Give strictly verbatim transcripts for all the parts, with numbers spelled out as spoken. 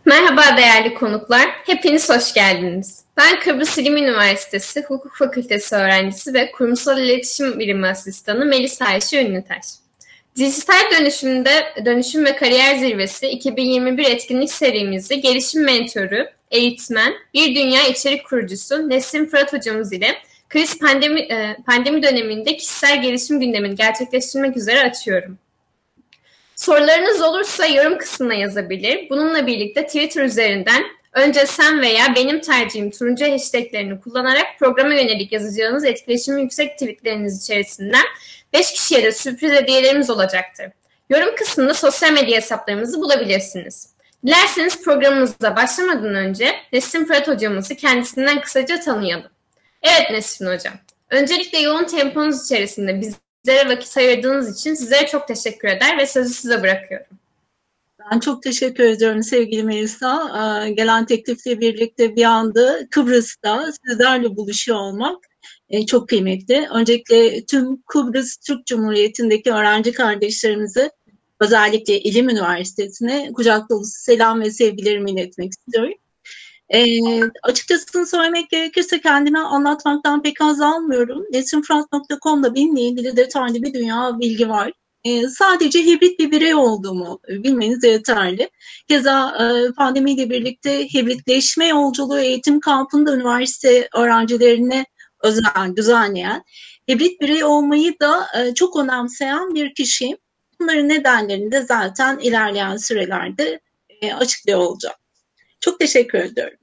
Merhaba değerli konuklar, hepiniz hoş geldiniz. Ben Kıbrıs İlim Üniversitesi Hukuk Fakültesi öğrencisi ve Kurumsal İletişim Bilimi Asistanı Melisa Ayşe Ünlütaş. Dijital dönüşümde Dönüşüm ve Kariyer Zirvesi iki bin yirmi bir etkinlik serimizi gelişim mentörü, eğitmen, bir dünya içerik kurucusu Nesrin Fırat hocamız ile kriz pandemi, pandemi döneminde kişisel gelişim gündemini gerçekleştirmek üzere açıyorum. Sorularınız olursa yorum kısmına yazabilir. Bununla birlikte Twitter üzerinden önce sen veya benim tercihim turuncu hashtaglerini kullanarak programa yönelik yazacağınız etkileşimi yüksek tweetleriniz içerisinden beş kişiye de sürpriz hediyelerimiz olacaktır. Yorum kısmında sosyal medya hesaplarımızı bulabilirsiniz. Dilerseniz programımıza başlamadan önce Nesrin Fırat hocamızı kendisinden kısaca tanıyalım. Evet Nesrin hocam, öncelikle yoğun temponuz içerisinde biz Bizlere vakit ayırdığınız için sizlere çok teşekkür eder ve sözü size bırakıyorum. Ben çok teşekkür ediyorum sevgili Melisa. Ee, gelen teklifle birlikte bir anda Kıbrıs'ta sizlerle buluşuyor olmak e, çok kıymetli. Öncelikle tüm Kıbrıs Türk Cumhuriyeti'ndeki öğrenci kardeşlerimize, özellikle İlim Üniversitesi'ne kucak dolusu selam ve sevgilerimi iletmek istiyorum. E, açıkçası söylemek gerekirse kendimi anlatmaktan pek haz almıyorum. nesrin fırat nokta com'da benimle ilgili detaylı bir dünya bilgi var. E, sadece hibrit bir birey olduğumu bilmeniz yeterli. Keza e, pandemiyle birlikte hibritleşme yolculuğu eğitim kampında üniversite öğrencilerine özel düzenleyen, hibrit birey olmayı da e, çok önemseyen bir kişiyim. Bunların nedenlerini de zaten ilerleyen sürelerde e, açıklıyor olacağım. Çok teşekkür ediyorum.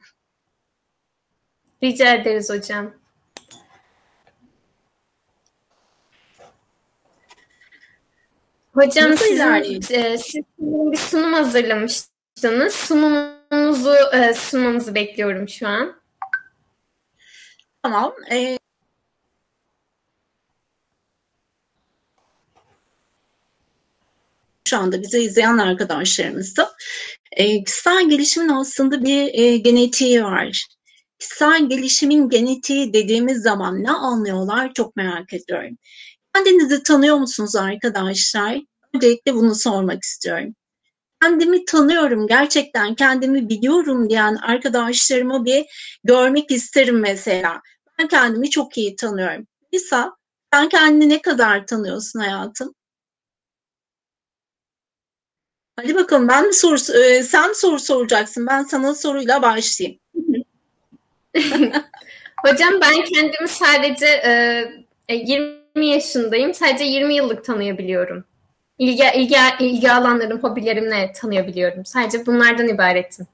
Rica ederiz hocam. Hocam sizin, e, siz bir sunum hazırlamıştınız. Sunumunuzu e, sunmanızı bekliyorum şu an. Tamam. E şu anda bizi izleyen arkadaşlarımız da e, kişisel gelişimin aslında bir e, genetiği var. Kişisel gelişimin genetiği dediğimiz zaman ne anlıyorlar çok merak ediyorum. Kendinizi tanıyor musunuz arkadaşlar? Öncelikle bunu sormak istiyorum. Kendimi tanıyorum, gerçekten kendimi biliyorum diyen arkadaşlarımı bir görmek isterim mesela. Ben kendimi çok iyi tanıyorum. Lisa, sen kendini ne kadar tanıyorsun hayatım? Hadi bakalım, ben mi soru, sen soru soracaksın. Ben sana soruyla başlayayım. Hocam ben kendimi sadece e, yirmi yaşındayım. Sadece yirmi yıllık tanıyabiliyorum. İlgi, ilgi, ilgi alanlarım, hobilerimle tanıyabiliyorum. Sadece bunlardan ibaretim.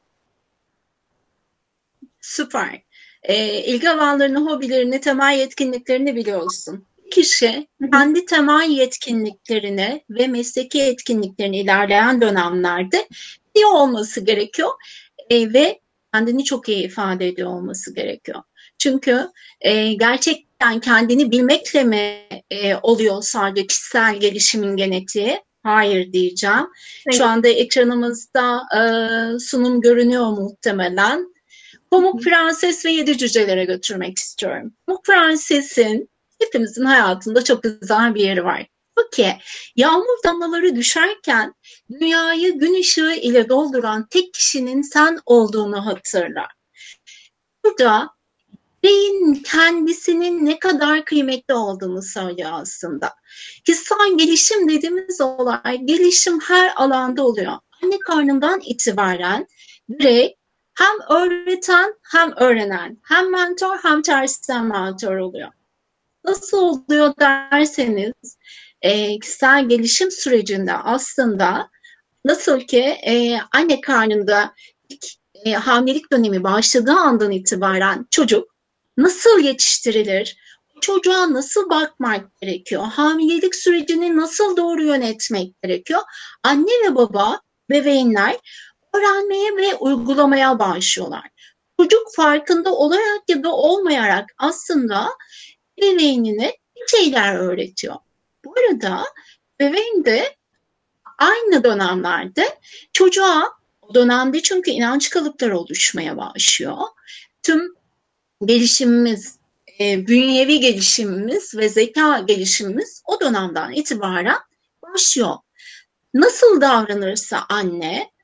Süper. E, ilgi alanlarını, hobilerini, temel yetkinliklerini biliyorsun. Kişi kendi temel yetkinliklerini ve mesleki yetkinliklerini ilerleyen dönemlerde iyi olması gerekiyor e, ve kendini çok iyi ifade ediyor olması gerekiyor. Çünkü e, gerçekten kendini bilmekle mi e, oluyor sadece kişisel gelişimin genetiği? Hayır diyeceğim. Evet. Şu anda ekranımızda e, sunum görünüyor muhtemelen. Pamuk Prenses ve Yedi Cücelere götürmek istiyorum. Pamuk Prenses'in hepimizin hayatında çok güzel bir yeri var. Peki, yağmur damlaları düşerken dünyayı gün ışığı ile dolduran tek kişinin sen olduğunu hatırla. Burada beyin kendisinin ne kadar kıymetli olduğunu söylüyor aslında. Kişisel gelişim dediğimiz olay, gelişim her alanda oluyor. Anne karnından itibaren birey hem öğreten hem öğrenen, hem mentor hem tersten mentor oluyor. Nasıl oluyor derseniz, e, kişisel gelişim sürecinde aslında nasıl ki e, anne karnında ilk e, hamilelik dönemi başladığı andan itibaren çocuk nasıl yetiştirilir, çocuğa nasıl bakmak gerekiyor, hamilelik sürecini nasıl doğru yönetmek gerekiyor, anne ve baba, bebeğinler öğrenmeye ve uygulamaya başlıyorlar. Çocuk farkında olarak ya da olmayarak aslında bebeğinine bir şeyler öğretiyor. Bu arada bebeğin de aynı dönemlerde çocuğa, o dönemde çünkü inanç kalıpları oluşmaya başlıyor. Tüm gelişimimiz, e, bünyevi gelişimimiz ve zeka gelişimimiz o dönemden itibaren başlıyor. Nasıl davranırsa anne,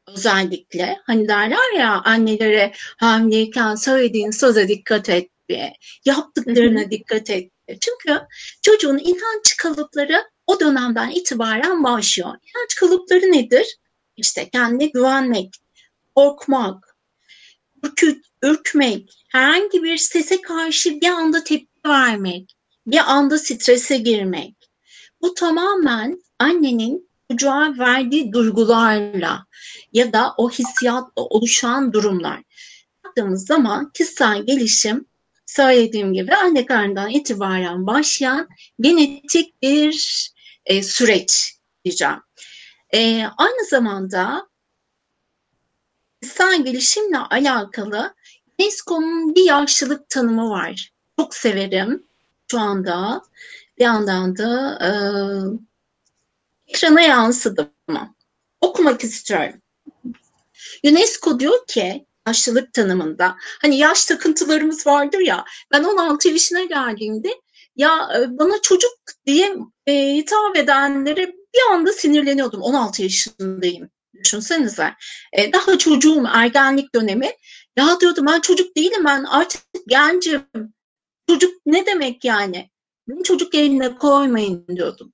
özellikle hani derler ya annelere hamileyken söylediğin söze dikkat et diye, yaptıklarına dikkat et diye. Çünkü çocuğun inanç kalıpları o dönemden itibaren başlıyor. İnanç kalıpları nedir? İşte kendine güvenmek, korkmak, ürküt, ürkmek, herhangi bir sese karşı bir anda tepki vermek, bir anda strese girmek. Bu tamamen annenin çocuğa verdiği duygularla ya da o hissiyatla oluşan durumlar. Baktığımız zaman kişisel gelişim, söylediğim gibi anne karnından itibaren başlayan genetik bir e, süreç diyeceğim. E, aynı zamanda kişisel gelişimle alakalı UNESCO'nun bir yaşlılık tanımı var. Çok severim şu anda. Bir yandan da e, ekrana yansıdı mı? Okumak istiyorum. UNESCO diyor ki yaşlılık tanımında, hani yaş takıntılarımız vardır ya, ben on altı yaşına geldiğimde ya bana çocuk diye e, hitap edenlere bir anda sinirleniyordum. on altı yaşındayım. Düşünsenize. E, daha çocuğum, ergenlik dönemi. Ya diyordum ben çocuk değilim, ben artık gencim. Çocuk ne demek yani? Beni çocuk yerine koymayın diyordum.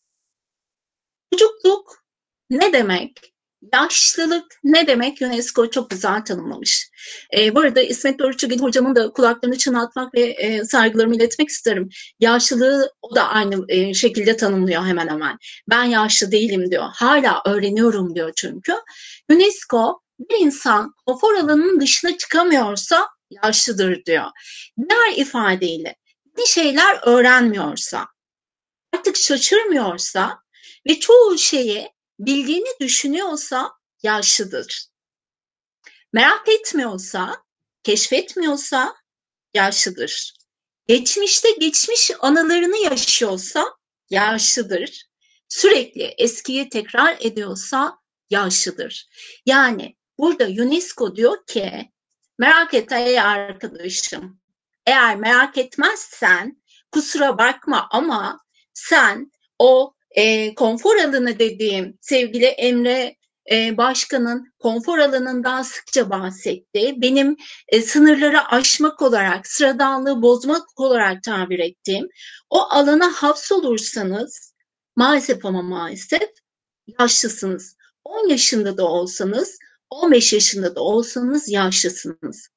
Çocukluk ne demek? Yaşlılık ne demek? UNESCO çok güzel tanımlamış. E, bu arada İsmet Dorukçugil hocamın da kulaklarını çınlatmak ve e, saygılarımı iletmek isterim. Yaşlılığı o da aynı e, şekilde tanımlıyor hemen hemen. Ben yaşlı değilim diyor. Hala öğreniyorum diyor çünkü. UNESCO bir insan konfor alanının dışına çıkamıyorsa yaşlıdır diyor. Diğer ifadeyle bir şeyler öğrenmiyorsa, artık şaşırmıyorsa ve çoğu şeyi bildiğini düşünüyorsa yaşlıdır. Merak etmiyorsa, keşfetmiyorsa yaşlıdır. Geçmişte geçmiş anılarını yaşıyorsa yaşlıdır. Sürekli eskiyi tekrar ediyorsa yaşlıdır. Yani burada UNESCO diyor ki, merak et ey arkadaşım. Eğer merak etmezsen kusura bakma ama sen o e, konfor alanı dediğim sevgili Emre e, Başkan'ın konfor alanından sıkça bahsetti. Benim e, sınırları aşmak olarak, sıradanlığı bozmak olarak tabir ettiğim o alana hapsolursanız maalesef ama maalesef yaşlısınız. on yaşında da olsanız, on beş yaşında da olsanız yaşlısınız.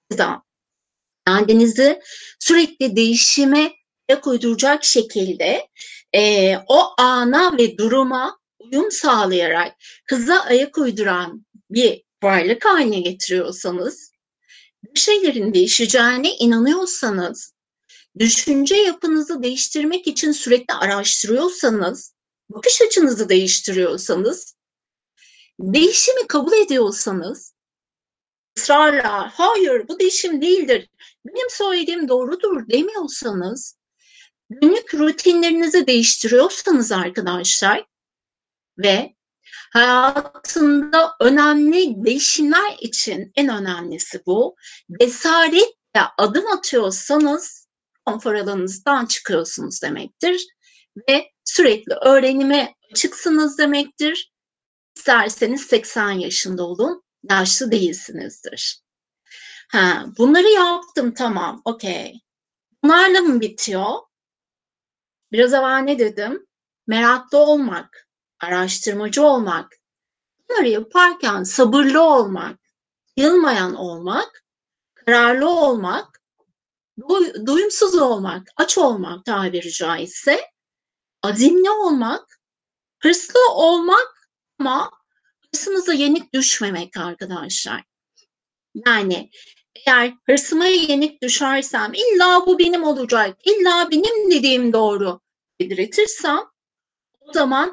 Kendinizi sürekli değişime ayak uyduracak şekilde e, o ana ve duruma uyum sağlayarak hıza ayak uyduran bir varlık haline getiriyorsanız, bir şeylerin değişeceğine inanıyorsanız, düşünce yapınızı değiştirmek için sürekli araştırıyorsanız, bakış açınızı değiştiriyorsanız, değişimi kabul ediyorsanız, ısrarla hayır bu değişim değildir, benim söylediğim doğrudur demiyorsanız, günlük rutinlerinizi değiştiriyorsanız arkadaşlar ve hayatında önemli değişimler için en önemlisi bu, cesaretle adım atıyorsanız konfor alanınızdan çıkıyorsunuz demektir ve sürekli öğrenime açıksınız demektir. İsterseniz seksen yaşında olun, yaşlı değilsinizdir. Ha, bunları yaptım, tamam, okey. Bunlarla mı bitiyor? Biraz evvel ne dedim? Meraklı olmak, araştırmacı olmak, bunları yaparken sabırlı olmak, yılmayan olmak, kararlı olmak, duy, duyumsuz olmak, aç olmak tabiri caizse, azimli olmak, hırslı olmak ama hırsınıza yenik düşmemek arkadaşlar. Yani eğer hırsıma yenik düşersem, illa bu benim olacak, illa benim dediğim doğru diretirsem, o zaman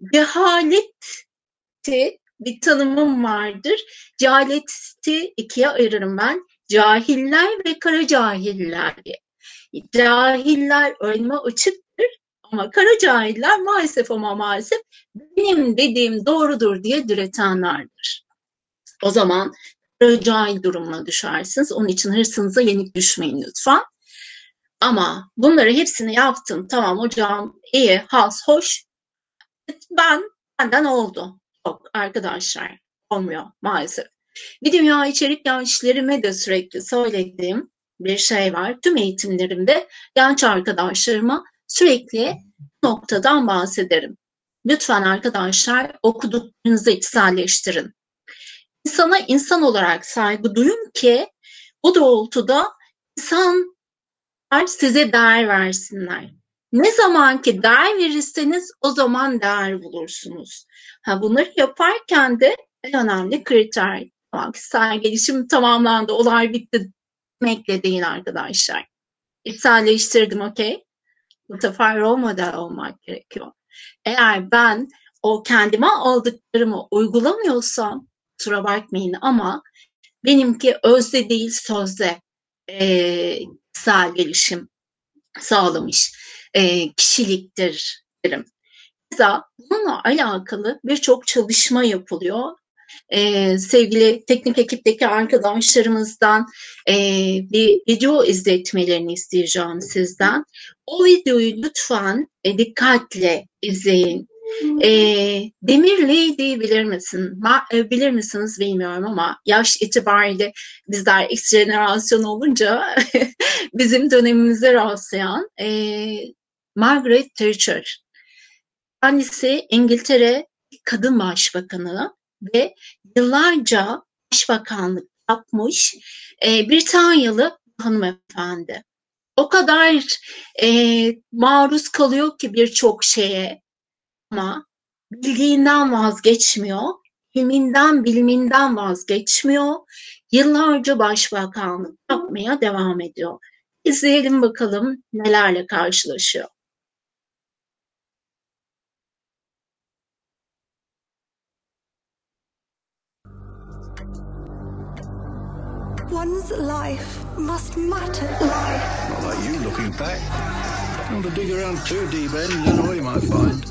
cehaleti bir tanımım vardır. Cehaleti ikiye ayırırım ben. Cahiller ve kara cahiller diye. Cahiller öğrenime açıktır ama kara cahiller maalesef ama maalesef benim dediğim doğrudur diye diretenlerdir. O zaman cahil durumuna düşersiniz. Onun için hırsınıza yenik düşmeyin lütfen. Ama bunları hepsini yaptım. Tamam hocam, iyi, has, hoş. Ben, benden oldu. Yok arkadaşlar, olmuyor maalesef. Bir dünya içerik gençlerime de sürekli söylediğim bir şey var. Tüm eğitimlerimde genç arkadaşlarıma sürekli bu noktadan bahsederim. Lütfen arkadaşlar okuduklarınızı içselleştirin. İnsana insan olarak saygı duyun ki bu doğrultuda insanlar size değer versinler. Ne zaman ki değer verirseniz o zaman değer bulursunuz. Ha, bunları yaparken de en önemli kriter, tamam, kişisel gelişim tamamlandı, olay bitti demekle değil arkadaşlar. İçselleştirdim, okey? Bu sefer rol model olmak gerekiyor. Eğer ben o kendime aldıklarımı uygulamıyorsam, kusura bakmayın ama benimki özde değil sözde e, kişisel gelişim sağlamış e, kişiliktir derim. Keza bununla alakalı birçok çalışma yapılıyor. Ee, sevgili teknik ekipteki arkadaşlarımızdan e, bir video izletmelerini isteyeceğim sizden. O videoyu lütfen e, dikkatle izleyin. E, Demir Lady bilir misin? Ma, e, bilir misiniz bilmiyorum ama yaş itibariyle bizler X jenerasyon olunca bizim dönemimize rastlayan e, Margaret Thatcher. Kendisi İngiltere kadın başbakanı ve yıllarca başbakanlık yapmış e, Britanyalı hanımefendi. O kadar e, maruz kalıyor ki birçok şeye ama bildiğinden vazgeçmiyor, ilminden, biliminden vazgeçmiyor. Yıllarca başbakanlık yapmaya devam ediyor. İzleyelim bakalım nelerle karşılaşıyor. One's life must matter. Not like you looking back. Want to dig around too deep end, you know what you might find.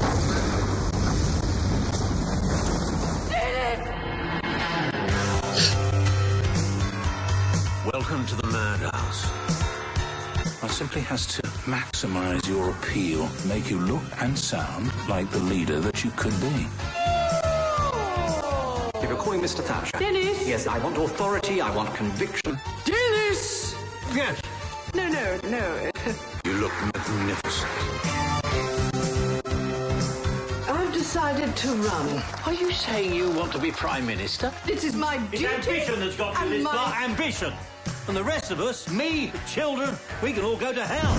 Welcome to the madhouse. One simply has to maximize your appeal, make you look and sound like the leader that you could be. If you're calling Mister Thatcher. Dennis! Yes, I want authority, I want conviction. Dennis! Yes. No, no, no. You look magnificent. I've decided to run. Are you saying you want to be Prime Minister? This is my It's duty. ambition that's got you and this my- far. Ambition. And the rest of us, me, the children, we can all go to hell.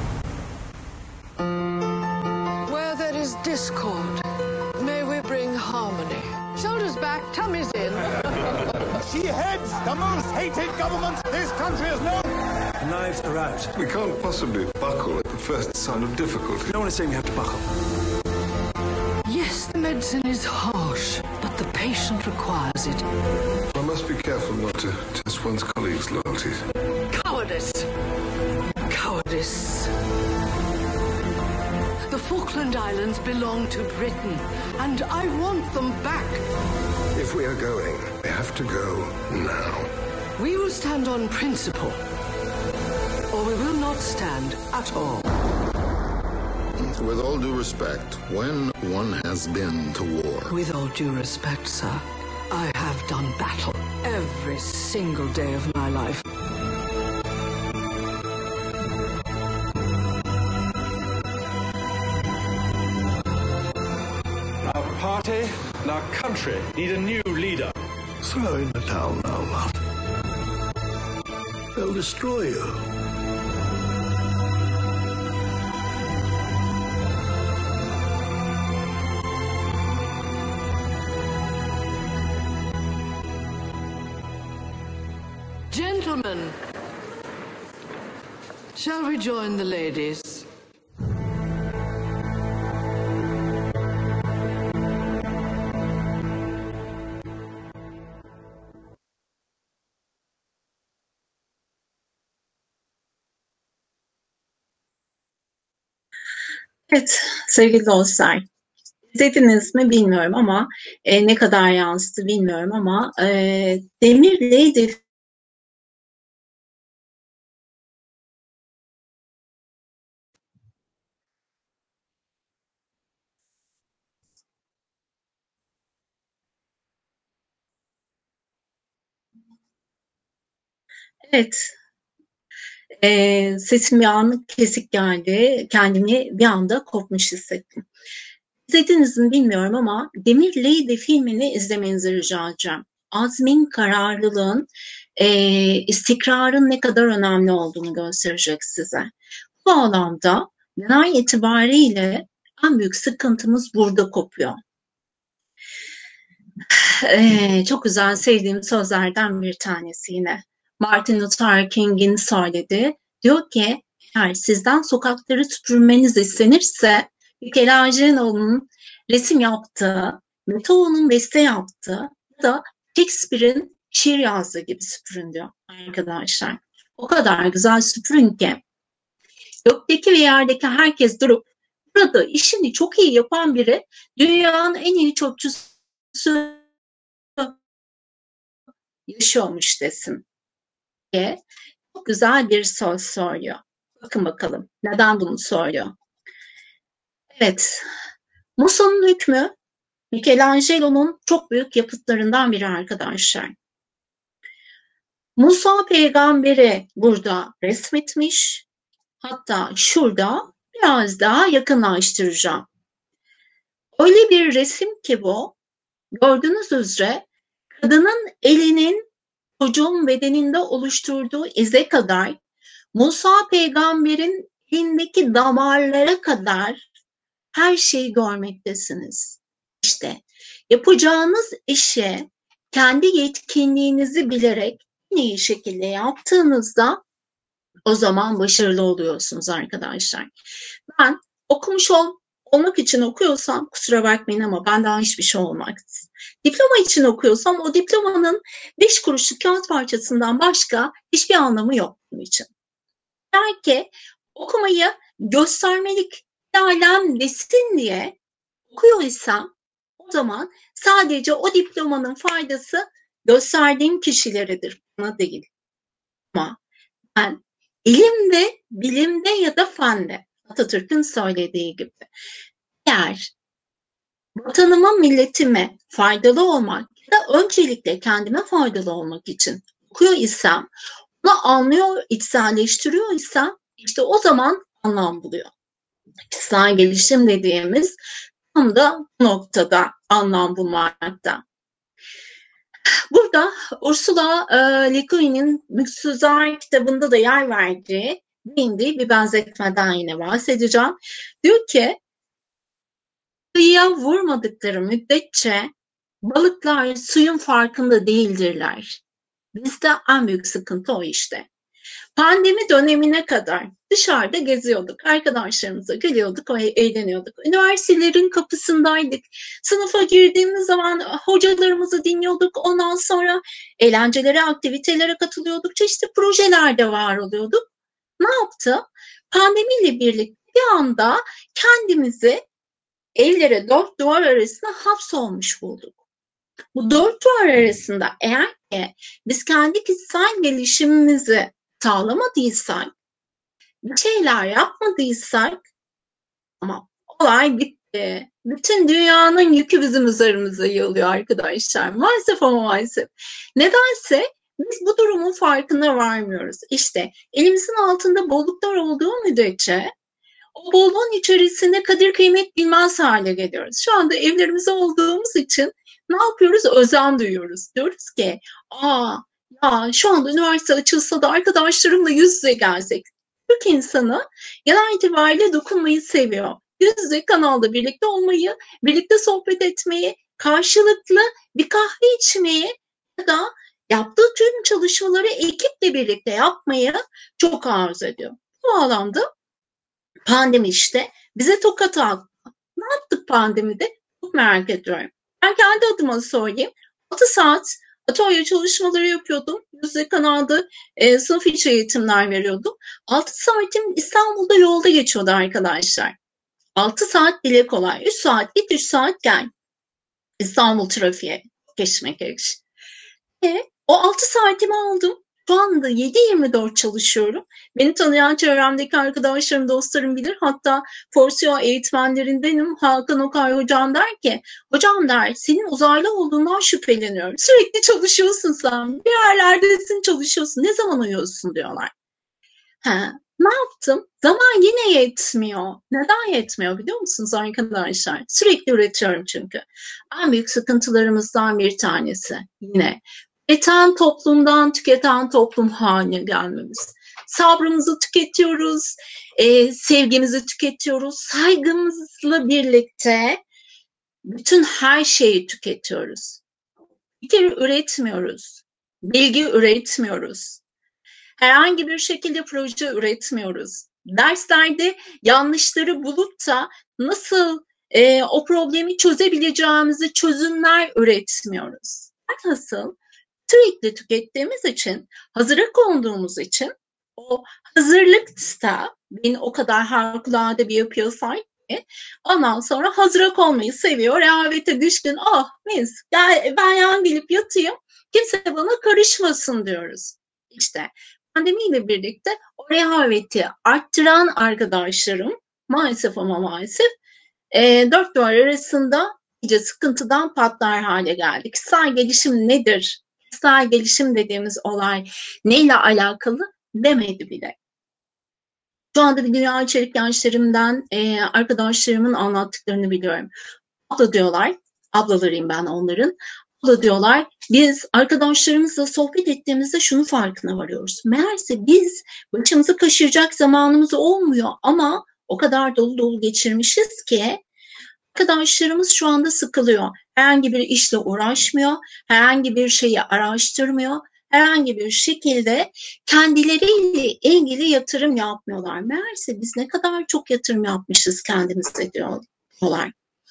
Where there is discord, may we bring harmony. Shoulders back, tummies in. She heads the most hated government this country has known. The knives are out. We can't possibly buckle at the first sign of difficulty. No one is saying we have to buckle. Yes, the medicine is harsh, but the patient requires it. One must be careful not to test one's colleagues' loyalties. Cowardice. Cowardice. The Falkland Islands belong to Britain, and I want them back. If we are going, we have to go now. We will stand on principle, or we will not stand at all. With all due respect, when one has been to war, With all due respect, sir, I have done battle every single day of my life. Our party and our country need a new leader. throw in the towel now, love. They'll destroy you. Gentlemen, shall we join the ladies? Evet sevgili dostlar, izlediniz mi bilmiyorum ama e, ne kadar yansıdı bilmiyorum ama e, Demir Lady Evet. Ee, sesim bir an kesik geldi. Kendimi bir anda kopmuş hissettim. İzlediniz mi bilmiyorum ama Demir Lady filmini izlemenizi rica edeceğim. Azmin, kararlılığın, e, istikrarın ne kadar önemli olduğunu gösterecek size. Bu alanda genel itibariyle en büyük sıkıntımız burada kopuyor. Ee, çok güzel sevdiğim sözlerden bir tanesi yine. Martin Luther King'in söyledi. Diyor ki eğer sizden sokakları süpürmeniz istenirse Michelangelo'nun resim yaptığı, Beethoven'un beste yaptığı ya da Shakespeare'in şiir yazdığı gibi süpürün diyor arkadaşlar. O kadar güzel süpürün ki gökteki ve yerdeki herkes durup burada işini çok iyi yapan biri dünyanın en iyi çöpçüsü yaşıyormuş desin diye çok güzel bir söz söylüyor. Bakın bakalım neden bunu söylüyor. Evet, Musa'nın hükmü Michelangelo'nun çok büyük yapıtlarından biri arkadaşlar. Musa peygamberi burada resmetmiş. Hatta şurada biraz daha yakınlaştıracağım. Öyle bir resim ki bu, gördüğünüz üzere kadının elinin çocuğun bedeninde oluşturduğu ize kadar, Musa peygamberin elindeki damarlara kadar her şeyi görmektesiniz. İşte yapacağınız işe kendi yetkinliğinizi bilerek en iyi şekilde yaptığınızda o zaman başarılı oluyorsunuz arkadaşlar. Ben okumuş ol, olmak için okuyorsam kusura bakmayın ama benden hiçbir şey olmaz. Diploma için okuyorsam o diplomanın beş kuruşluk kağıt parçasından başka hiçbir anlamı yok bunun için. Belki okumayı göstermelik bir alem desin diye okuyorsam o zaman sadece o diplomanın faydası gösterdiğim kişileridir, bana değil. Ama ben ilimde, bilimde ya da fende, Atatürk'ün söylediği gibi, eğer vatanıma, milletime faydalı olmak ya da öncelikle kendime faydalı olmak için okuyor isem, onu anlıyor, içselleştiriyor isem, işte o zaman anlam buluyor. Kişisel gelişim dediğimiz tam da bu noktada anlam bulmakta. Burada Ursula e, Le Guin'in Mutsuzlar kitabında da yer verdiği, değindiği bir benzetmeden yine bahsedeceğim. Diyor ki, kıyıya vurmadıkları müddetçe balıklar suyun farkında değildirler. Bizde en büyük sıkıntı o işte. Pandemi dönemine kadar dışarıda geziyorduk, arkadaşlarımıza gülüyorduk, eğleniyorduk. Üniversitelerin kapısındaydık. Sınıfa girdiğimiz zaman hocalarımızı dinliyorduk. Ondan sonra eğlencelere, aktivitelere katılıyorduk. Çeşitli projelerde var oluyorduk. Ne yaptı? Pandemiyle birlikte bir anda kendimizi evlere dört duvar arasında hapsolmuş bulduk. Bu dört duvar arasında eğer ki biz kendi kişisel gelişimimizi sağlamadıysak, bir şeyler yapmadıysak, ama olay bitti. Bütün dünyanın yükü bizim üzerimize yığılıyor arkadaşlar. Maalesef ama maalesef. Nedense biz bu durumun farkına varmıyoruz. İşte elimizin altında bolluklar olduğu müddetçe o bolluğun içerisinde kadir kıymet bilmez hale geliyoruz. Şu anda evlerimizde olduğumuz için ne yapıyoruz? Özen duyuyoruz. Diyoruz ki, aa ya şu anda üniversite açılsa da arkadaşlarımla yüz yüze gelsek. Türk insanı genel itibariyle dokunmayı seviyor. Yüz yüze kanalda birlikte olmayı, birlikte sohbet etmeyi, karşılıklı bir kahve içmeyi ya da yaptığı tüm çalışmaları ekiple birlikte yapmayı çok arzu ediyor. Bu alanda pandemi işte bize tokat attı. Ne yaptık pandemide? Çok merak ediyorum. Ben kendi adıma söyleyeyim. altı saat atölye çalışmaları yapıyordum. Yüzde kanalda e, sınıf içi eğitimler veriyordum. altı saatim İstanbul'da yolda geçiyordu arkadaşlar. altı saat bile kolay. üç saat git, üç saat gel. İstanbul trafiğe geçmek gerekir. E, o altı saatimi aldım. Şu anda yedi yirmi dört çalışıyorum. Beni tanıyan çevremdeki arkadaşlarım, dostlarım bilir. Hatta Forsio eğitmenlerindenim. Hakan Okay hocam der ki, hocam der, senin uzaylı olduğundan şüpheleniyorum. Sürekli çalışıyorsun sen. Bir yerlerdesin, çalışıyorsun. Ne zaman uyuyorsun diyorlar. Ha, ne yaptım? Zaman yine yetmiyor. Neden yetmiyor biliyor musunuz arkadaşlar? Sürekli üretiyorum çünkü. En büyük sıkıntılarımızdan bir tanesi yine. Üreten toplumdan tüketen toplum haline gelmemiz. Sabrımızı tüketiyoruz, e, sevgimizi tüketiyoruz, saygımızla birlikte bütün her şeyi tüketiyoruz. Fikir üretmiyoruz, bilgi üretmiyoruz. Herhangi bir şekilde proje üretmiyoruz. Derslerde yanlışları bulup da nasıl e, o problemi çözebileceğimizi çözümler üretmiyoruz. Nasıl? Sürekli tükettiğimiz için, hazıra konduğumuz için o hazırlıkta beni o kadar harikulade bir yapıya sahip ki ondan sonra hazıra konmayı seviyor, rehavete düşkün, ah mis, gel, ben yan gelip yatayım, kimse bana karışmasın diyoruz. İşte pandemiyle birlikte o rehaveti arttıran arkadaşlarım maalesef ama maalesef e, dört duvar arasında iyice sıkıntıdan patlar hale geldik. Kişisel gelişim nedir? Kişisel gelişim dediğimiz olay neyle alakalı demedi bile. Şu anda bir dünya içerik gençlerimden e, arkadaşlarımın anlattıklarını biliyorum. Abla diyorlar, ablalarıyım ben onların. Abla diyorlar, biz arkadaşlarımızla sohbet ettiğimizde şunu farkına varıyoruz. Meğerse biz başımızı kaşıyacak zamanımız olmuyor ama o kadar dolu dolu geçirmişiz ki arkadaşlarımız şu anda sıkılıyor. Herhangi bir işle uğraşmıyor, herhangi bir şeyi araştırmıyor, herhangi bir şekilde kendileriyle ilgili yatırım yapmıyorlar. Meğerse biz ne kadar çok yatırım yapmışız kendimize diyorlar.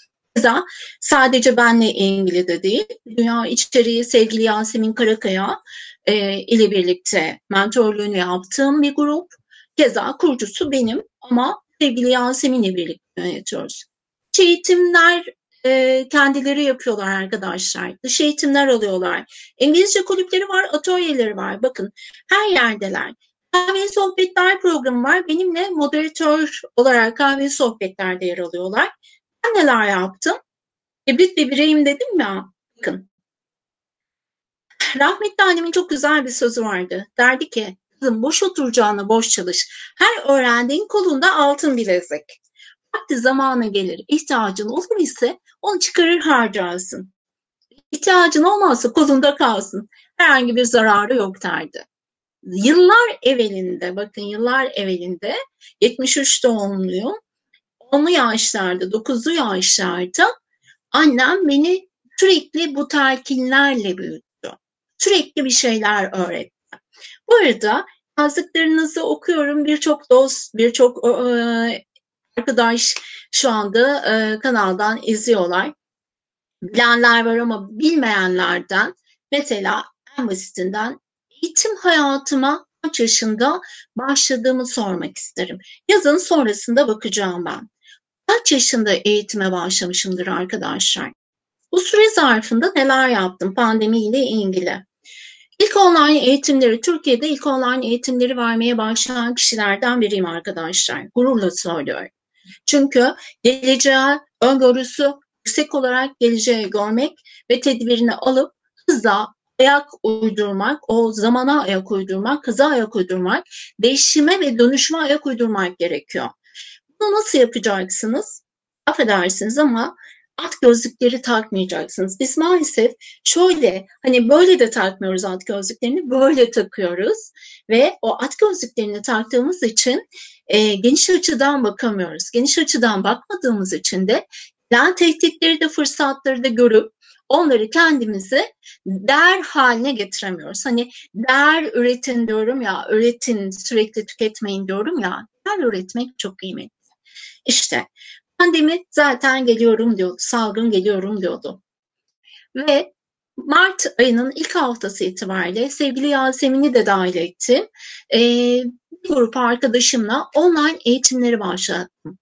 Sadece benle ilgili de değil, dünya içeriği sevgili Yasemin Karakaya e, ile birlikte mentorluğunu yaptığım bir grup. Keza kurucusu benim ama sevgili Yasemin ile birlikte yönetiyoruz. Dış eğitimler e, kendileri yapıyorlar arkadaşlar. Dış eğitimler alıyorlar. İngilizce kulüpleri var, atölyeleri var. Bakın her yerdeler. Kahve sohbetler programı var. Benimle moderatör olarak kahve sohbetlerde yer alıyorlar. Ben neler yaptım? Hibrit bir bireyim dedim ya. Bakın. Rahmetli annemin çok güzel bir sözü vardı. Derdi ki, kızım boş oturacağına boş çalış. Her öğrendiğin kolunda altın bilezik. Vakti zamanı gelir, ihtiyacın olur ise onu çıkarır harcarsın. İhtiyacın olmazsa kolunda kalsın. Herhangi bir zararı yok derdi. Yıllar evvelinde, bakın yıllar evvelinde, yetmiş üç doğumluyum. onlu yaşlarda, dokuzlu yaşlarda annem beni sürekli bu telkinlerle büyüttü. Sürekli bir şeyler öğretti. Bu arada yazdıklarınızı okuyorum. Birçok dost, birçok e, arkadaş şu anda e, kanaldan izliyorlar. Bilenler var ama bilmeyenlerden mesela en basitinden eğitim hayatıma kaç yaşında başladığımı sormak isterim. Yazın sonrasında bakacağım ben. Kaç yaşında eğitime başlamışımdır arkadaşlar? Bu süre zarfında neler yaptım pandemiyle ilgili? İlk online eğitimleri, Türkiye'de ilk online eğitimleri vermeye başlayan kişilerden biriyim arkadaşlar. Gururla söylüyorum. Çünkü geleceğe öngörüsü yüksek olarak geleceği görmek ve tedbirini alıp hızla ayak uydurmak, o zamana ayak uydurmak, hıza ayak uydurmak, değişime ve dönüşüme ayak uydurmak gerekiyor. Bunu nasıl yapacaksınız? Affedersiniz ama at gözlükleri takmayacaksınız. Biz maalesef şöyle, hani böyle de takmıyoruz at gözlüklerini, böyle takıyoruz. Ve o at gözlüklerini taktığımız için e, geniş açıdan bakamıyoruz. Geniş açıdan bakmadığımız için de gelen tehditleri de fırsatları da görüp onları kendimize değer haline getiremiyoruz. Hani değer üretin diyorum ya, üretin, sürekli tüketmeyin diyorum ya, değer üretmek çok kıymetli. İşte pandemi zaten geliyorum diyordu, salgın geliyorum diyordu. Ve Mart ayının ilk haftası itibariyle sevgili Yasemin'i de dahil ettim. Ee, bir grup arkadaşımla online eğitimleri başlattım.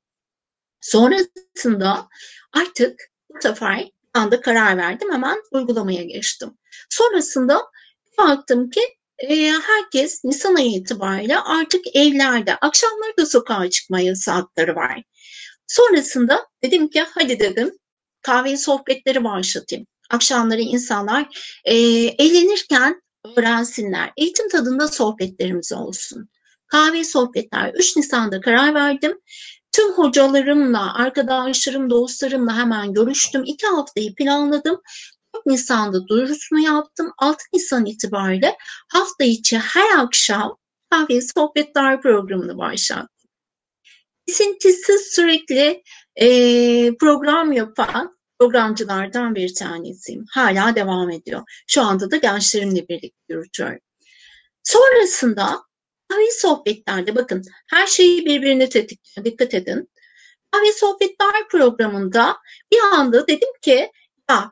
Sonrasında artık bu sefer anda karar verdim, hemen uygulamaya geçtim. Sonrasında baktım ki e, herkes Nisan ayı itibariyle artık evlerde, akşamları da sokağa çıkma yasakları var. Sonrasında dedim ki hadi dedim kahve sohbetleri başlatayım. Akşamları insanlar e, eğlenirken öğrensinler. Eğitim tadında sohbetlerimiz olsun. Kahve sohbetler. üç Nisan'da karar verdim. Tüm hocalarımla, arkadaşlarım, dostlarımla hemen görüştüm. İki haftayı planladım. dört Nisan'da duyurusunu yaptım. altı Nisan itibariyle hafta içi her akşam kahve sohbetler programını başlattım. Kesintisiz sürekli e, program yapan programcılardan bir tanesiyim. Hala devam ediyor. Şu anda da gençlerimle birlikte yürütüyorum. Sonrasında kahve sohbetlerde bakın her şeyi birbirine tetikliyor. Dikkat edin. Kahve sohbetler programında bir anda dedim ki ya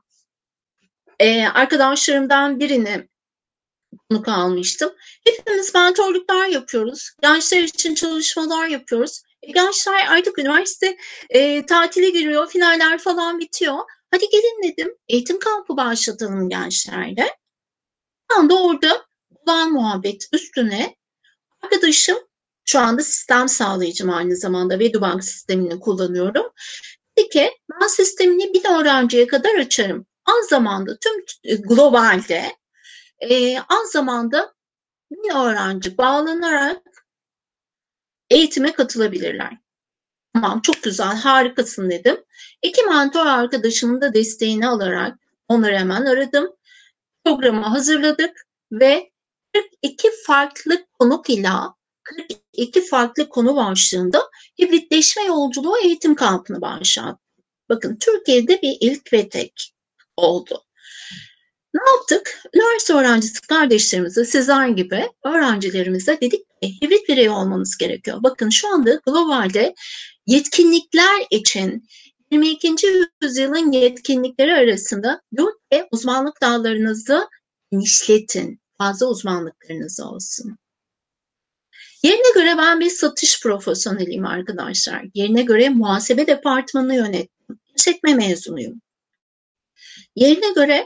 e, arkadaşlarımdan birini konuk almıştım. Hepimiz mentorluklar yapıyoruz. Gençler için çalışmalar yapıyoruz. E, gençler artık üniversite e, tatile giriyor, finaller falan bitiyor. Hadi gelin dedim, eğitim kampı başlatalım gençlerle. Bir anda orada olan muhabbet üstüne arkadaşım, şu anda sistem sağlayıcım aynı zamanda Vedubank sistemini kullanıyorum. Dedi ki ben sistemini bin öğrenciye kadar açarım. Az zamanda tüm globalde e, az zamanda bin öğrenci bağlanarak eğitime katılabilirler. Tamam çok güzel harikasın dedim. İki mentor arkadaşımın da desteğini alarak onları hemen aradım. Programı hazırladık ve kırk iki farklı konuk ile kırk iki farklı konu başlığında hibritleşme yolculuğu eğitim kampını başlattım. Bakın Türkiye'de bir ilk ve tek oldu. Ne yaptık? Üniversite öğrencisi kardeşlerimize, sizler gibi öğrencilerimize dedik ki hibrit birey olmanız gerekiyor. Bakın şu anda globalde yetkinlikler için yirmi ikinci yüzyılın yetkinlikleri arasında yurt ve uzmanlık dallarınızı genişletin. Fazla uzmanlıklarınız olsun. Yerine göre ben bir satış profesyoneliyim arkadaşlar. Yerine göre muhasebe departmanını yönettim. İşletme mezunuyum. Yerine göre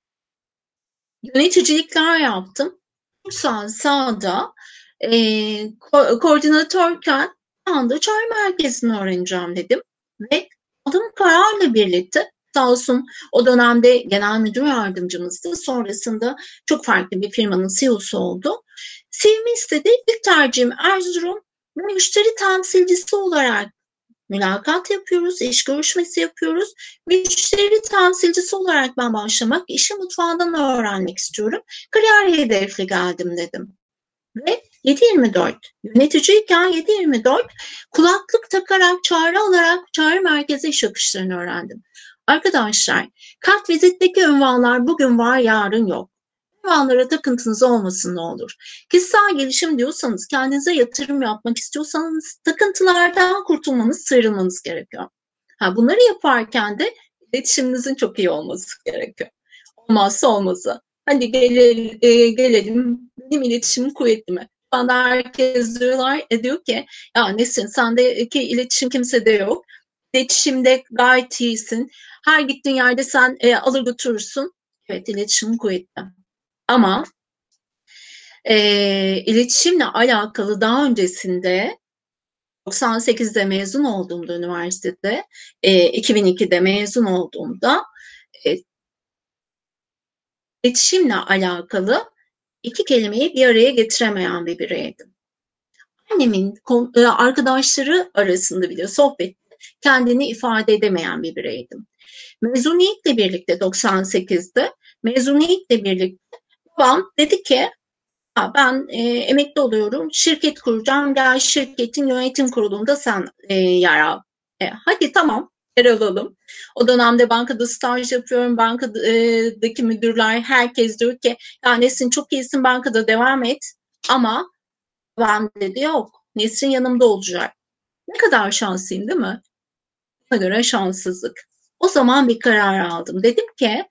yöneticilikler yaptım. Kursal sahada e, ko- koordinatörken bir anda çağrı merkezini öğreneceğim dedim. Ve aldığım kararla birlikte sağ olsun o dönemde genel müdür yardımcımızdı. Sonrasında çok farklı bir firmanın C E O'su oldu. C V'mi istedi. İlk tercihim Erzurum ve müşteri temsilcisi olarak mülakat yapıyoruz, iş görüşmesi yapıyoruz. Müşteri temsilcisi olarak ben başlamak, işi mutfağından öğrenmek istiyorum. Kariyer hedefli geldim dedim. Ve yedi yirmi dört yöneticiyken yedi yirmi dört kulaklık takarak, çağrı alarak çağrı merkezi iş akışlarını öğrendim. Arkadaşlar, kart vizitteki ünvanlar bugün var, yarın yok. Ünvanlara takıntınız olmasın ne olur. Kişisel gelişim diyorsanız, kendinize yatırım yapmak istiyorsanız takıntılardan kurtulmanız, sıyrılmanız gerekiyor. Ha, bunları yaparken de iletişiminizin çok iyi olması gerekiyor. Olmazsa olmazı. Hadi gelelim, e, gelelim benim iletişimim kuvvetli mi? Şu anda herkes diyorlar, e, diyor ki ya Nesrin sendeki iletişim kimsede yok. İletişimde gayet iyisin. Her gittiğin yerde sen e, alır götürürsün. Evet, iletişim kuvvetli. Ama e, iletişimle alakalı daha öncesinde doksan sekizde mezun olduğumda üniversitede, e, iki bin ikide mezun olduğumda e, iletişimle alakalı iki kelimeyi bir araya getiremeyen bir bireydim. Annemin arkadaşları arasında bile sohbet kendini ifade edemeyen bir bireydim. Mezuniyetle birlikte doksan sekizde mezuniyetle birlikte babam dedi ki ben e, emekli oluyorum, şirket kuracağım, gel şirketin yönetim kurulunda sen e, yer al. E, hadi tamam, yer alalım. O dönemde bankada staj yapıyorum, bankadaki müdürler herkes diyor ki ya Nesrin çok iyisin, bankada devam et. Ama babam dedi yok, Nesrin yanımda olacak. Ne kadar şanslıyım değil mi? Buna göre şanssızlık. O zaman bir karar aldım. Dedim ki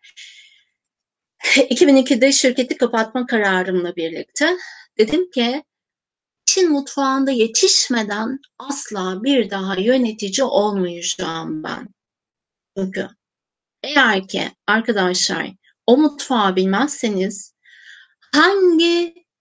iki bin ikide şirketi kapatma kararımla birlikte dedim ki işin mutfağında yetişmeden asla bir daha yönetici olmayacağım ben. Çünkü eğer ki arkadaşlar o mutfağı bilmezseniz hangi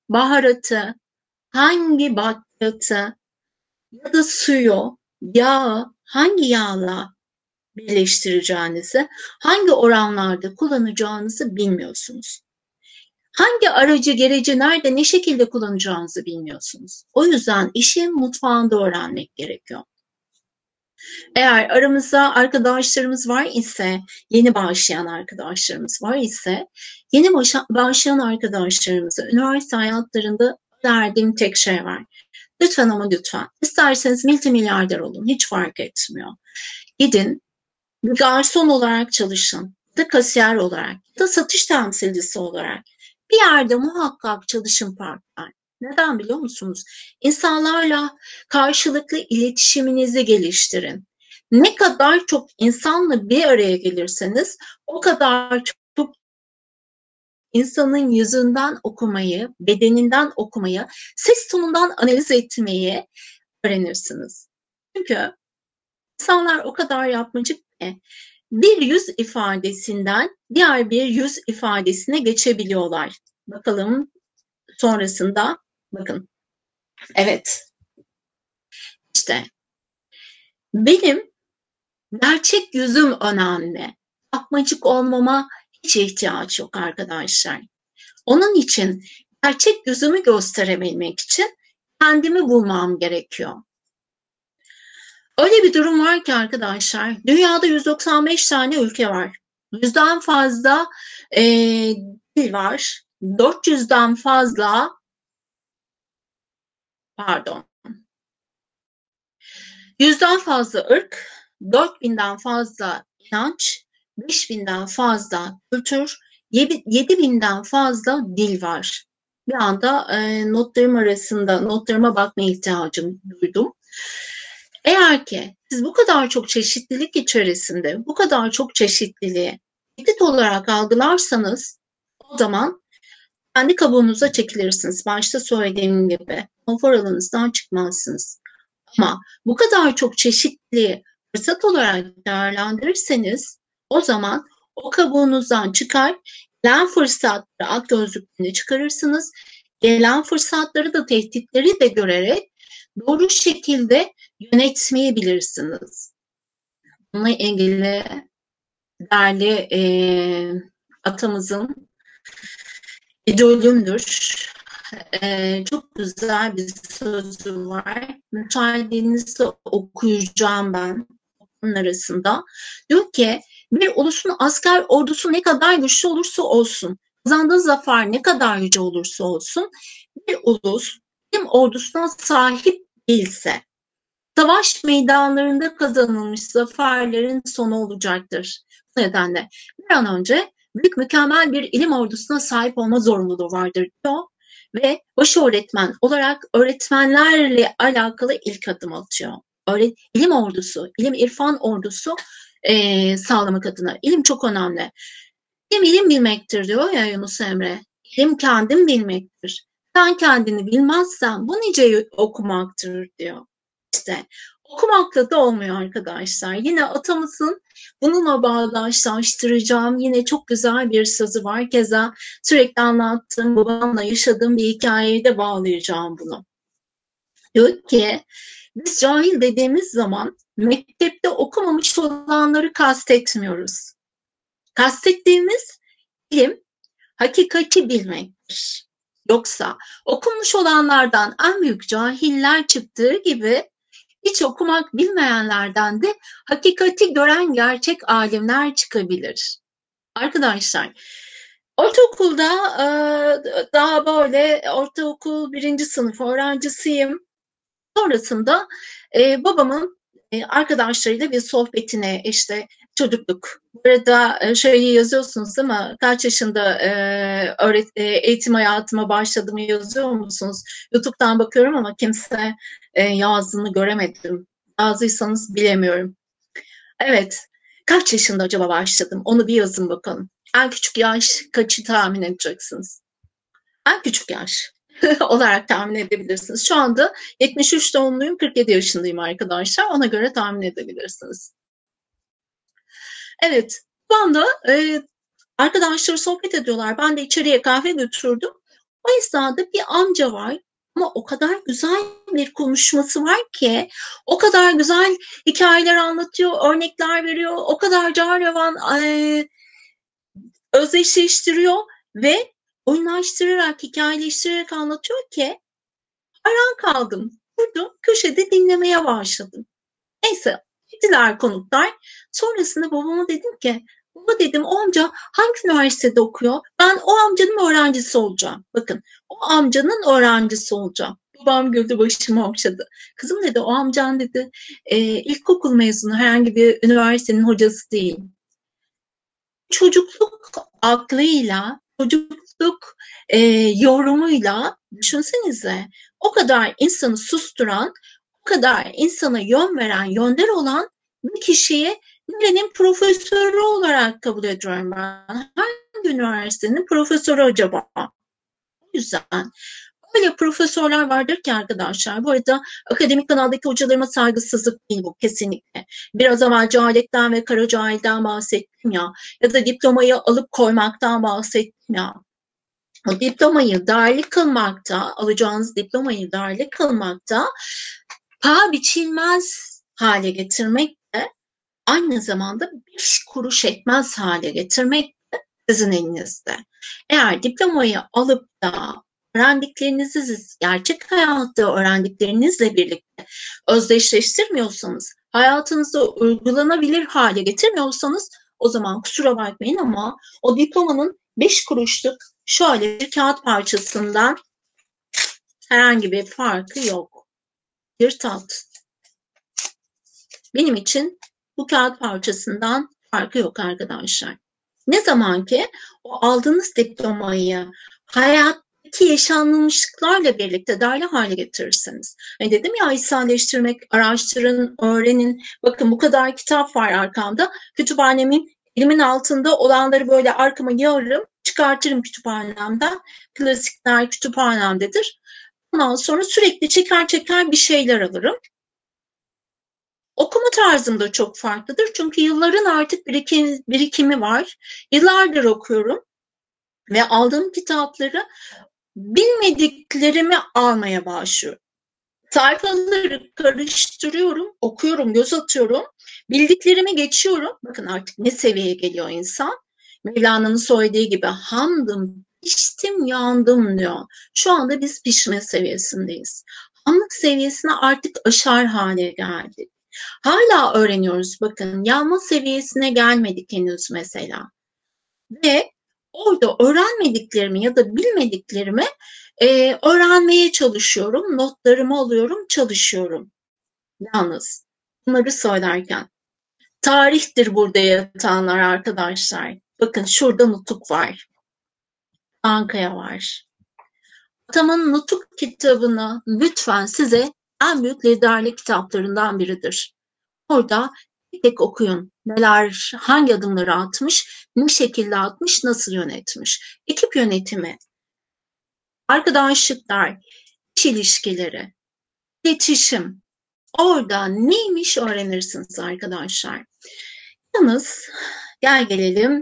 baharatı, hangi bakliyatı ya da suyu, yağı hangi yağla birleştireceğinizi, hangi oranlarda kullanacağınızı bilmiyorsunuz. Hangi aracı, gereci nerede, ne şekilde kullanacağınızı bilmiyorsunuz. O yüzden işi mutfağında öğrenmek gerekiyor. Eğer aramızda arkadaşlarımız var ise, yeni başlayan arkadaşlarımız var ise, yeni başlayan arkadaşlarımıza üniversite hayatlarında verdiğim tek şey var. Lütfen ama lütfen, isterseniz multimilyarder olun, hiç fark etmiyor. Gidin, bir garson olarak çalışın, ya da kasiyer olarak, ya da satış temsilcisi olarak bir yerde muhakkak çalışın part-time. Neden biliyor musunuz? İnsanlarla karşılıklı iletişiminizi geliştirin. Ne kadar çok insanla bir araya gelirseniz o kadar çok insanın yüzünden okumayı, bedeninden okumayı, ses tonundan analiz etmeyi öğrenirsiniz. Çünkü insanlar o kadar yapmacık ki bir yüz ifadesinden diğer bir yüz ifadesine geçebiliyorlar. Bakalım sonrasında, bakın. Evet. İşte benim gerçek yüzüm önemli. Yapmacık olmama hiç ihtiyaç yok arkadaşlar. Onun için gerçek yüzümü gösterebilmek için kendimi bulmam gerekiyor. Öyle bir durum var ki arkadaşlar, dünyada yüz doksan beş tane ülke var. yüzden fazla e, dil var. dört yüzden fazla, pardon, yüzden fazla ırk, dört binden fazla inanç, beş binden fazla kültür, yedi binden fazla dil var. Bir anda e, notlarım arasında, notlarıma bakma ihtiyacım duydum. Eğer ki siz bu kadar çok çeşitlilik içerisinde, bu kadar çok çeşitliliği tehdit olarak algılarsanız, o zaman kendi kabuğunuza çekilirsiniz. Başta söylediğim gibi konfor alanınızdan çıkmazsınız. Ama bu kadar çok çeşitliliği fırsat olarak değerlendirirseniz, o zaman o kabuğunuzdan çıkar, gelen fırsatları ak gözlüklerini çıkarırsınız. Gelen fırsatları da, tehditleri de görerek doğru şekilde yönetmeyi bilirsiniz. Bununla ilgili değerli e, atamızın idolümdür. E, çok güzel bir sözü var. Müsaadenizle okuyacağım ben onun arasında. Diyor ki, bir ulusun asker ordusu ne kadar güçlü olursa olsun, kazandığı zafer ne kadar yüce olursa olsun, bir ulus bilim ordusuna sahip değilse, savaş meydanlarında kazanılmış zaferlerin sonu olacaktır. Bu nedenle bir an önce büyük, mükemmel bir ilim ordusuna sahip olma zorunluluğu vardır diyor ve başı öğretmen olarak öğretmenlerle alakalı ilk adım atıyor. Öğret ilim ordusu, ilim irfan ordusu e, sağlamak adına. İlim çok önemli. İlim ilim bilmektir diyor ya Yunus Emre. İlim kendim bilmektir. Sen kendini bilmezsen bu nice okumaktır diyor. İşte okumakla da olmuyor arkadaşlar. Yine atamızın bununla bağdaşlaştıracağım yine çok güzel bir sözü var. Keza sürekli anlattığım, babamla yaşadığım bir hikayeye de bağlayacağım bunu. Diyor ki, biz cahil dediğimiz zaman mektepte okumamış olanları kastetmiyoruz. Kastettiğimiz ilim, hakikati bilmektir. Yoksa okumuş olanlardan en büyük cahiller çıktığı gibi hiç okumak bilmeyenlerden de hakikati gören gerçek alimler çıkabilir. Arkadaşlar, ortaokulda daha böyle ortaokul birinci sınıf öğrencisiyim. Sonrasında babamın arkadaşlarıyla bir sohbetine, işte çocukluk. Burada şöyle yazıyorsunuz ama kaç yaşında öğret eğitim hayatıma başladığımı yazıyor musunuz? YouTube'dan bakıyorum ama kimse yazdığını göremedim. Yazdıysanız bilemiyorum. Evet, kaç yaşında acaba başladım? Onu bir yazın bakalım. En küçük yaş kaçı tahmin edeceksiniz? En küçük yaş olarak tahmin edebilirsiniz. Şu anda yetmiş üç doğumluyum, kırk yedi yaşındayım arkadaşlar. Ona göre tahmin edebilirsiniz. Evet, bu anda e, arkadaşları sohbet ediyorlar. Ben de içeriye kahve götürdüm. O esnada bir amca var ama o kadar güzel bir konuşması var ki, o kadar güzel hikayeler anlatıyor, örnekler veriyor, o kadar can e, özdeşleştiriyor ve oyunlaştırarak, hikayeleştirerek anlatıyor ki hayran kaldım. Durdum, köşede dinlemeye başladım. Neyse, gittiler konuklar. Sonrasında babama dedim ki, baba dedim, o amca hangi üniversitede okuyor? Ben o amcanın öğrencisi olacağım. Bakın, o amcanın öğrencisi olacağım. Babam güldü, başımı okşadı. Kızım dedi, o amcan dedi, e, ilkokul mezunu, herhangi bir üniversitenin hocası değil. Çocukluk aklıyla, çocukluk e, yorumuyla düşünsenize, o kadar insanı susturan, o kadar insana yön veren, yönder olan bir kişiyi nerenin profesörü olarak kabul ediyorum ben. Hangi üniversitenin profesörü acaba? O yüzden böyle profesörler vardır ki arkadaşlar. Bu arada akademik kanaldaki hocalarıma saygısızlık değil bu, kesinlikle. Biraz evvel cehaletten ve kara cahilden bahsettim ya. Ya da diplomayı alıp koymaktan bahsettim ya. O diplomayı değerli kılmakta, alacağınız diplomayı değerli kılmakta, paha biçilmez hale getirmek de, aynı zamanda beş kuruş etmez hale getirmek de sizin elinizde. Eğer diplomayı alıp da öğrendiklerinizi gerçek hayatta öğrendiklerinizle birlikte özdeşleştirmiyorsanız, hayatınızda uygulanabilir hale getirmiyorsanız, o zaman kusura bakmayın ama o diplomanın beş kuruşluk şöyle bir kağıt parçasından herhangi bir farkı yok. Bir tat. Benim için bu kağıt parçasından farkı yok arkadaşlar. Ne zaman ki o aldığınız diplomayı hayattaki yaşanmışlıklarla birlikte değerli hale getirirsiniz. Yani dedim ya, içselleştirmek, araştırın, öğrenin. Bakın bu kadar kitap var arkamda. Kütüphanemin elimin altında olanları böyle arkama yığarım, çıkartırım kütüphanemden. Klasikler kütüphanemdedir. Ondan sonra sürekli çeker çeker bir şeyler alırım. Okuma tarzım da çok farklıdır. Çünkü yılların artık birikim, birikimi var. Yıllardır okuyorum ve aldığım kitapları bilmediklerimi almaya başlıyorum. Sayfaları karıştırıyorum, okuyorum, göz atıyorum. Bildiklerimi geçiyorum. Bakın artık ne seviyeye geliyor insan. Mevlana'nın söylediği gibi hamdım, piştim, yandım diyor. Şu anda biz pişme seviyesindeyiz. Hamlık seviyesine artık aşar hale geldik. Hala öğreniyoruz, bakın yanma seviyesine gelmedik henüz mesela. Ve orada öğrenmediklerimi ya da bilmediklerimi e, öğrenmeye çalışıyorum, notlarımı alıyorum, çalışıyorum. Yalnız bunları söylerken tarihtir burada yatanlar arkadaşlar. Bakın şurada nutuk var, Ankaya var. Atamın nutuk kitabını lütfen, size en büyük liderlik kitaplarından biridir. Orada tek tek okuyun. Neler, hangi adımları atmış, ne şekilde atmış, nasıl yönetmiş. Ekip yönetimi, arkadaşlıklar, iş ilişkileri, iletişim. Orada neymiş öğrenirsiniz arkadaşlar. Yalnız gel gelelim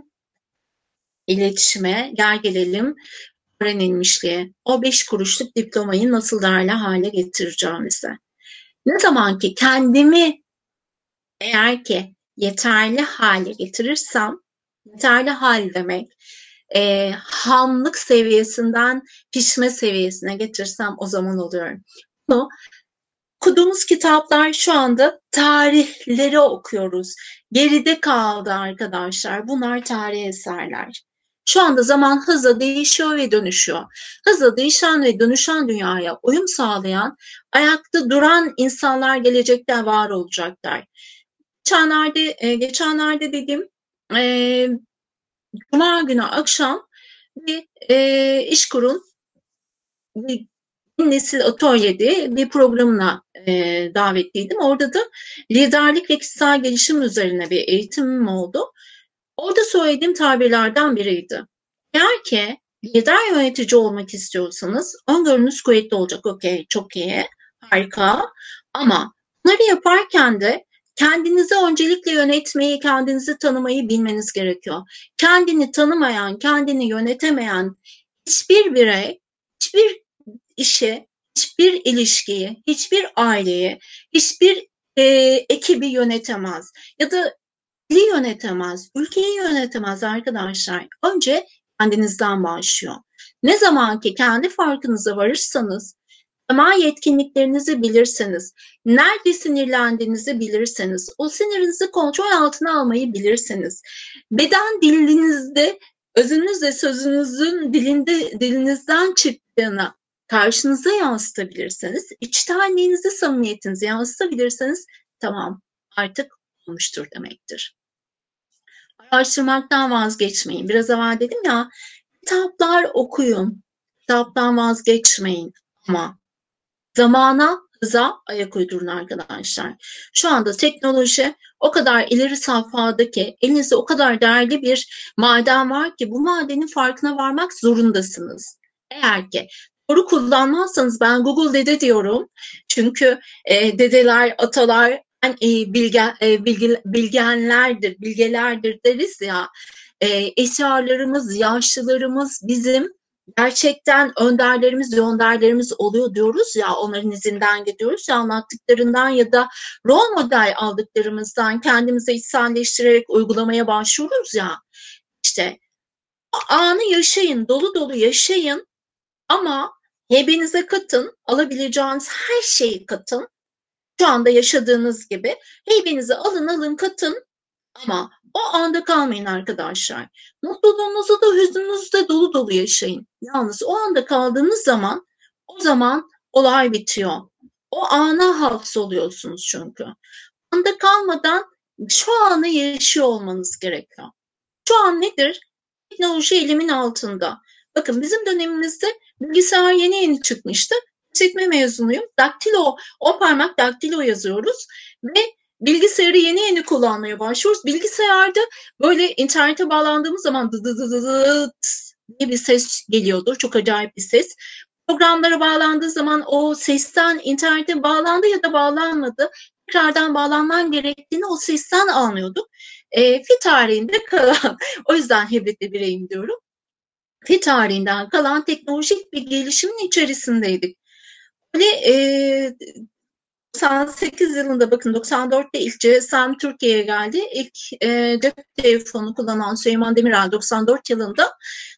iletişime, gel gelelim öğrenilmişliğe. O beş kuruşluk diplomayı nasıl değerli hale getireceğimize. Ne zaman ki kendimi eğer ki yeterli hale getirirsem, yeterli hal demek, e, hamlık seviyesinden pişme seviyesine getirsem o zaman oluyorum. Bunu okuduğumuz kitaplar, şu anda tarihleri okuyoruz. Geride kaldı arkadaşlar. Bunlar tarihi eserler. Şu anda zaman hızla değişiyor ve dönüşüyor. Hızla değişen ve dönüşen dünyaya uyum sağlayan, ayakta duran insanlar gelecekte var olacaklar. Geçenlerde, geçenlerde dedim, e, Cuma günü akşam bir e, İşkur'un bir nesil atölyede bir programına e, davetliydim. Orada da liderlik ve kişisel gelişim üzerine bir eğitimim oldu. Orada söylediğim tabirlerden biriydi. Eğer ki lider yönetici olmak istiyorsanız öngörünüz kuvvetli olacak. Okey, çok iyi, harika. Ama bunları yaparken de kendinizi öncelikle yönetmeyi, kendinizi tanımayı bilmeniz gerekiyor. Kendini tanımayan, kendini yönetemeyen hiçbir birey, hiçbir işe, hiçbir ilişkiyi, hiçbir aileyi, hiçbir e, ekibi yönetemez ya da ili yönetemez, ülkeyi yönetemez arkadaşlar. Önce kendinizden başlıyor. Ne zaman ki kendi farkınıza varırsanız, temel yetkinliklerinizi bilirseniz, nerede sinirlendiğinizi bilirseniz, o sinirinizi kontrol altına almayı bilirseniz, beden dilinizde, özünüzle sözünüzün dilinde, dilinizden çıktığını karşınıza yansıtabilirseniz, içtenliğinizi, samimiyetinizi yansıtabilirseniz, tamam artık olmuştur demektir. Araştırmaktan vazgeçmeyin. Biraz evvel dedim ya, kitaplar okuyun, kitaptan vazgeçmeyin ama zamana, hıza ayak uydurun arkadaşlar. Şu anda teknoloji o kadar ileri safhada ki, elinizde o kadar değerli bir maden var ki bu madenin farkına varmak zorundasınız. Eğer ki doğru kullanmazsanız, ben Google dede diyorum. Çünkü e, dedeler, atalar en iyi bilge, e, bilgi, bilgenlerdir, bilgelerdir deriz ya. E, eşyalarımız, yaşlılarımız bizim gerçekten önderlerimiz, yönderlerimiz oluyor diyoruz ya, onların izinden gidiyoruz ya, anlattıklarından ya da rol model aldıklarımızdan kendimize içselleştirerek uygulamaya başlıyoruz ya. İşte o anı yaşayın, dolu dolu yaşayın ama heybenize katın, alabileceğiniz her şeyi katın. Şu anda yaşadığınız gibi heybenizi alın alın katın ama o anda kalmayın arkadaşlar. Mutluluğunuzu da hüznünüzü de dolu dolu yaşayın. Yalnız o anda kaldığınız zaman, o zaman olay bitiyor. O ana hapsoluyorsunuz çünkü. Anda kalmadan şu anı yaşıyor olmanız gerekiyor. Şu an nedir? Teknoloji elimin altında. Bakın bizim dönemimizde bilgisayar yeni yeni çıkmıştı. İşletme mezunuyum. Daktilo, o parmak daktilo yazıyoruz ve bilgisayarı yeni yeni kullanmaya başlıyoruz. Bilgisayarda böyle internete bağlandığımız zaman dı dı dı dı dı diye bir ses geliyordur. Çok acayip bir ses. Programlara bağlandığı zaman o sesten internete bağlandı ya da bağlanmadı, tekrardan bağlanman gerektiğini o sesten anlıyorduk. E, fi tarihinde kalan, o yüzden hibritli bireyim diyorum. Fi tarihinden kalan teknolojik bir gelişimin içerisindeydik. Böyle e, doksan sekiz yılında, bakın doksan dörtte ilk G S M Türkiye'ye geldi. İlk e, cep telefonu kullanan Süleyman Demirel doksan dört yılında.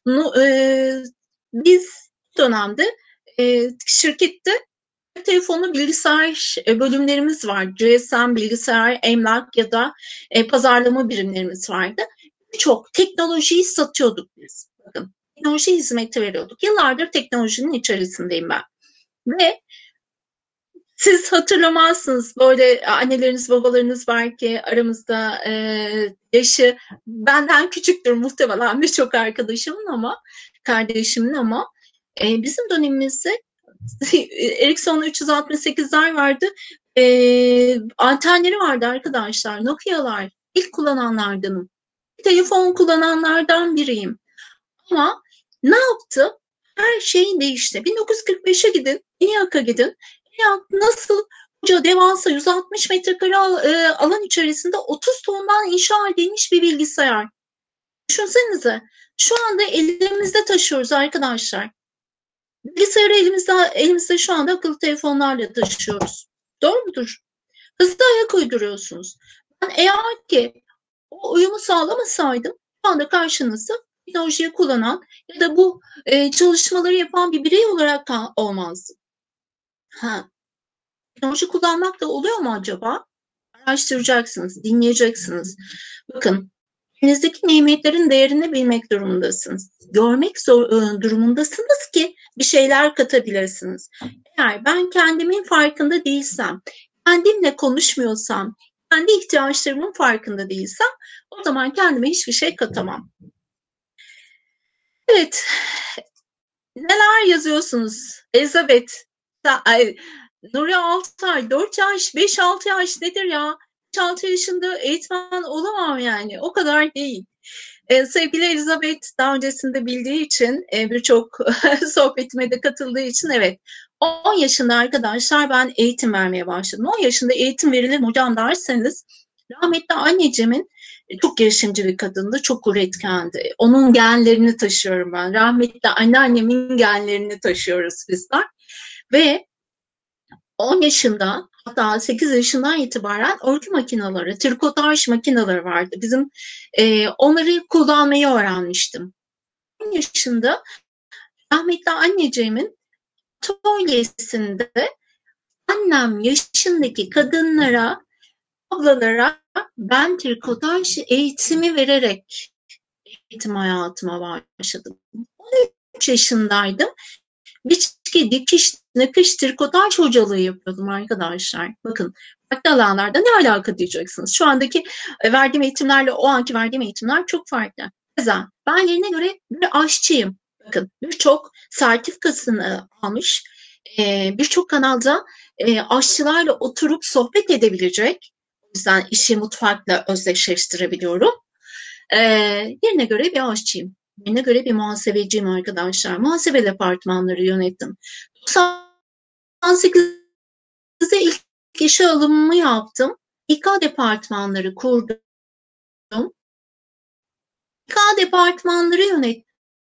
E, biz dönemde e, şirkette cep telefonu bilgisayar bölümlerimiz var. G S M, bilgisayar, emlak ya da e, pazarlama birimlerimiz vardı. Birçok teknolojiyi satıyorduk biz. Bakın, teknoloji hizmeti veriyorduk. Yıllardır teknolojinin içerisindeyim ben. Ve siz hatırlamazsınız, böyle anneleriniz, babalarınız var ki aramızda, e, yaşı benden küçüktür muhtemelen birçok arkadaşımın ama, kardeşimin ama e, bizim dönemimizde Ericsson üç yüz altmış sekizler vardı, e, antenleri vardı arkadaşlar, Nokia'lar, ilk kullananlardanım, telefon kullananlardan biriyim ama ne yaptı? Her şey değişti. bin dokuz yüz kırk beşe gidin, İYAK'a gidin. İYAK nasıl koca devasa yüz altmış metrekare alan içerisinde otuz tondan inşa edilmiş bir bilgisayar. Düşünsenize, şu anda elimizde taşıyoruz arkadaşlar. Bilgisayarı elimizde, elimizde şu anda akıllı telefonlarla taşıyoruz. Doğru mudur? Hızlı ayak uyduruyorsunuz. Ben eğer ki o uyumu sağlamasaydım, şu anda karşınızda teknolojiyi kullanan ya da bu e, çalışmaları yapan bir birey olarak olmazdı. Ha, teknoloji kullanmak da oluyor mu acaba? Araştıracaksınız, dinleyeceksiniz. Bakın, elinizdeki nimetlerin değerini bilmek durumundasınız. Görmek zor, durumundasınız ki bir şeyler katabilirsiniz. Eğer ben kendimin farkında değilsem, kendimle konuşmuyorsam, kendi ihtiyaçlarımın farkında değilsem, o zaman kendime hiçbir şey katamam. Evet, neler yazıyorsunuz? Elizabeth, ay, Nuri Altay, dört yaş, beş altı yaş nedir ya? beş altı yaşında eğitmen olamam yani, o kadar değil. Ee, sevgili Elizabeth daha öncesinde bildiği için, e, birçok sohbetime de katıldığı için, evet, on yaşında arkadaşlar ben eğitim vermeye başladım. on yaşında eğitim verilir hocam derseniz, rahmetli anneciğimin Çok girişimci bir kadındı, çok üretkendi. Onun genlerini taşıyorum ben. Rahmetli anneannemin genlerini taşıyoruz bizler. Ve on yaşında, hatta sekiz yaşından itibaren örgü makineleri, trikotaj makineleri vardı. Bizim e, onları kullanmayı öğrenmiştim. on yaşında rahmetli anneciğimin atölyesinde annem yaşındaki kadınlara, ablalara ben trikotaj eğitimi vererek eğitim hayatıma başladım. on üç yaşındaydım. Biçki, dikiş, nakış, trikotaj hocalığı yapıyordum arkadaşlar. Bakın farklı alanlarda ne alaka diyeceksiniz. Şu andaki verdiğim eğitimlerle o anki verdiğim eğitimler çok farklı. Mesela ben yerine göre bir aşçıyım. Bakın birçok sertifikasını almış, birçok kanalda aşçılarla oturup sohbet edebilecek. O yüzden işi mutfakla özdeşleştirebiliyorum. Yerine göre bir aşçıyım. Yerine göre bir muhasebeciyim arkadaşlar. Muhasebe departmanları yönettim. doksan sekizde ilk işe alımımı yaptım. İK departmanları kurdum. İK departmanları yönettim.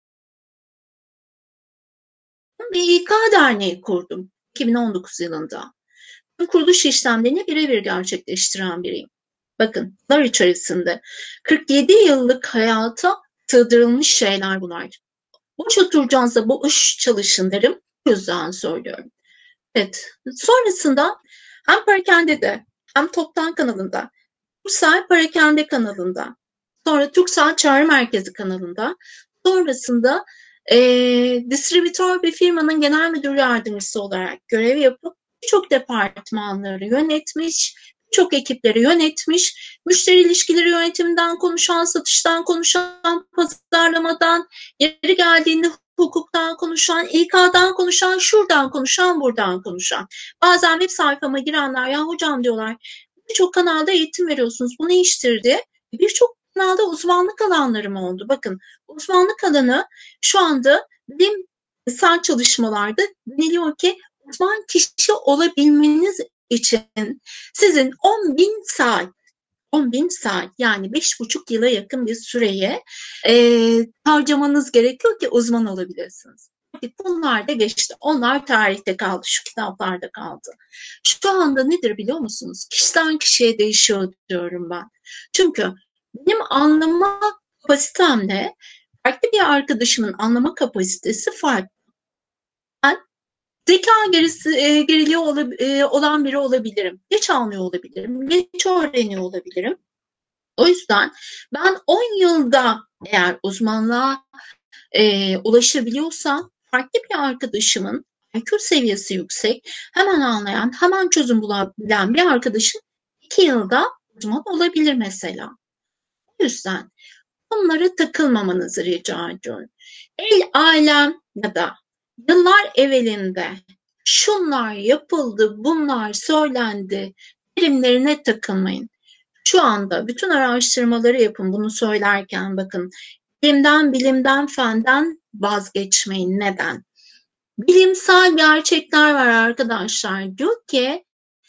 Ve İK derneği kurdum iki bin on dokuz yılında. Kuruluş işlemlerini birebir gerçekleştiren biriyim. Bakın, bunlar içerisinde kırk yedi yıllık hayata sığdırılmış şeyler bunlar. Boş oturacağınızda boş çalışın derim. Bu yüzden söylüyorum. Evet. Sonrasında hem Parakende'de hem Toptan kanalında, Türksel Parakende kanalında, sonra Türksel Çağrı Merkezi kanalında, sonrasında e, distribütör bir firmanın genel müdür yardımcısı olarak görev yapıp birçok departmanları yönetmiş, birçok ekipleri yönetmiş, müşteri ilişkileri yönetiminden konuşan, satıştan konuşan, pazarlamadan, yeri geldiğinde hukuktan konuşan, İK'dan konuşan, şuradan konuşan, buradan konuşan. Bazen web sayfama girenler, ya hocam diyorlar, birçok kanalda eğitim veriyorsunuz, bu ne iştir diye. Birçok kanalda uzmanlık alanlarım oldu. Bakın, uzmanlık alanı şu anda bilimsel çalışmalarda deniliyor ki uzman kişi olabilmeniz için sizin on bin saat, on bin saat yani beş buçuk yıla yakın bir süreye e, harcamanız gerekiyor ki uzman olabilirsiniz. Bunlar da geçti. Onlar tarihte kaldı. Şu kitaplarda kaldı. Şu anda nedir biliyor musunuz? Kişiden kişiye değişiyor diyorum ben. Çünkü benim anlama kapasitemle farklı bir arkadaşımın anlama kapasitesi farklı. Ben zeka gerisi, e, geriliği olab, e, olan biri olabilirim. Geç anlıyor olabilirim. Geç öğreniyor olabilirim. O yüzden ben on yılda eğer uzmanlığa e, ulaşabiliyorsam farklı bir arkadaşımın I Q seviyesi yüksek, hemen anlayan, hemen çözüm bulabilen bir arkadaşım iki yılda uzman olabilir mesela. O yüzden bunlara takılmamanızı rica ediyorum. El alem ya da yıllar evvelinde şunlar yapıldı, bunlar söylendi birimlerine takılmayın. Şu anda bütün araştırmaları yapın bunu söylerken bakın. Bilimden, bilimden, fenden vazgeçmeyin. Neden? Bilimsel gerçekler var arkadaşlar. Diyor ki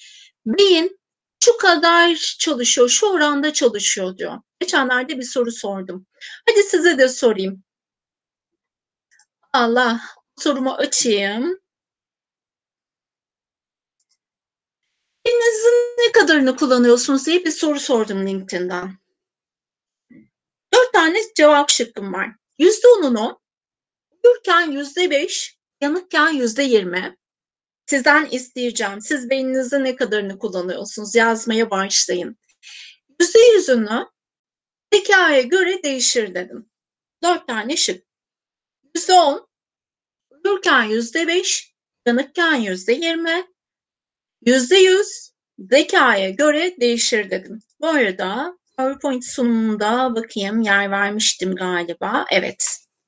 beyin şu kadar çalışıyor, şu oranda çalışıyor diyor. Geçenlerde bir soru sordum. Hadi size de sorayım. Allah, sorumu açayım. Beyninizin ne kadarını kullanıyorsunuz diye bir soru sordum LinkedIn'den. Dört tane cevap şıkkım var. Yüzde onunu uyurken yüzde beş, yanıkken yüzde yirmi. Sizden isteyeceğim. Siz beyninizin ne kadarını kullanıyorsunuz? Yazmaya başlayın. Yüzde yüzünü zekaya göre değişir dedim. Dört tane şık. Yüzde on, uyurken yüzde beş, yanıkken yüzde yirmi, yüzde yüz zekaya göre değişir dedim. Bu arada PowerPoint sunumunda bakayım yer vermiştim galiba. Evet.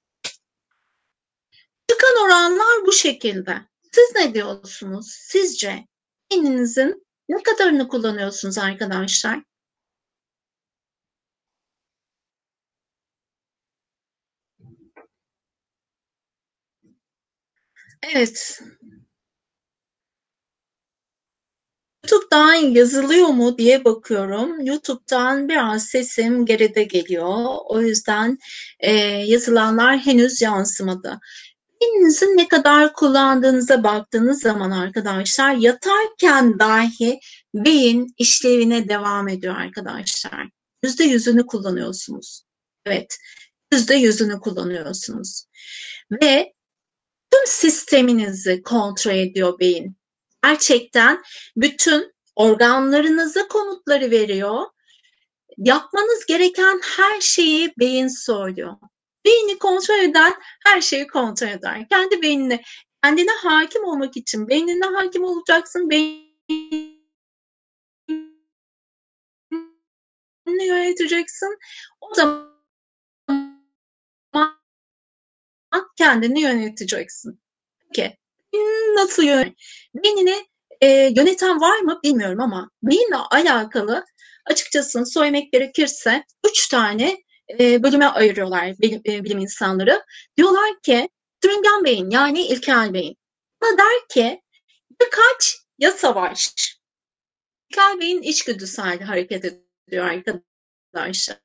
Çıkan oranlar bu şekilde. Siz ne diyorsunuz? Sizce beyninizin ne kadarını kullanıyorsunuz arkadaşlar? Evet. YouTube'dan yazılıyor mu diye bakıyorum. YouTube'dan biraz sesim geride geliyor. O yüzden e, yazılanlar henüz yansımadı. Beyninizi ne kadar kullandığınıza baktığınız zaman arkadaşlar, yatarken dahi beyin işlevine devam ediyor arkadaşlar. Yüzde yüzünü kullanıyorsunuz. Evet, yüzde yüzünü kullanıyorsunuz. Ve tüm sisteminizi kontrol ediyor beyin. Gerçekten bütün organlarınıza komutları veriyor. Yapmanız gereken her şeyi beyin söylüyor. Beyni kontrol eden her şeyi kontrol eder. Kendi beynine, kendine hakim olmak için beynine hakim olacaksın. Beynini yöneteceksin. O zaman kendini yöneteceksin. Peki, nasıl yönet? Beynini e, yöneten var mı bilmiyorum ama beyinle alakalı açıkçası söylemek gerekirse üç tane e, bölüme ayırıyorlar bilim, e, bilim insanları. Diyorlar ki sürüngen beyin, yani ilkel beyin. Buna der ki ya kaç ya savaş. İlkel beyin içgüdüsel hareket ediyor arkadaşlar.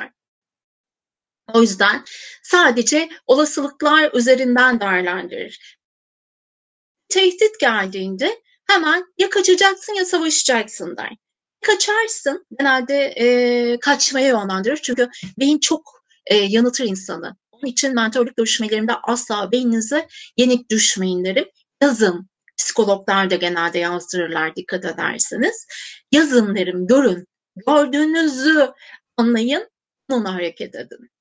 O yüzden sadece olasılıklar üzerinden değerlendirir. Tehdit geldiğinde hemen ya kaçacaksın ya savaşacaksın der. Kaçarsın, genelde e, kaçmaya yönlendirir. Çünkü beyin çok e, yanıltır insanı. Onun için mentörlük görüşmelerimde asla beyninize yenik düşmeyin derim. Yazın. Psikologlar da genelde yazdırırlar, dikkat ederseniz. Yazın derim, görün. Gördüğünüzü anlayın, onunla hareket edin.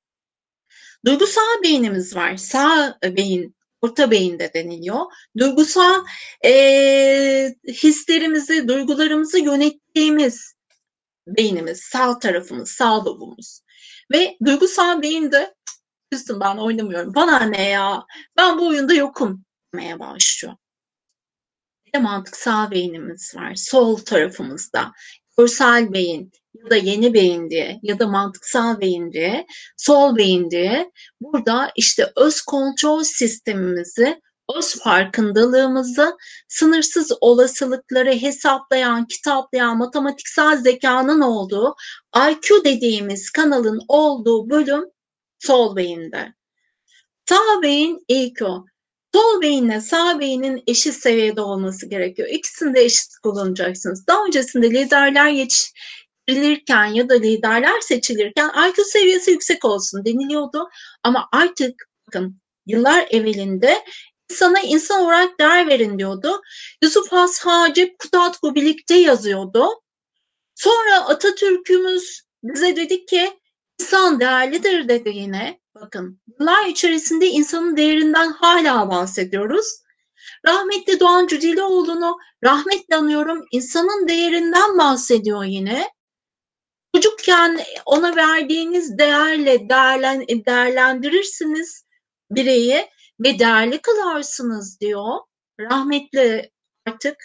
Duygusal beynimiz var. Sağ beyin, orta beyin de deniliyor. Duygusal e, hislerimizi, duygularımızı yönettiğimiz beynimiz, sağ tarafımız, sağ lobumuz. Ve duygusal beyinde, kızım ben oynamıyorum, bana ne ya, ben bu oyunda yokum demeye başlıyor. Bir de mantıksal beynimiz var, sol tarafımızda. Görsel beyin ya da yeni beyin diye ya da mantıksal beyin diye, sol beyin diye. Burada işte öz kontrol sistemimizi, öz farkındalığımızı, sınırsız olasılıkları hesaplayan, kitaplayan, matematiksel zekanın olduğu, I Q dediğimiz kanalın olduğu bölüm sol beyinde. Sağ beyin E Q. Sol beyinle sağ beynin eşit seviyede olması gerekiyor. İkisini de eşit kullanacaksınız. Daha öncesinde liderler yetiştirilirken ya da liderler seçilirken I Q seviyesi yüksek olsun deniliyordu. Ama artık bakın, yıllar evvelinde insana insan olarak değer verin diyordu. Yusuf Has Hacip Kutatku birlikte yazıyordu. Sonra Atatürk'ümüz bize dedi ki insan değerlidir dedi yine. Bakın, yıllar içerisinde insanın değerinden hala bahsediyoruz. Rahmetli Doğan Cüceloğlu'nu rahmetle anıyorum, insanın değerinden bahsediyor yine. Çocukken ona verdiğiniz değerle değerlendirirsiniz bireyi ve değerli kılarsınız diyor. Rahmetli artık,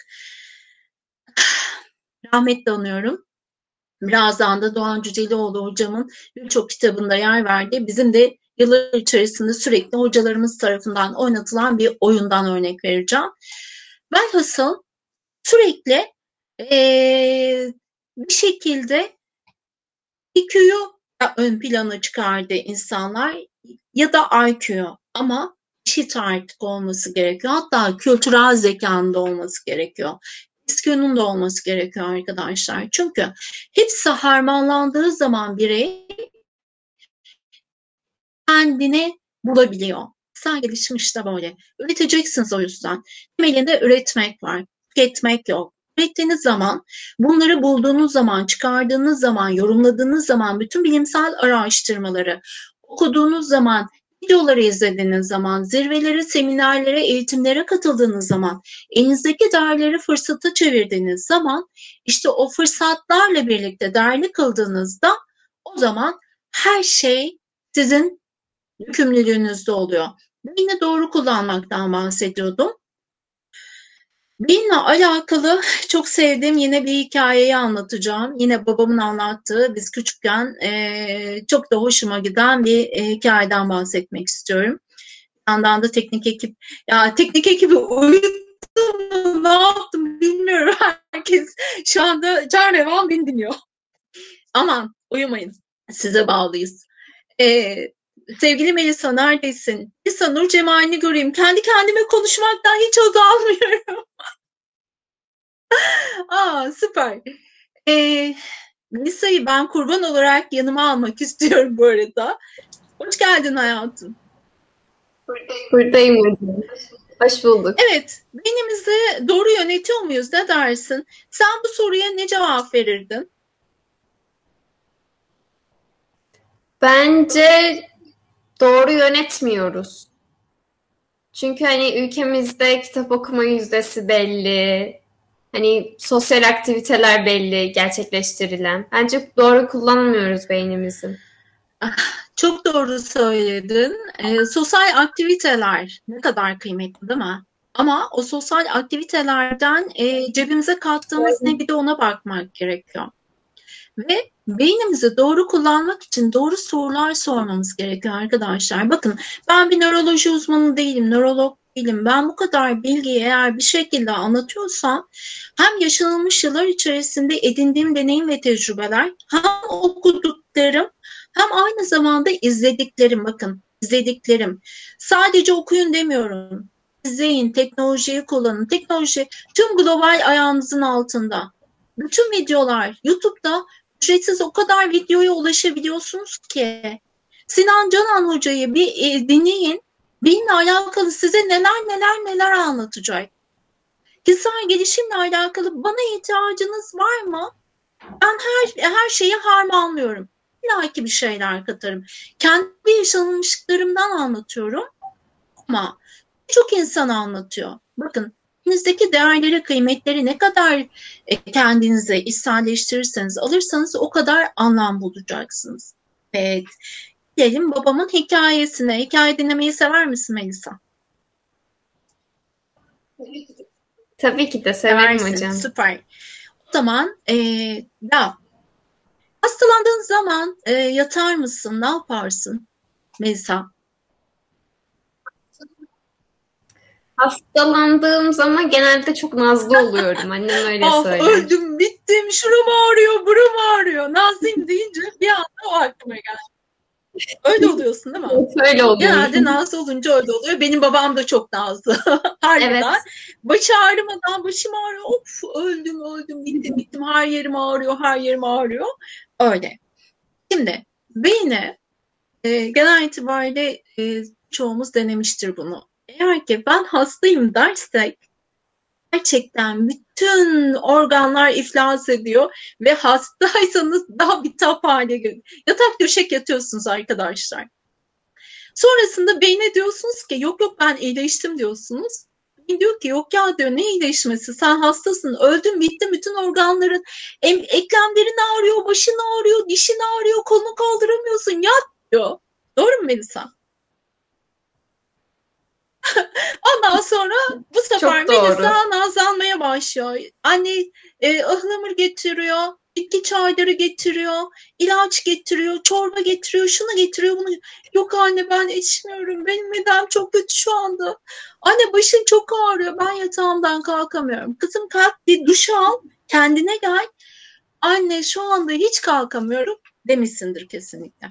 rahmetle anıyorum. Birazdan da Doğan Cüceloğlu hocamın birçok kitabında yer verdiği, bizim de yıllar içerisinde sürekli hocalarımız tarafından oynatılan bir oyundan örnek vereceğim. Velhasıl sürekli ee, bir şekilde I Q'yu ön plana çıkardı insanlar ya da I Q'yu, ama eşit artık olması gerekiyor. Hatta kültürel zekanın da olması gerekiyor. S Q'nun da olması gerekiyor arkadaşlar. Çünkü hepsi harmanlandığı zaman birey kendini bulabiliyor. Kişisel gelişim işte böyle. Üreteceksiniz o yüzden. Temelinde üretmek var. Tüketmek yok. Ürettiğiniz zaman, bunları bulduğunuz zaman, çıkardığınız zaman, yorumladığınız zaman, bütün bilimsel araştırmaları okuduğunuz zaman, videoları izlediğiniz zaman, zirvelere, seminerlere, eğitimlere katıldığınız zaman, elinizdeki değerleri fırsata çevirdiğiniz zaman, işte o fırsatlarla birlikte değerli kıldığınızda, o zaman her şey sizin yükümlülüğünüzde oluyor. Beyni doğru kullanmaktan bahsediyordum. Beyinle alakalı çok sevdiğim yine bir hikayeyi anlatacağım. Yine babamın anlattığı, biz küçükken e, çok da hoşuma giden bir e, hikayeden bahsetmek istiyorum. Bir yandan da teknik ekip, ya teknik ekibi uyuttum ne yaptım bilmiyorum. Herkes şu anda can revan beni dinliyor. Aman uyumayın. Size bağlıyız. Ee, sevgili Melisa neredesin? Melisa Nur Cemal'ini göreyim. Kendi kendime konuşmaktan hiç haz almıyorum. Aa, süper. Ee, Melisa'yı ben kurban olarak yanıma almak istiyorum bu arada. Hoş geldin hayatım. Buradayım hocam. Hoş bulduk. Evet, beynimizi doğru yönetiyor muyuz? Ne dersin? Sen bu soruya ne cevap verirdin? Bence doğru yönetmiyoruz. Çünkü hani ülkemizde kitap okuma yüzdesi belli. Hani sosyal aktiviteler belli gerçekleştirilen. Bence doğru kullanmıyoruz beynimizi. Çok doğru söyledin. E, sosyal aktiviteler ne kadar kıymetli değil mi? Ama o sosyal aktivitelerden e, cebimize kattığımız ne bir de ona bakmak gerekiyor. Ve beynimizi doğru kullanmak için doğru sorular sormamız gerekiyor arkadaşlar. Bakın ben bir nöroloji uzmanı değilim, nörolog değilim. Ben bu kadar bilgiyi eğer bir şekilde anlatıyorsam hem yaşanılmış yıllar içerisinde edindiğim deneyim ve tecrübeler hem okuduklarım hem aynı zamanda izlediklerim, bakın izlediklerim. Sadece okuyun demiyorum. İzleyin, teknolojiyi kullanın. Teknoloji tüm global ayağınızın altında. Bütün videolar YouTube'da ücretsiz o kadar videoya ulaşabiliyorsunuz ki. Sinan Canan Hoca'yı bir e, dinleyin. Benimle alakalı size neler neler neler anlatacak. Kişisel gelişimle alakalı bana ihtiyacınız var mı? Ben her her şeyi harmanlıyorum. İlla ki bir şeyler katarım. Kendi yaşanmışlıklarımdan anlatıyorum ama çok insan anlatıyor. Bakın kendinizdeki değerleri, kıymetleri ne kadar kendinize içselleştirirseniz, alırsanız o kadar anlam bulacaksınız. Evet. Gelelim babamın hikayesine. Hikaye dinlemeyi sever misin Melisa? Tabii ki de severim Seversin, hocam. süper. O zaman e, ya hastalandığın zaman e, yatar mısın? Ne yaparsın Melisa? Hastalandığım zaman genelde çok nazlı oluyorum. Annem öyle Ah, söyler. öldüm, bittim, şuram ağrıyor, buram ağrıyor. Nazlıyım deyince bir anda o aklıma geldi. Öyle oluyorsun değil mi? Öyle oluyor. Genelde nazlı olunca öyle oluyor. Benim babam da çok nazlı. Harbiden. Evet. Başı ağrımadan başım ağrıyor. Of öldüm, öldüm, bittim, bittim. Her yerim ağrıyor, her yerim ağrıyor. Öyle. Şimdi beyne e, genel itibariyle e, çoğumuz denemiştir bunu. Eğer ki ben hastayım dersek gerçekten bütün organlar iflas ediyor ve hastaysanız daha bitap hale geliyor. Yatak döşek yatıyorsunuz arkadaşlar. Sonrasında beyne diyorsunuz ki yok yok ben iyileştim diyorsunuz. Beyin diyor ki yok ya diyor ne iyileşmesi sen hastasın öldün bittin bütün organların em- eklemlerin ağrıyor, başın ağrıyor, dişin ağrıyor, kolunu kaldıramıyorsun yat diyor. Doğru mu Melisa? Ondan sonra bu sefer Melisa nazlanmaya başlıyor. Anne e, ıhlamur getiriyor, bitki çayları getiriyor, ilaç getiriyor, çorba getiriyor, şunu getiriyor, bunu. Yok anne ben içmiyorum, benim midem çok kötü şu anda. Anne başım çok ağrıyor, ben yatağımdan kalkamıyorum. Kızım kalk bir duş al, kendine gel. Anne şu anda hiç kalkamıyorum demişsindir kesinlikle.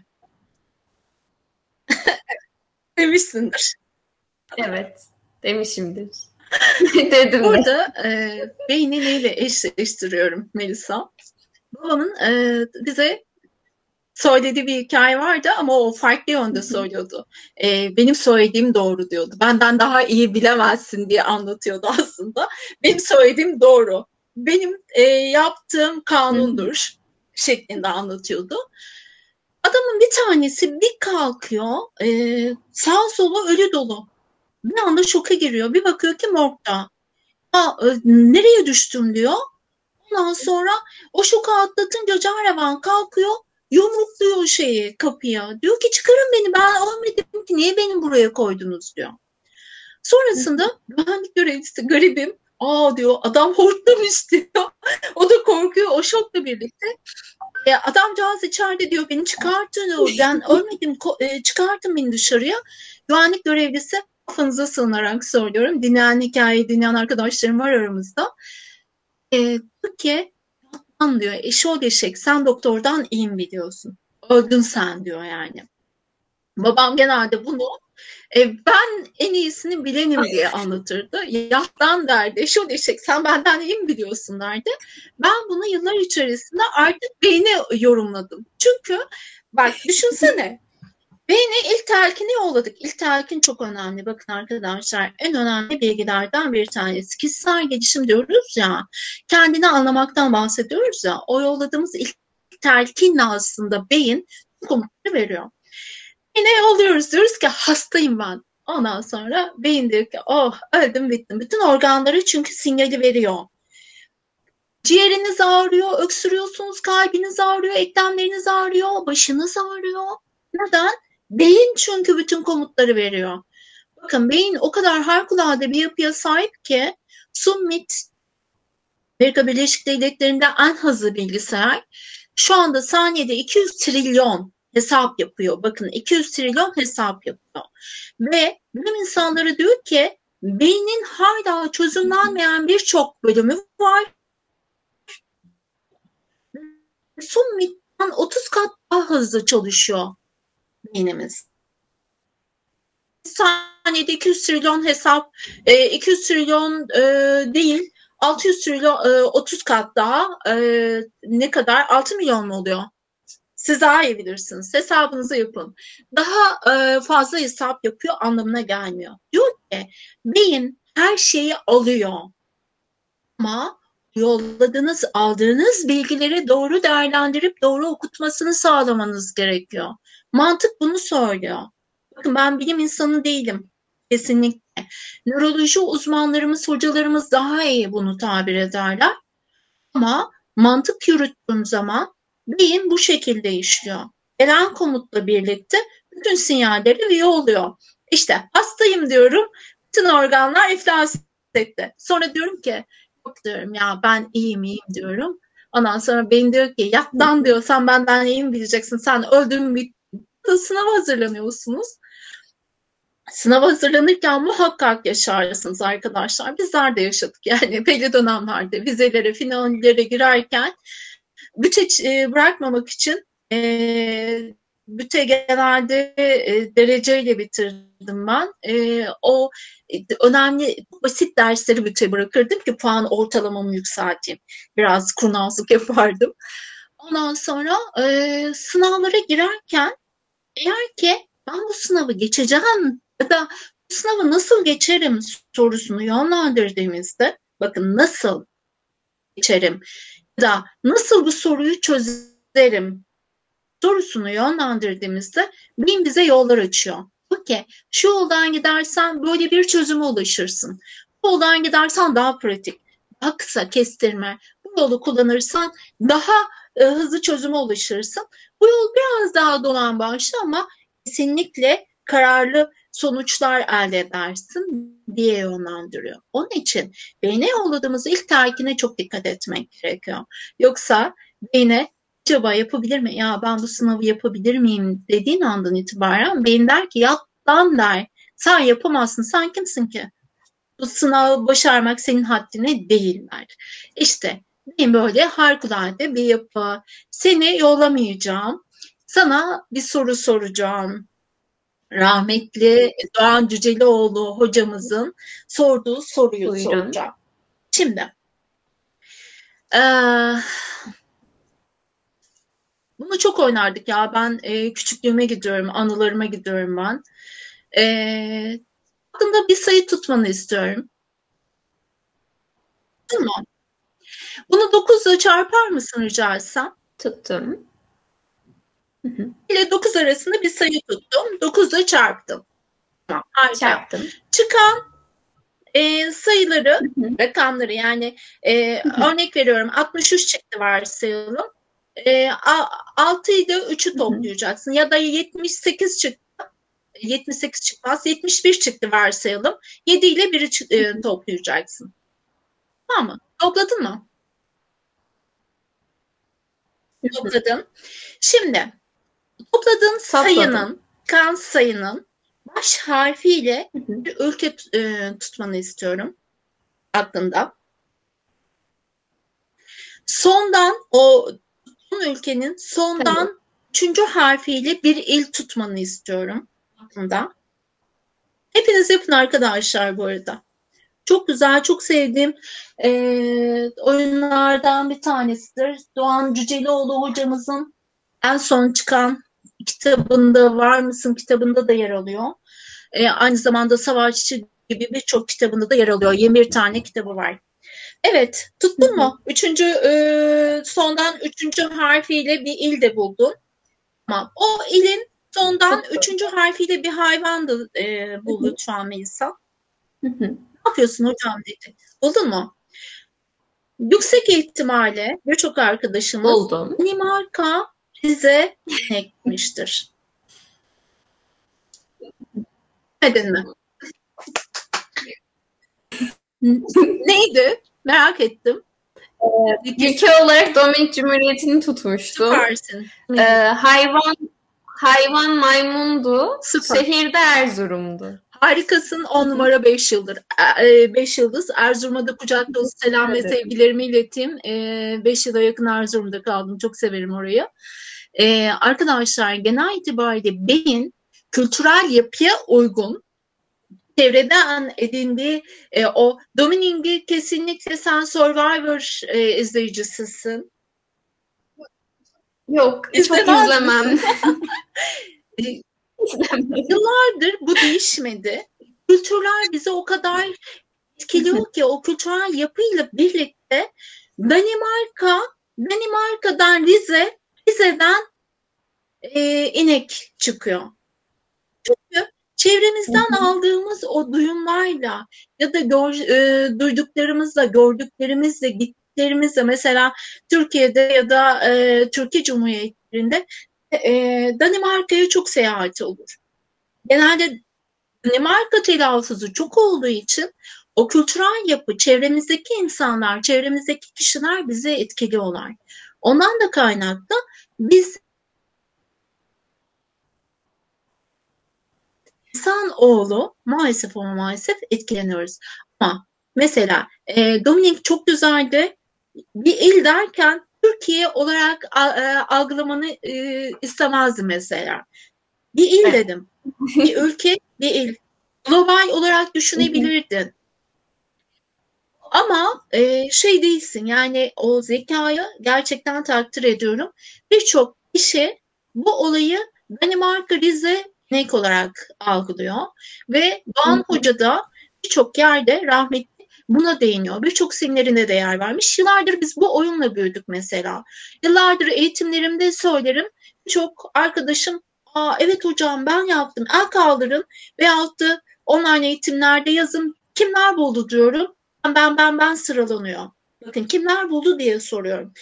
Demişsindir. Evet. Demişimdir. Dedim Burada e, beyni neyle eşleştiriyorum Melisa? Babamın e, bize söylediği bir hikaye vardı ama o farklı yönde söylüyordu. E, benim söylediğim doğru diyordu. Benden daha iyi bilemezsin diye anlatıyordu aslında. Benim söylediğim doğru. Benim e, yaptığım kanundur şeklinde anlatıyordu. Adamın bir tanesi bir kalkıyor, e, sağ solu ölü dolu. Bir anda şoka giriyor. Bir bakıyor ki morgda. Aa, nereye düştüm diyor. Ondan sonra o şoku atlatınca Cahrevan kalkıyor. Yumrukluyor şeyi kapıya. Diyor ki çıkarın beni ben ölmedim ki niye beni buraya koydunuz diyor. Sonrasında güvenlik görevlisi garibim. Aa diyor adam hortlamış diyor. O da korkuyor o şokla birlikte. E, adamcağız içeride diyor beni çıkartın diyor. Ben ölmedim çıkartın beni dışarıya. Güvenlik görevlisi Kafanıza sığınarak söylüyorum. Dinleyen, hikayeyi dinleyen arkadaşlarım var aramızda. Ee, Türkiye diyor, eşol eşek sen doktordan iyi mi biliyorsun? Öldün sen diyor yani. Babam genelde bunu e, ben en iyisini bilenim diye anlatırdı. Yahtan derdi, eşol eşek sen benden iyi mi biliyorsun derdi. Ben bunu yıllar içerisinde artık beyni yorumladım. Çünkü bak düşünsene. Beyni ilk telkini yolladık. İlk telkin çok önemli. Bakın arkadaşlar en önemli bilgilerden bir tanesi. Kişisel gelişim diyoruz ya. Kendini anlamaktan bahsediyoruz ya. O yolladığımız ilk telkinle aslında beyin komutları veriyor. Yine yolluyoruz. Diyoruz ki hastayım ben. Ondan sonra beyin diyor ki oh öldüm bittim. Bütün organları çünkü sinyali veriyor. Ciğeriniz ağrıyor, öksürüyorsunuz, kalbiniz ağrıyor, eklemleriniz ağrıyor, başınız ağrıyor. Neden? Beyin çünkü bütün komutları veriyor. Bakın beyin o kadar harikulade bir yapıya sahip ki Summit, Amerika Birleşik Devletleri'nde en hızlı bilgisayar. Şu anda saniyede iki yüz trilyon hesap yapıyor. Bakın iki yüz trilyon hesap yapıyor. Ve bilim insanları diyor ki beynin hala çözümlenmeyen birçok bölümü var. Summit'ten otuz kat daha hızlı çalışıyor beynimiz. Saniyede iki yüz trilyon hesap, iki yüz trilyon değil, altı yüz trilyon, otuz kat daha, ne kadar? altı milyon mu oluyor? Siz daha iyi bilirsiniz. Hesabınızı yapın. Daha fazla hesap yapıyor anlamına gelmiyor. Diyor ki beyin her şeyi alıyor. Ama yolladığınız, aldığınız bilgileri doğru değerlendirip doğru okutmasını sağlamanız gerekiyor. Mantık bunu söylüyor. Bakın ben bilim insanı değilim. Kesinlikle. Nöroloji uzmanlarımız, hocalarımız daha iyi bunu tabir ederler. Ama mantık yürüttüğüm zaman beyin bu şekilde işliyor. Gelen komutla birlikte bütün sinyalleri yolluyor. İşte hastayım diyorum, bütün organlar iflas etti. Sonra diyorum ki yok diyorum ya ben iyiyim iyiyim diyorum. Ondan sonra beyin diyor ki yattan diyor sen benden iyi mi bileceksin sen öldün bir sınava hazırlanıyorsunuz. Sınav hazırlanırken muhakkak yaşarsınız arkadaşlar. Bizler de yaşadık yani belli dönemlerde vizelere, finallere girerken büte bırakmamak için e, büte genelde e, dereceyle bitirdim ben. E, o e, önemli basit dersleri büte bırakırdım ki puan ortalamamı yükselteyim. Biraz kurnazlık yapardım. Ondan sonra e, sınavlara girerken eğer ki ben bu sınavı geçeceğim ya da bu sınavı nasıl geçerim sorusunu yönlendirdiğimizde bakın nasıl geçerim ya da nasıl bu soruyu çözerim sorusunu yönlendirdiğimizde beyin bize yollar açıyor. Okey, şu yoldan gidersen böyle bir çözüme ulaşırsın. Bu yoldan gidersen daha pratik, daha kısa kestirme. Bu yolu kullanırsan daha e, hızlı çözüme ulaşırsın. Bu yol biraz daha dolan başlı ama kesinlikle kararlı sonuçlar elde edersin diye yönlendiriyor. Onun için beyne yolladığımız ilk telkine çok dikkat etmek gerekiyor. Yoksa beyne acaba yapabilir mi? Ya ben bu sınavı yapabilir miyim dediğin andan itibaren beyin der ki yat lan der. Sen yapamazsın. Sen kimsin ki? Bu sınavı başarmak senin haddine değil der. İşte beyin böyle harikulade bir yapı. Seni yollamayacağım. Sana bir soru soracağım. Rahmetli Doğan Cücelioğlu hocamızın sorduğu soruyu Buyurun. soracağım. Şimdi ee, bunu çok oynardık ya. Ben e, küçüklüğüme gidiyorum, anılarıma gidiyorum ben. E, aklımda bir sayı tutmanı istiyorum. Değil mi? Bunu dokuzla çarpar mısın rica etsem? Tuttum. ile dokuz arasında bir sayı tuttum. dokuzla çarptım. Tamam, harika. Çarptım. Çıkan e, sayıları, hı hı. rakamları yani e, hı hı. örnek veriyorum altmış üç çıktı varsayalım. E, altı ile üçü toplayacaksın. Hı hı. Ya da yetmiş sekiz çıktı. yetmiş sekiz çıkmaz. yetmiş bir çıktı varsayalım. yedi ile biri e, toplayacaksın. Tamam mı? Topladın mı? Topladım. Şimdi topladığın sayının, kan sayının baş harfiyle bir ülke e, tutmanı istiyorum aklında. Sondan o ülkenin sondan tamam. Üçüncü harfiyle bir il tutmanı istiyorum aklında. Hepiniz yapın arkadaşlar bu arada. Çok güzel, çok sevdiğim e, oyunlardan bir tanesidir. Doğan Cüceloğlu hocamızın en son çıkan kitabında Var mısın kitabında da yer alıyor. E, aynı zamanda Savaşçı gibi birçok kitabında da yer alıyor. yirmi bir tane kitabı var. Evet, tuttun mu? Üçüncü, e, sondan üçüncü harfiyle bir il de buldun. Tamam. O ilin sondan üçüncü harfiyle bir hayvan da e, bul lütfen Melisa. Ne yapıyorsun hocam dedi. Buldun mu? Yüksek ihtimalle birçok arkadaşımız buldum. Danimarka, Rize eklemiştir. Demedin mi? Neydi? Merak ettim. Ee, ülke olarak Dominik Cumhuriyeti'ni tutmuştum. Süpersin. Ee, hayvan hayvan maymundu. Süper. Şehirde Erzurum'du. Harikasın. on numara beş yıldır. beş yıldız. Erzurum'a da kucak dolusu selam evet. ve sevgilerimi ileteyim. beş yıla yakın Erzurum'da kaldım. Çok severim orayı. Ee, arkadaşlar genel itibariyle beyin kültürel yapıya uygun çevreden edindiği e, o Dominik'i kesinlikle sen Survivor e, izleyicisisin. Yok, çok izlemem. Yıllardır bu değişmedi. Kültürler bizi o kadar etkiliyor ki o kültürel yapıyla birlikte Danimarka, Danimarka'dan Rize, Rize'den e, inek çıkıyor. Çünkü çevremizden hı hı. aldığımız o duyumlarla ya da gör, e, duyduklarımızla, gördüklerimizle, gittiklerimizle mesela Türkiye'de ya da e, Türkiye Cumhuriyeti'nde e, Danimarka'ya çok seyahat olur. Genelde Danimarka telaffuzu çok olduğu için o kültürel yapı, çevremizdeki insanlar, çevremizdeki kişiler bizi etkiliyorlar. Ondan da kaynaklı biz İnsanoğlu maalesef ama maalesef etkileniyoruz. Ama mesela e, Dominik çok güzeldi. Bir il derken Türkiye olarak a, e, algılamanı e, istemezdim mesela. Bir il evet. dedim. Bir ülke, bir il. Global olarak düşünebilirdin. Ama e, şey değilsin yani o zekayı gerçekten takdir ediyorum. Birçok kişi bu olayı Danimarka, Rize inek olarak algılıyor ve Doğan hı hı. Hoca da birçok yerde rahmetli buna değiniyor. Birçok seminerine de yer vermiş. Yıllardır biz bu oyunla büyüdük mesela. Yıllardır eğitimlerimde söylerim. Birçok arkadaşım aa evet hocam ben yaptım el kaldırın veyahut da online eğitimlerde yazın kimler buldu diyorum. Ben ben ben, ben sıralanıyor. Bakın kimler buldu diye soruyorum.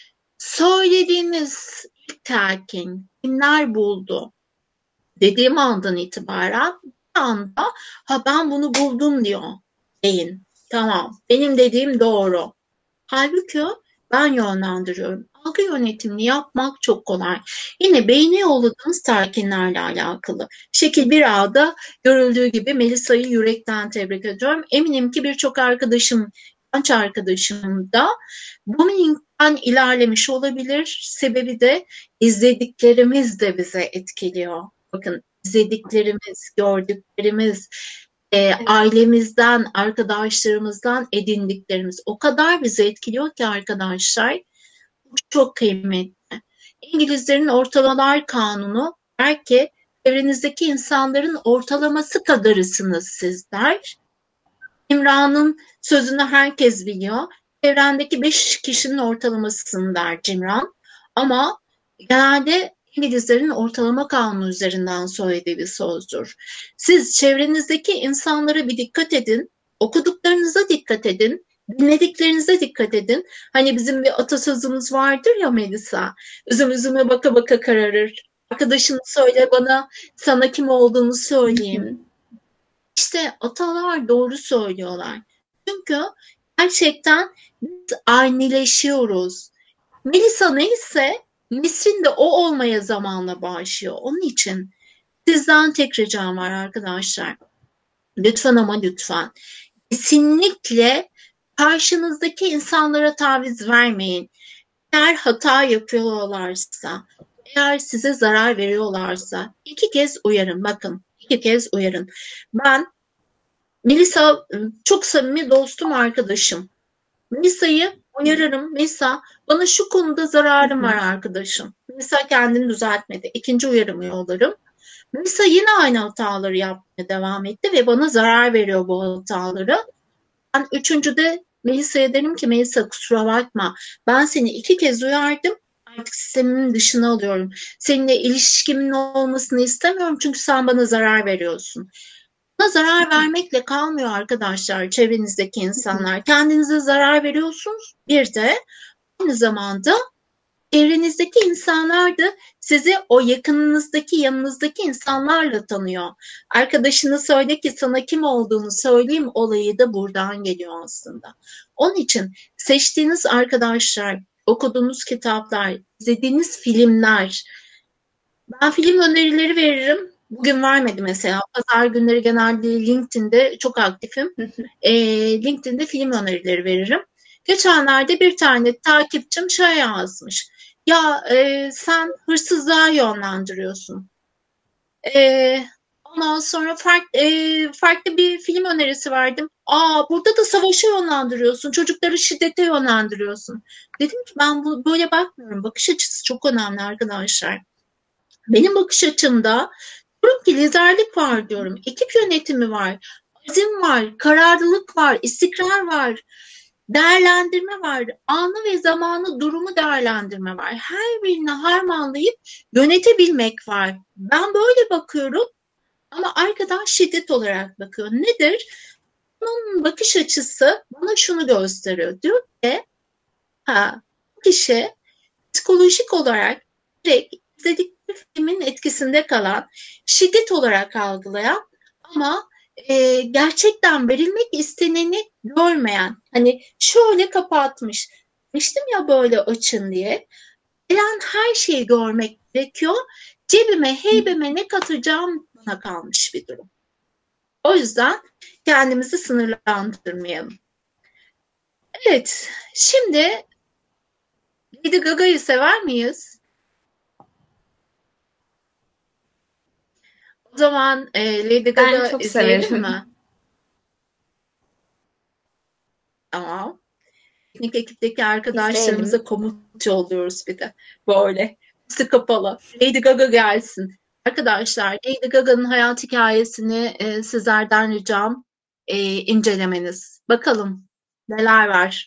Söylediğiniz ilk telkin kimler buldu? Dediğim andan itibaren bir anda ha ben bunu buldum diyor deyin. Tamam benim dediğim doğru. Halbuki ben yönlendiriyorum. Algı yönetimini yapmak çok kolay. Yine beyne yolladığımız telkinlerle alakalı. Şekil bir A'da görüldüğü gibi Melisa'yı yürekten tebrik ediyorum. Eminim ki birçok arkadaşım, genç arkadaşım da Dominik'ten ilerlemiş olabilir. Sebebi de izlediklerimiz de bize etkiliyor. Bakın izlediklerimiz, gördüklerimiz, e, evet. ailemizden, arkadaşlarımızdan edindiklerimiz o kadar bizi etkiliyor ki arkadaşlar. Çok kıymetli. İngilizlerin ortalamalar kanunu der ki çevrenizdeki insanların ortalaması kadarısınız sizler. Cimran'ın sözünü herkes biliyor. Çevrendeki beş kişinin ortalamasını der Cimran. Ama genelde İngilizlerin ortalama kanunu üzerinden söylediği bir sözdür. Siz çevrenizdeki insanlara bir dikkat edin, okuduklarınıza dikkat edin, dinlediklerinize dikkat edin. Hani bizim bir atasözümüz vardır ya Melisa, üzüm üzüme baka baka kararır. Arkadaşını söyle bana, sana kim olduğunu söyleyeyim. İşte atalar doğru söylüyorlar. Çünkü gerçekten biz aynıleşiyoruz. Melisa neyse Nesrin de o olmaya zamanla başlıyor. Onun için Sizden tek ricam var arkadaşlar. Lütfen ama lütfen. Kesinlikle karşınızdaki insanlara taviz vermeyin. Eğer hata yapıyorlarsa, eğer size zarar veriyorlarsa iki kez uyarın. Bakın, iki kez uyarın. Ben Melisa çok samimi dostum, arkadaşım. Melisa'yı uyarırım. Melisa, bana şu konuda zararım var arkadaşım. Melisa kendini düzeltmedi. İkinci uyarımı yollarım. Melisa yine aynı hataları yapmaya devam etti ve bana zarar veriyor bu hataları. Ben üçüncüde Melisa'ya derim ki Melisa kusura bakma. Ben seni iki kez uyardım. Artık sistemimin dışına alıyorum. Seninle ilişkimin olmasını istemiyorum çünkü sen bana zarar veriyorsun. Bana zarar vermekle kalmıyor arkadaşlar çevrenizdeki insanlar. Kendinize zarar veriyorsunuz. Bir de aynı zamanda çevrenizdeki insanlar da sizi o yakınınızdaki, yanınızdaki insanlarla tanıyor. Arkadaşına söyle ki sana kim olduğunu söyleyeyim olayı da buradan geliyor aslında. Onun için seçtiğiniz arkadaşlar, okuduğunuz kitaplar, izlediğiniz filmler, ben film önerileri veririm. Bugün vermedi mesela. Pazar günleri genelde LinkedIn'de çok aktifim. e, LinkedIn'de film önerileri veririm. Geçenlerde bir tane takipçim şey yazmış. Ya e, sen hırsızlığa yönlendiriyorsun. E, ondan sonra farklı, e, farklı bir film önerisi verdim. Aa, burada da savaşa yönlendiriyorsun. Çocukları şiddete yönlendiriyorsun. Dedim ki ben bu, böyle bakmıyorum. Bakış açısı çok önemli arkadaşlar. Benim bakış açımda diyorum ki liderlik var diyorum. Ekip yönetimi var. Azim var. Kararlılık var. İstikrar var. Değerlendirme var. Anı ve zamanı, durumu değerlendirme var. Her birini harmanlayıp yönetebilmek var. Ben böyle bakıyorum ama arkadaş şiddet olarak bakıyor. Nedir? Onun bakış açısı bana şunu gösteriyor. Diyor ki ha, bu kişi psikolojik olarak direkt izledikleri filmin etkisinde kalan, şiddet olarak algılayan ama e, gerçekten verilmek isteneni görmeyen, hani şöyle kapatmış, demiştim ya böyle açın diye, gelen her şeyi görmek gerekiyor, cebime, heybeme ne katacağım bana kalmış bir durum. O yüzden kendimizi sınırlandırmayalım. Evet, şimdi Lady Gaga'yı sever miyiz? O zaman e, Lady Gaga çok izleyelim severim. mi? Tamam. Teknik ekipteki arkadaşlarımıza İzleyelim. komut yolluyoruz bir de. Böyle. Üstü kapalı. Lady Gaga gelsin. Arkadaşlar Lady Gaga'nın hayat hikayesini e, sizlerden ricam e, incelemeniz. Bakalım neler var.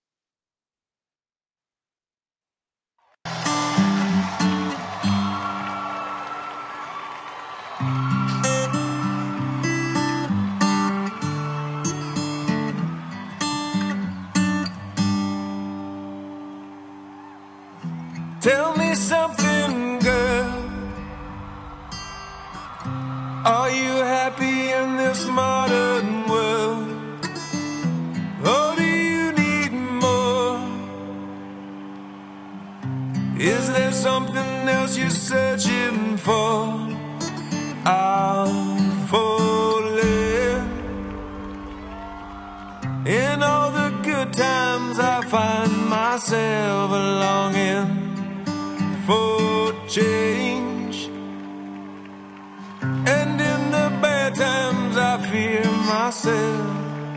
Tell me something, girl. Are you happy in this modern world? Or do you need more? Is there something else you're searching for? I'm falling. In all the good times I find myself longing for change, and in the bad times I fear myself.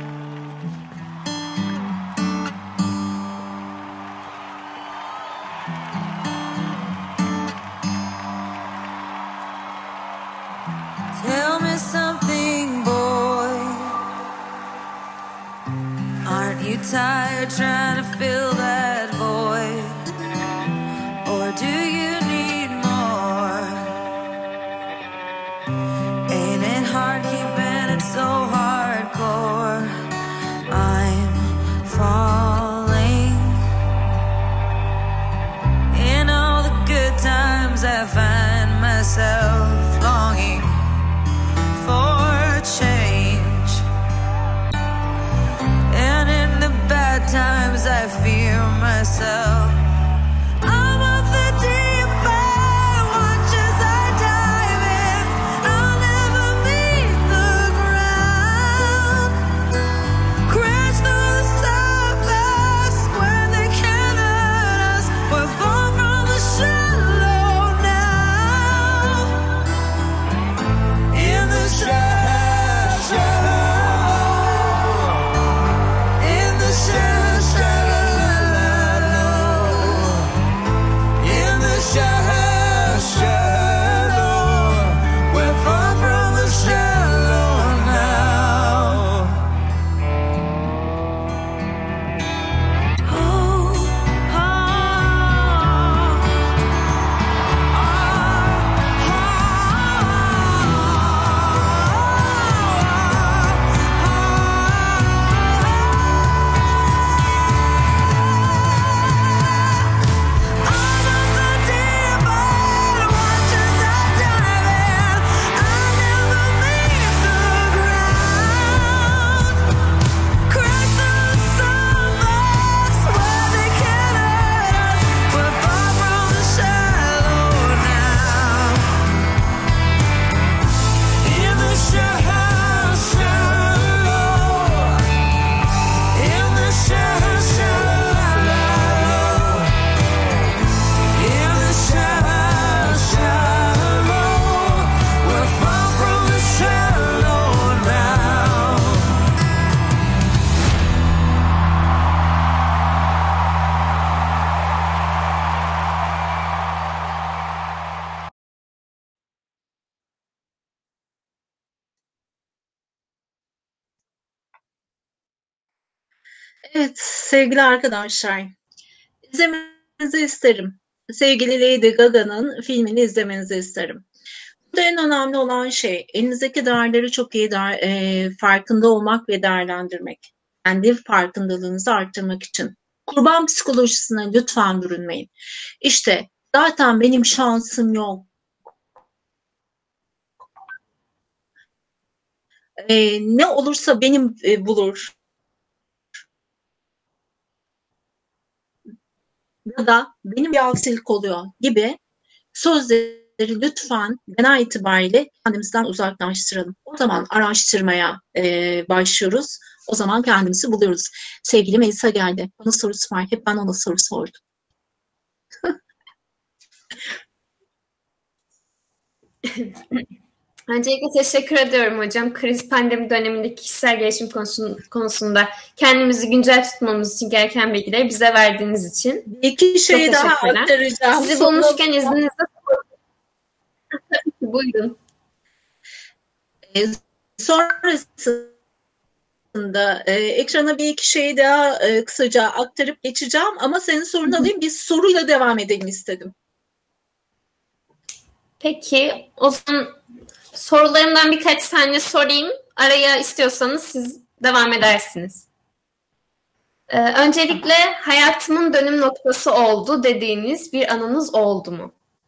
Tell me something, boy. Aren't you tired trying to fill that void? Or do you need more? Ain't it hard keeping it so hardcore? I'm falling. In all the good times I find myself longing for change, and in the bad times I fear myself. I'm off the deep end, watch as I dive in. Evet sevgili arkadaşlar, izlemenizi isterim. Sevgili Lady Gaga'nın filmini izlemenizi isterim. Burada en önemli olan şey elinizdeki değerleri çok iyi değer, e, farkında olmak ve değerlendirmek. Kendi farkındalığınızı arttırmak için. Kurban psikolojisine lütfen bürünmeyin. İşte zaten benim şansım yok. E, ne olursa benim e, bulur. Ya da benim bir aksilik oluyor gibi sözleri lütfen genel itibariyle kendimizden uzaklaştıralım. O zaman araştırmaya e, başlıyoruz. O zaman kendimizi buluyoruz. Sevgili Melisa geldi. Bana sorusu var. Hep ben ona soru sordum. Öncelikle teşekkür ediyorum hocam. Kriz pandemi dönemindeki kişisel gelişim konusunda kendimizi güncel tutmamız için gereken bilgileri bize verdiğiniz için. İki şey daha aktaracağım. Sizi bulmuşken izninizle buyurun. E, sonrasında e, ekrana bir iki şeyi daha e, kısaca aktarıp geçeceğim ama senin sorunu alayım. Bir soruyla devam edelim istedim. Peki, o zaman sorularımdan birkaç tane sorayım. Araya istiyorsanız siz devam edersiniz. Ee, öncelikle hayatımın dönüm noktası oldu dediğiniz bir anınız oldu mu?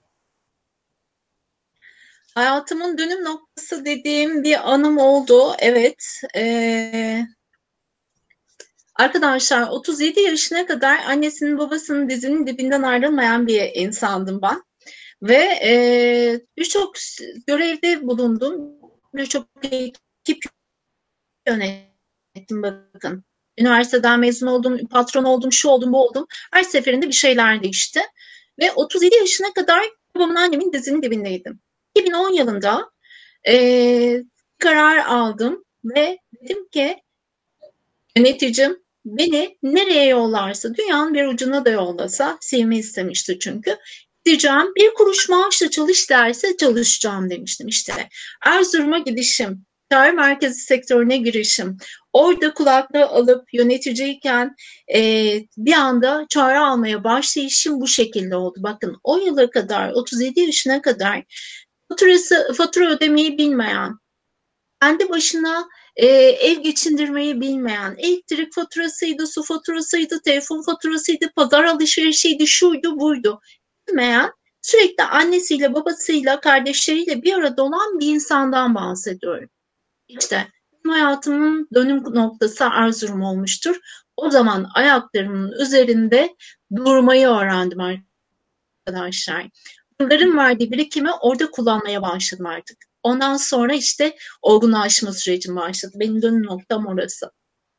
Hayatımın dönüm noktası dediğim bir anım oldu. Evet. Ee, arkadaşlar otuz yedi yaşına kadar annesinin babasının dizinin dibinden ayrılmayan bir insandım ben. Ve e, birçok görevde bulundum. Birçok ekip yönettim bakın. Üniversiteden mezun oldum, patron oldum, şu oldum, bu oldum. Her seferinde bir şeyler değişti. Ve otuz yedi yaşına kadar babamın annemin dizinin dibindeydim. iki bin on yılında e, karar aldım ve dedim ki yöneticim beni nereye yollarsa, dünyanın bir ucuna da yollasa, C V'mi istemişti çünkü. Diyeceğim, bir kuruş maaşla çalış derse çalışacağım demiştim işte. Erzurum'a gidişim, çağrı merkezi sektörüne girişim, orada kulaklığı alıp yöneticiyken e, bir anda çağrı almaya başlayışım bu şekilde oldu. Bakın o yıla kadar, otuz yedi yaşına kadar faturası, fatura ödemeyi bilmeyen, kendi başına e, ev geçindirmeyi bilmeyen, elektrik faturasıydı, su faturasıydı, telefon faturasıydı, pazar alışverişiydi, şuydu, buydu. Bilmeyen, sürekli annesiyle, babasıyla, kardeşleriyle bir arada olan bir insandan bahsediyorum. İşte benim hayatımın dönüm noktası Erzurum olmuştur. O zaman ayaklarımın üzerinde durmayı öğrendim arkadaşlar. Yılların verdiği birikimi orada kullanmaya başladım artık. Ondan sonra işte olgunlaşma sürecim başladı. Benim dönüm noktam orası.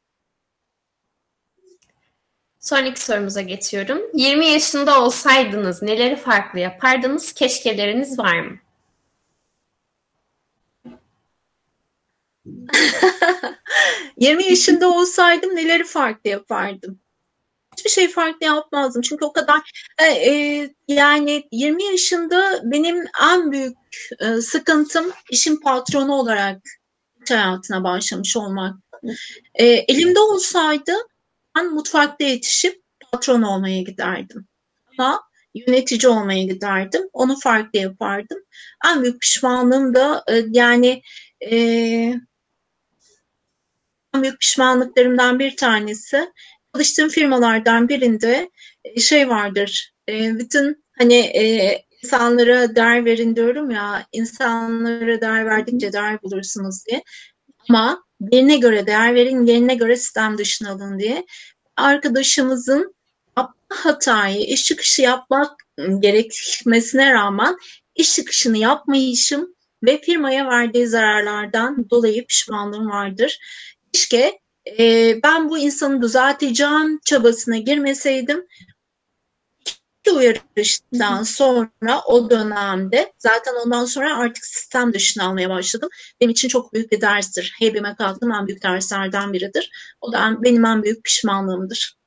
Sonraki sorumuza geçiyorum. yirmi yaşında olsaydınız neleri farklı yapardınız? Keşkeleriniz var mı? yirmi yaşında olsaydım neleri farklı yapardım? Hiçbir şey farklı yapmazdım. Çünkü o kadar e, e, yani yirmi yaşında benim en büyük e, sıkıntım işin patronu olarak iş hayatına başlamış olmak. E, elimde olsaydı ben mutfakta yetişip patron olmaya giderdim. Ama yönetici olmaya giderdim. Onu farklı yapardım. En büyük pişmanlığım da e, yani e, en büyük pişmanlıklarımdan bir tanesi çalıştığım firmalardan birinde şey vardır. E, bütün hani e, insanlara değer verin diyorum ya, insanlara değer verdikçe değer bulursunuz diye. Ama birine göre değer verin, yerine göre sistem dışına alın diye. Arkadaşımızın yaptığı hatayı, iş çıkışı yapmak gerekmesine rağmen iş çıkışını yapmayışım ve firmaya verdiği zararlardan dolayı pişmanlığım vardır. Keşke e, ben bu insanı düzelteceğim çabasına girmeseydim. İki uyarıştan sonra o dönemde zaten ondan sonra artık sistem dışına almaya başladım. Benim için çok büyük bir derstir. Hebime kalktığım en büyük derslerden biridir. O da benim en büyük pişmanlığımdır.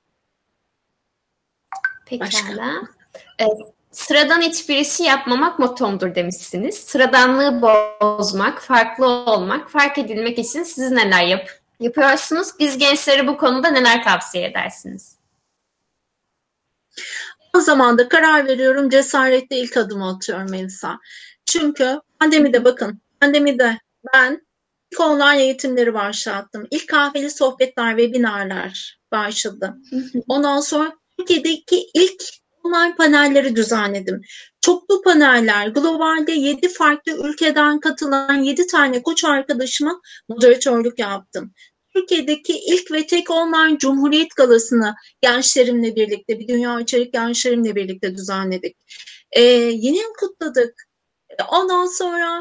Pekala. Evet, sıradan hiçbir işi yapmamak motomdur demişsiniz. Sıradanlığı bozmak, farklı olmak, fark edilmek için siz neler yap yapıyorsunuz. Biz gençlere bu konuda neler tavsiye edersiniz? O zaman da karar veriyorum, cesaretle ilk adımı atıyorum Melisa. Çünkü pandemide bakın, pandemide ben ilk online eğitimleri başlattım. İlk kahveli sohbetler, webinarlar başladı. Ondan sonra Türkiye'deki ilk online panelleri düzenledim. Çoklu paneller, globalde yedi farklı ülkeden katılan yedi tane koç arkadaşıma moderatörlük yaptım. Türkiye'deki ilk ve tek online Cumhuriyet Galası'nı gençlerimle birlikte, bir dünya içerik gençlerimle birlikte düzenledik. Ee, yeni yıl kutladık. Ondan sonra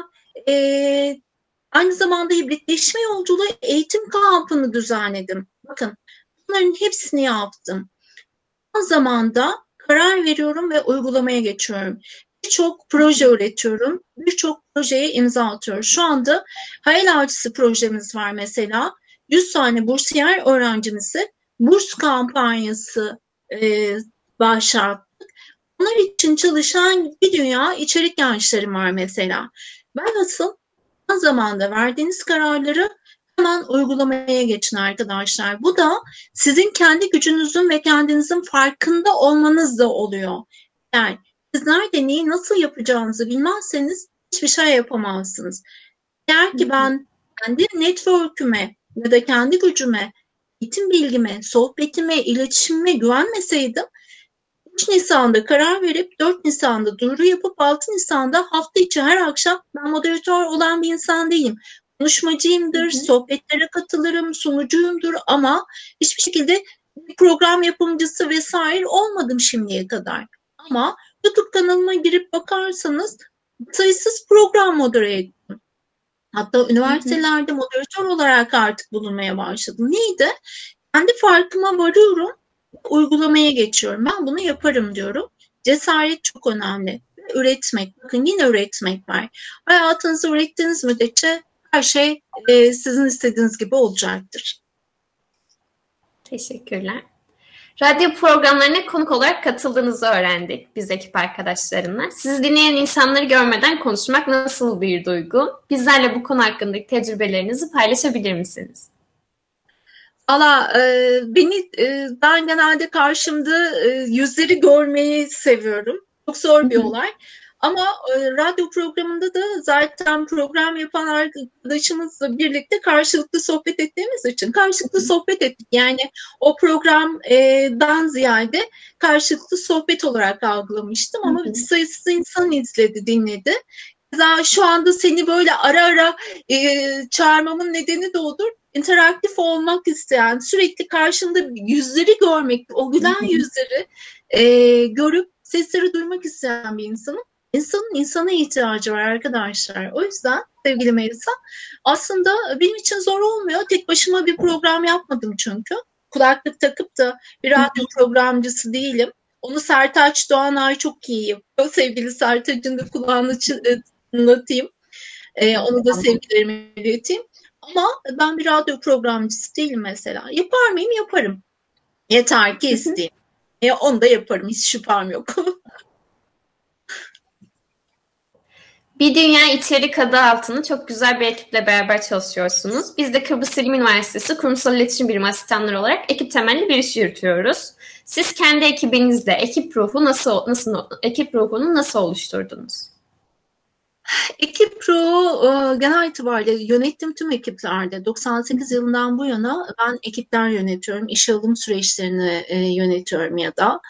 e, aynı zamanda hibritleşme yolculuğu eğitim kampını düzenledim. Bakın bunların hepsini yaptım. O zamanda karar veriyorum ve uygulamaya geçiyorum. Birçok proje üretiyorum. Birçok projeye imza atıyorum. Şu anda Hayal Avcısı projemiz var mesela. yüz tane bursiyer öğrencimizi burs kampanyası e, başlattık. Onlar için çalışan bir dünya içerik gençlerim var mesela. Ben asıl o zamanda verdiğiniz kararları hemen uygulamaya geçin arkadaşlar. Bu da sizin kendi gücünüzün ve kendinizin farkında olmanız da oluyor. Yani siz nerede neyi nasıl yapacağınızı bilmezseniz hiçbir şey yapamazsınız. Eğer ki ben kendi network'üme ya da kendi gücüme, eğitim bilgime, sohbetime, iletişimime güvenmeseydim üç Nisan'da karar verip dört Nisan'da duyuru yapıp altı Nisan'da hafta içi her akşam ben moderatör olan bir insan değilim. Konuşmacıyımdır, hı hı. sohbetlere katılırım, sunucuyumdur ama hiçbir şekilde bir program yapımcısı vesaire olmadım şimdiye kadar. Ama YouTube kanalıma girip bakarsanız sayısız program modere ettim. Hatta üniversitelerde hı hı. moderatör olarak artık bulunmaya başladım. Neydi? Kendi farkıma varıyorum, uygulamaya geçiyorum. Ben bunu yaparım diyorum. Cesaret çok önemli. Üretmek. Bakın yine üretmek var. Hayatınızı ürettiğiniz müddetçe her şey e, sizin istediğiniz gibi olacaktır. Teşekkürler. Radyo programlarına konuk olarak katıldığınızı öğrendik biz ekip arkadaşlarımla. Sizi dinleyen insanları görmeden konuşmak nasıl bir duygu? Bizlerle bu konu hakkındaki tecrübelerinizi paylaşabilir misiniz? Valla e, beni e, ben genelde karşımda e, yüzleri görmeyi seviyorum. Çok zor bir olay. Ama e, radyo programında da zaten program yapan arkadaşımızla birlikte karşılıklı sohbet ettiğimiz için karşılıklı sohbet ettik. Yani o programdan ziyade karşılıklı sohbet olarak algılamıştım ama sayısız insan izledi, dinledi. Mesela şu anda seni böyle ara ara e, çağırmamın nedeni de odur. İnteraktif olmak isteyen, sürekli karşında yüzleri görmek, o gülen yüzleri e, görüp sesleri duymak isteyen bir insanım. İnsanın insana ihtiyacı var arkadaşlar. O yüzden sevgili Melisa aslında benim için zor olmuyor. Tek başıma bir program yapmadım çünkü. Kulaklık takıp da bir radyo programcısı değilim. Onu Sertaç Doğanay çok iyi yapıyor. Sevgili Sertaç'ın da kulağını çınlatayım. Ee, onu da sevgilerimi ileteyim. Ama ben bir radyo programcısı değilim mesela. Yapar mıyım? Yaparım. Yeter ki isteyeyim. E, onu da yaparım. Hiç şüphem yok. Bir Dünya İçerik adı altında çok güzel bir ekiple beraber çalışıyorsunuz. Biz de Kıbrıs İlim Üniversitesi Kurumsal İletişim Birimi asistanları olarak ekip temelli bir iş yürütüyoruz. Siz kendi ekibinizde ekip ruhu nasıl nasıl ekip ruhunu nasıl oluşturdunuz? Ekip ruhu genel itibariyle yönettiğim tüm ekiplerde doksan sekiz yılından bu yana ben ekipler yönetiyorum. İşe alım süreçlerini yönetiyorum ya da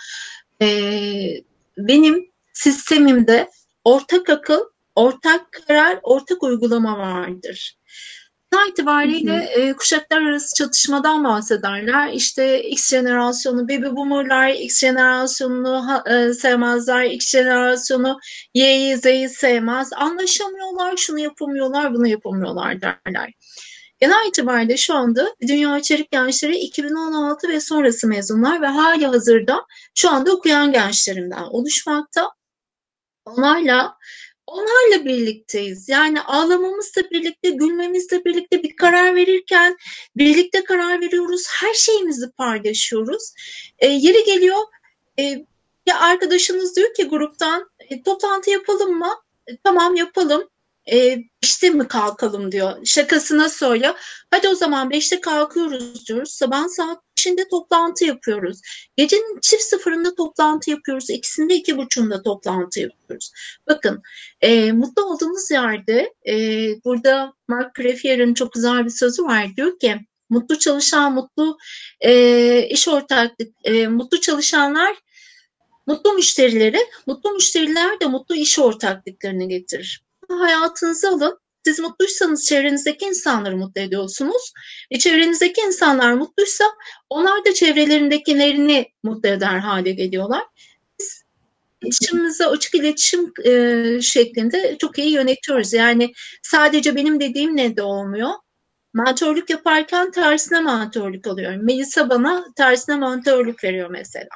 benim sistemimde ortak akıl, ortak karar, ortak uygulama vardır. Genel itibariyle e, kuşaklar arası çatışmadan bahsederler. İşte X jenerasyonu, baby boomerlar X jenerasyonunu e, sevmezler, X jenerasyonu Y'yi, Z'yi sevmez. Anlaşamıyorlar, şunu yapamıyorlar, bunu yapamıyorlar derler. Genel itibariyle şu anda Dünya İçerik Gençleri iki bin on altı ve sonrası mezunlar ve hali hazırda şu anda okuyan gençlerimden oluşmakta. Onlarla Onlarla birlikteyiz. Yani ağlamamızla birlikte, gülmemizle birlikte bir karar verirken birlikte karar veriyoruz. Her şeyimizi paylaşıyoruz. E, yeri geliyor e, ya arkadaşınız diyor ki gruptan e, toplantı yapalım mı? E, tamam yapalım. e, beşte mi kalkalım diyor. Şakasına söyle. Hadi o zaman beşte kalkıyoruz diyoruz. Sabah saat beşinde toplantı yapıyoruz. Gecenin çift sıfırında toplantı yapıyoruz. İkisinde iki buçuğunda toplantı yapıyoruz. Bakın e, mutlu olduğunuz yerde e, burada Mark Crefier'in çok güzel bir sözü var. Diyor ki mutlu çalışan, mutlu e, iş ortaklık, e, mutlu çalışanlar mutlu müşterileri, mutlu müşteriler de mutlu iş ortaklıklarını getirir. Hayatınıza alın. Siz mutluysanız çevrenizdeki insanları mutlu ediyorsunuz. E, çevrenizdeki insanlar mutluysa onlar da çevrelerindekilerini mutlu eder hale geliyorlar. Biz iletişimimizi açık iletişim e, şeklinde çok iyi yönetiyoruz. Yani sadece benim dediğimle de olmuyor. Mentörlük yaparken tersine mentörlük alıyorum. Melisa bana tersine mentörlük veriyor mesela.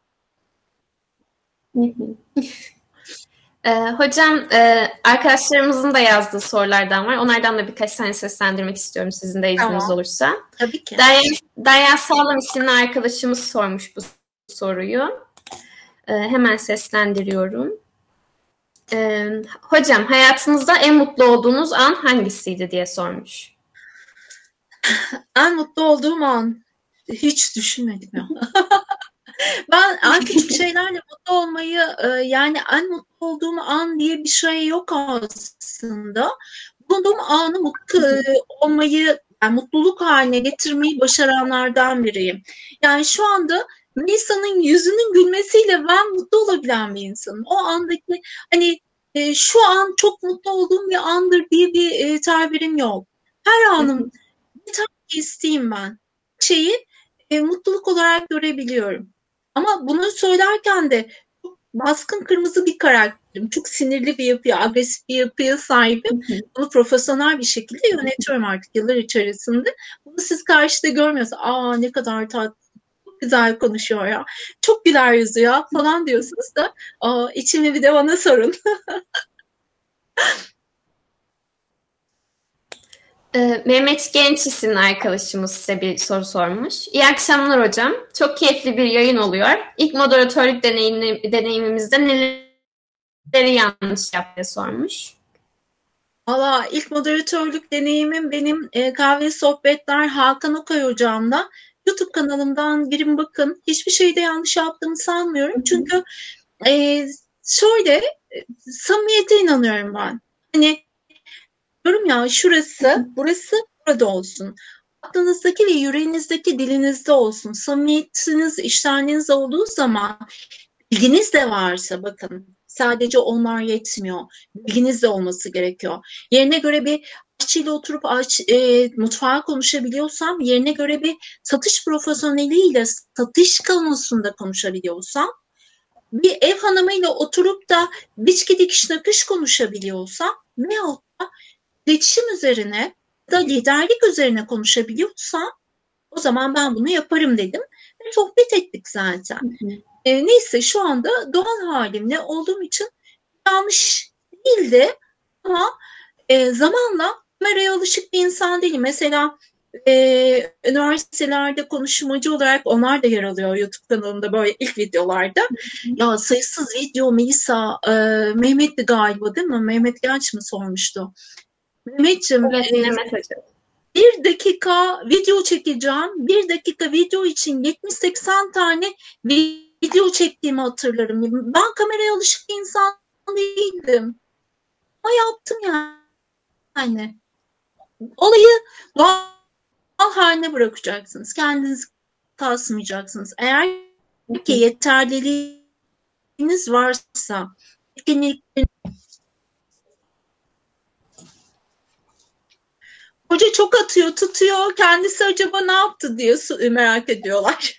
Ee, hocam e, arkadaşlarımızın da yazdığı sorulardan var. Onlardan da birkaç tane seslendirmek istiyorum sizin de izniniz Tamam. olursa. Tabii ki. Derya, Derya Sağlam isimli arkadaşımız sormuş bu soruyu. Ee, hemen seslendiriyorum. Ee, hocam hayatınızda en mutlu olduğunuz an hangisiydi diye sormuş. En mutlu olduğum an hiç düşünmedim ya. Ben en küçük şeylerle mutlu olmayı e, yani en mutlu olduğum an diye bir şey yok aslında. Bulunduğum anı mutlu e, olmayı, yani mutluluk haline getirmeyi başaranlardan biriyim. Yani şu anda Melisa'nın yüzünün gülmesiyle ben mutlu olabilen bir insanım. O andaki hani e, şu an çok mutlu olduğum bir andır diye bir e, tabirim yok. Her anım bir tane isteyeyim ben. Şeyi e, mutluluk olarak görebiliyorum. Ama bunu söylerken de çok baskın kırmızı bir karakterim. Çok sinirli bir yapıya, agresif bir yapıya sahibim. Bunu profesyonel bir şekilde yönetiyorum artık yıllar içerisinde. Bunu siz karşıda görmüyorsunuz. Aa ne kadar tatlı, çok güzel konuşuyor ya. Çok güler yüzü ya falan diyorsunuz da aa, içimi bir de bana sorun. Ee, Mehmet Genç isimli arkadaşımız size bir soru sormuş. İyi akşamlar hocam. Çok keyifli bir yayın oluyor. İlk moderatörlük deneyimli, deneyimimizde neleri yanlış yaptığını sormuş. Valla ilk moderatörlük deneyimim benim e, Kahve Sohbetler Hakan Okay hocamla. YouTube kanalımdan girin bakın. Hiçbir şeyde yanlış yaptığımı sanmıyorum. Çünkü e, şöyle e, samimiyete inanıyorum ben. Hani diyorum ya şurası, burası burada olsun. Aklınızdaki ve yüreğinizdeki dilinizde olsun. Samimiyetiniz, iştenliğiniz olduğu zaman bilginiz de varsa bakın sadece onlar yetmiyor. Bilginiz de olması gerekiyor. Yerine göre bir aşçıyla oturup aç, e, mutfağa konuşabiliyorsam, yerine göre bir satış profesyoneliyle satış konusunda konuşabiliyorsam, bir ev hanımıyla oturup da biçki dikiş nakış konuşabiliyorsam veyahut da iletişim üzerine da liderlik üzerine konuşabiliyorsam o zaman ben bunu yaparım dedim ve sohbet ettik zaten. Hı hı. E, neyse şu anda doğal halimle olduğum için yanlış değildi ama e, zamanla kameraya alışık bir insan değilim. Mesela e, üniversitelerde konuşmacı olarak onlar da yer alıyor YouTube kanalımda böyle ilk videolarda. Hı hı. Ya sayısız video Melisa, e, Mehmet'ti galiba değil mi? Mehmet Genç mi sormuştu? Mehmetciğim, evet, e, Mehmet hocam. Bir dakika video çekeceğim. Bir dakika video için yetmiş seksen tane video çektiğimi hatırlarım. Ben kameraya alışık bir insan değildim. Ama yaptım yani. Olayı doğal haline bırakacaksınız. Kendinizi kasmayacaksınız. Eğer ki yeterliliğiniz varsa, etkinlikleriniz hoca çok atıyor, tutuyor. Kendisi acaba ne yaptı diye merak ediyorlar.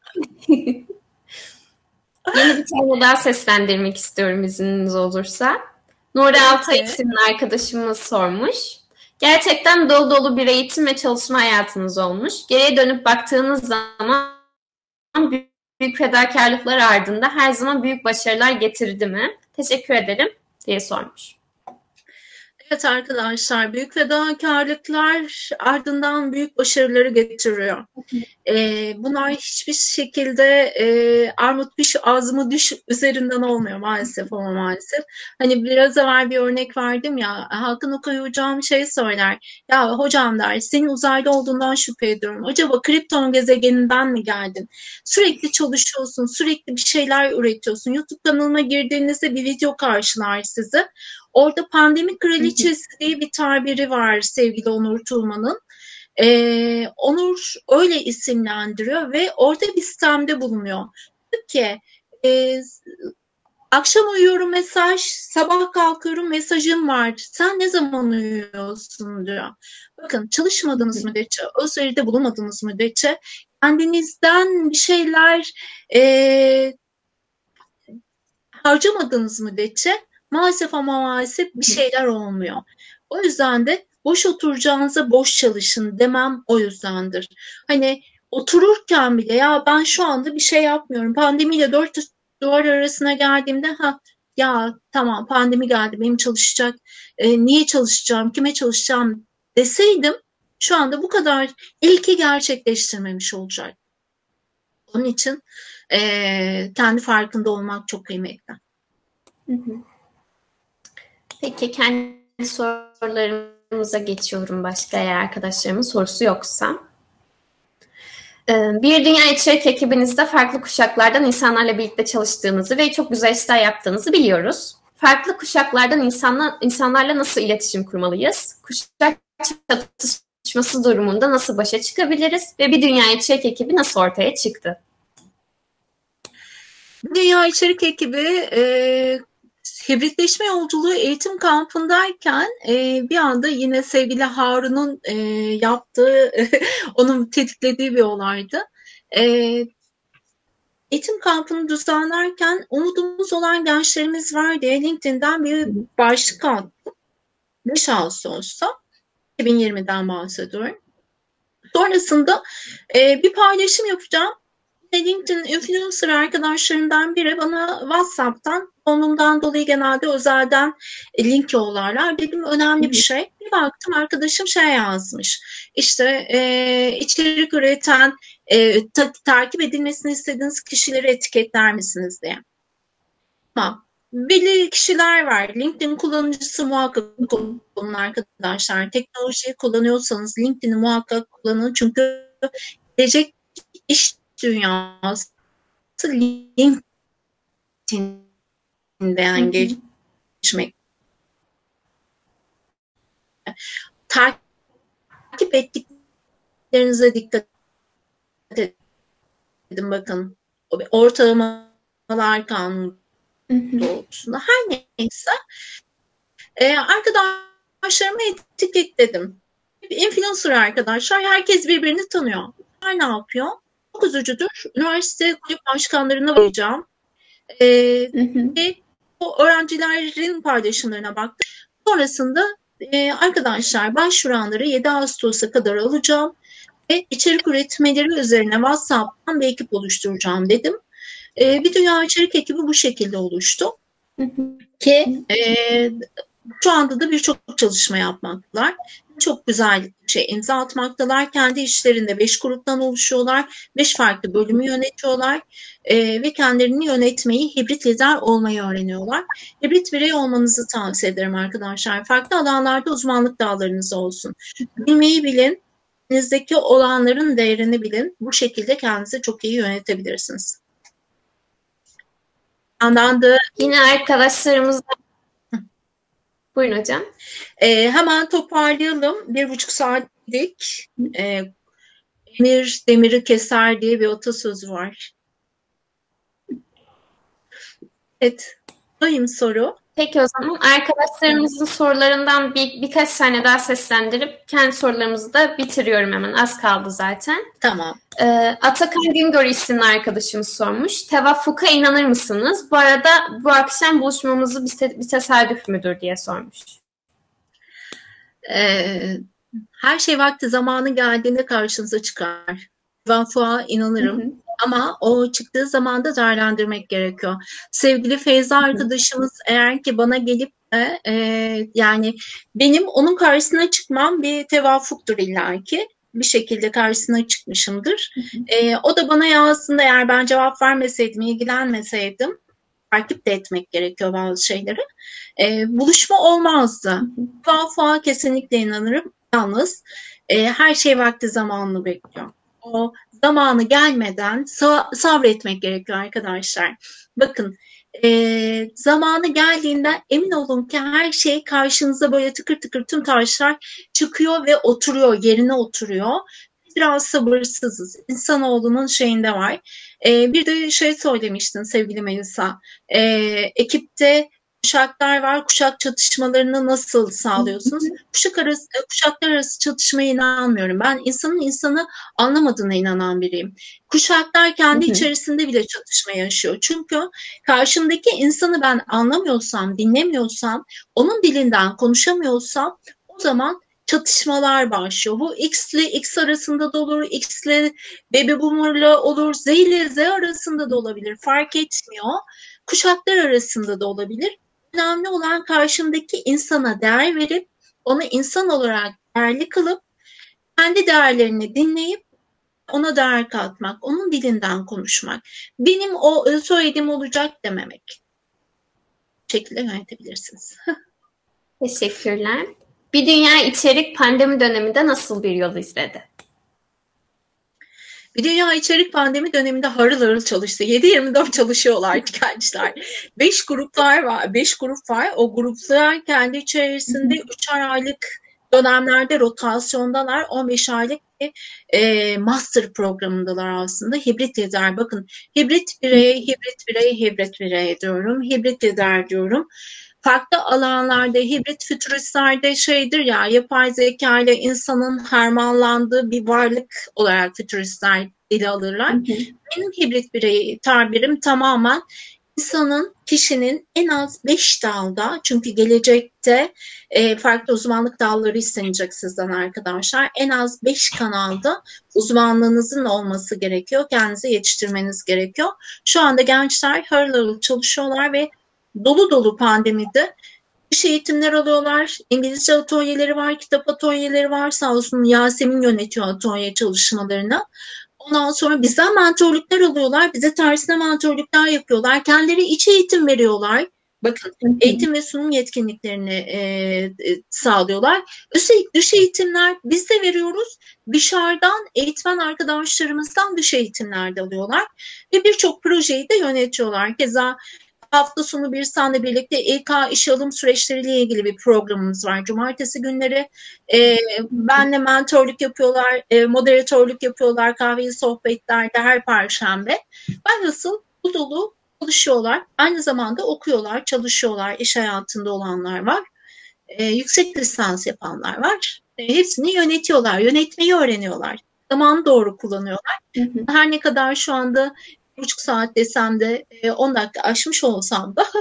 Yeni bir tane daha seslendirmek istiyorum izniniz olursa. Nuri Altay isimli arkadaşımız sormuş. Gerçekten dolu dolu bir eğitim ve çalışma hayatınız olmuş. Geriye dönüp baktığınız zaman büyük, büyük fedakarlıklar ardında her zaman büyük başarılar getirdi mi? Teşekkür ederim diye sormuş. Evet arkadaşlar, büyük fedakarlıklar ardından büyük başarıları getiriyor. Ee, bunlar hiçbir şekilde e, armut piş ağzıma düş üzerinden olmuyor maalesef ama maalesef. Hani biraz evvel bir örnek verdim ya, Hakan Okay hocam şey söyler, ya hocam der, senin uzaylı olduğundan şüphe ediyorum. Acaba Krypton gezegeninden mi geldin? Sürekli çalışıyorsun, sürekli bir şeyler üretiyorsun. YouTube kanalıma girdiğinizde bir video karşılar sizi. Orada pandemi kraliçesi diye bir tabiri var sevgili Onur Tuğman'ın. Ee, Onur öyle isimlendiriyor ve orada bir sistemde bulunuyor. Diyor ki e, akşam uyuyorum mesaj, sabah kalkıyorum mesajım var. Sen ne zaman uyuyorsun diyor. Bakın, çalışmadığınız müddetçe, özveride bulunmadığınız müddetçe, kendinizden bir şeyler e, harcamadığınız müddetçe maalesef ama maalesef bir şeyler olmuyor. O yüzden de boş oturacağınıza boş çalışın demem o yüzdendir. Hani otururken bile ya ben şu anda bir şey yapmıyorum. Pandemiyle dört duvar arasına geldiğimde ha ya tamam pandemi geldi benim çalışacak, e, niye çalışacağım, kime çalışacağım deseydim şu anda bu kadar ilki gerçekleştirmemiş olacak. Onun için e, kendi farkında olmak çok kıymetli. Hı hı. Peki kendi sorularımıza geçiyorum başka eğer arkadaşlarımın sorusu yoksa. Bir Dünya İçerik ekibinizde farklı kuşaklardan insanlarla birlikte çalıştığınızı ve çok güzel işler yaptığınızı biliyoruz. Farklı kuşaklardan insanla, insanlarla nasıl iletişim kurmalıyız? Kuşak çatışması durumunda nasıl başa çıkabiliriz? Ve Bir Dünya İçerik ekibi nasıl ortaya çıktı? Dünya İçerik ekibi e, hibritleşme yolculuğu eğitim kampındayken e, bir anda yine sevgili Harun'un e, yaptığı, onun tetiklediği bir olaydı. E, eğitim kampını düzenlerken umudumuz olan gençlerimiz var diye LinkedIn'den bir başlık attım. beş Ağustos'ta iki bin yirmiden bahsediyorum. Sonrasında e, bir paylaşım yapacağım. LinkedIn influencer arkadaşlarından biri bana WhatsApp'tan, konumdan dolayı genelde özelden link yollarlar. Dedim önemli bir şey. Bir baktım arkadaşım şey yazmış. İşte e, içerik üreten, e, ta, takip edilmesini istediğiniz kişileri etiketler misiniz diye. Tamam. Belli kişiler var. LinkedIn kullanıcısı muhakkak kullanın arkadaşlar. Teknolojiyi kullanıyorsanız LinkedIn'i muhakkak kullanın. Çünkü gelecek iş dünyası LinkedIn'den geçmek. Takip ettiklerinize dikkat edin. Bakın, ortalamalar kanunu doğrultusunda. Her neyse, ee, arkadaşlarımı etiketledim. Influencer arkadaşlar, herkes birbirini tanıyor. Ne yapıyor? Çok üzücüdür. Üniversite kulüp başkanlarına bakacağım. Ee, ve o öğrencilerin paylaşımlarına baktım. Sonrasında e, arkadaşlar başvuranları yedi Ağustos'a kadar alacağım ve içerik üretmeleri üzerine WhatsApp'tan bir ekip oluşturacağım dedim. E, Bir Dünya İçerik ekibi bu şekilde oluştu. Ki e, şu anda da birçok çalışma yapmaktalar. Çok güzel şey imza atmaktalar. Kendi işlerinde beş gruptan oluşuyorlar. Beş farklı bölümü yönetiyorlar. E, ve kendilerini yönetmeyi, hibrit lider olmayı öğreniyorlar. Hibrit birey olmanızı tavsiye ederim arkadaşlar. Farklı alanlarda uzmanlık dallarınız olsun. Bilmeyi bilin. Elinizdeki olanların değerini bilin. Bu şekilde kendinizi çok iyi yönetebilirsiniz. Yandan da yine arkadaşlarımız buyurun hocam. E, hemen toparlayalım. Bir buçuk saatlik e, emir demiri keser diye bir atasözü var. Evet. Dayım soru. Peki o zaman arkadaşlarımızın sorularından bir, birkaç tane daha seslendirip kendi sorularımızı da bitiriyorum hemen. Az kaldı zaten. Tamam. Ee, Atakan Güngör isimli arkadaşımız sormuş. Tevaffuka inanır mısınız? Bu arada bu akşam buluşmamızı bir, te- bir tesadüf müdür diye sormuş. Ee, her şey vakti zamanı geldiğinde karşınıza çıkar. Tevaffuğa inanırım. Hı hı. Ama o çıktığı zaman da değerlendirmek gerekiyor. Sevgili Feyza arkadaşımız eğer ki bana gelip E, e, yani benim onun karşısına çıkmam bir tevafuktur illaki. Bir şekilde karşısına çıkmışımdır. E, o da bana yazdığında eğer ben cevap vermeseydim, ilgilenmeseydim, takip de etmek gerekiyor bazı şeyleri. E, buluşma olmazdı. Tevafuğa kesinlikle inanırım. Yalnız e, her şey vakti zamanını bekliyor. O zamanı gelmeden sa- sabretmek gerekiyor arkadaşlar. Bakın e, zamanı geldiğinde emin olun ki her şey karşınıza böyle tıkır tıkır tüm taşlar çıkıyor ve oturuyor, yerine oturuyor. Biraz sabırsızız. İnsanoğlunun şeyinde var. E, bir de şey söylemiştin sevgili Melisa. E, ekipte kuşaklar var. Kuşak çatışmalarını nasıl sağlıyorsunuz? Kuşak arası, kuşaklar arası çatışmaya inanmıyorum. Ben insanın insanı anlamadığına inanan biriyim. Kuşaklar kendi içerisinde bile çatışma yaşıyor. Çünkü karşımdaki insanı ben anlamıyorsam, dinlemiyorsam, onun dilinden konuşamıyorsam o zaman çatışmalar başlıyor. Bu X ile X arasında da olur, X ile Baby Boomer'la olur, Z ile Z arasında da olabilir. Fark etmiyor. Kuşaklar arasında da olabilir. Önemli olan karşımdaki insana değer verip onu insan olarak değerli kılıp kendi değerlerini dinleyip ona değer katmak, onun dilinden konuşmak. Benim o söylediğim olacak dememek. Bu şekilde yönetebilirsiniz. Teşekkürler. Bir Dünya İçerik pandemi döneminde nasıl bir yol izledi? Bir Dünya İçerik pandemi döneminde harıl harıl çalıştı. yedi yirmi dört çalışıyorlar gençler. Beş gruplar var. Beş grup var. O gruplar kendi içerisinde üçer aylık dönemlerde rotasyondalar. on beş aylık bir e, master programındalar aslında. Hibrit lider. Bakın hibrit birey, hibrit birey, hibrit birey diyorum. Hibrit lider diyorum. Farklı alanlarda hibrit fütüristlerde şeydir ya, yapay zeka ile insanın harmanlandığı bir varlık olarak fütüristler dili alırlar. Hı hı. Benim hibrit birey tabirim tamamen insanın, kişinin en az beş dalda, çünkü gelecekte e, farklı uzmanlık dalları istenecek sizden arkadaşlar. En az beş kanalda uzmanlığınızın olması gerekiyor. Kendinizi yetiştirmeniz gerekiyor. Şu anda gençler harıl harıl çalışıyorlar ve dolu dolu pandemide iş eğitimler alıyorlar. İngilizce atölyeleri var, kitap atölyeleri var. Sağ olsun Yasemin yönetiyor atölye çalışmalarını. Ondan sonra bizden mentorluklar alıyorlar. Bize tersine mentorluklar yapıyorlar. Kendileri iç eğitim veriyorlar. Bakın eğitim ve sunum yetkinliklerini e, e, sağlıyorlar. Üstelik dış eğitimler biz de veriyoruz. Dışarıdan eğitmen arkadaşlarımızdan dış eğitimler de alıyorlar. Ve birçok projeyi de yönetiyorlar. Keza hafta sonu bir senle birlikte İK iş alım süreçleriyle ilgili bir programımız var. Cumartesi günleri e, benle mentorluk yapıyorlar, e, moderatörlük yapıyorlar, kahveli sohbetlerde her perşembe. Ben nasıl bu dolu çalışıyorlar. Aynı zamanda okuyorlar, çalışıyorlar, iş hayatında olanlar var. E, yüksek lisans yapanlar var. E, hepsini yönetiyorlar, yönetmeyi öğreniyorlar. Zamanı doğru kullanıyorlar. Hı hı. Her ne kadar şu anda bir buçuk saat desem de on dakika aşmış olsam da.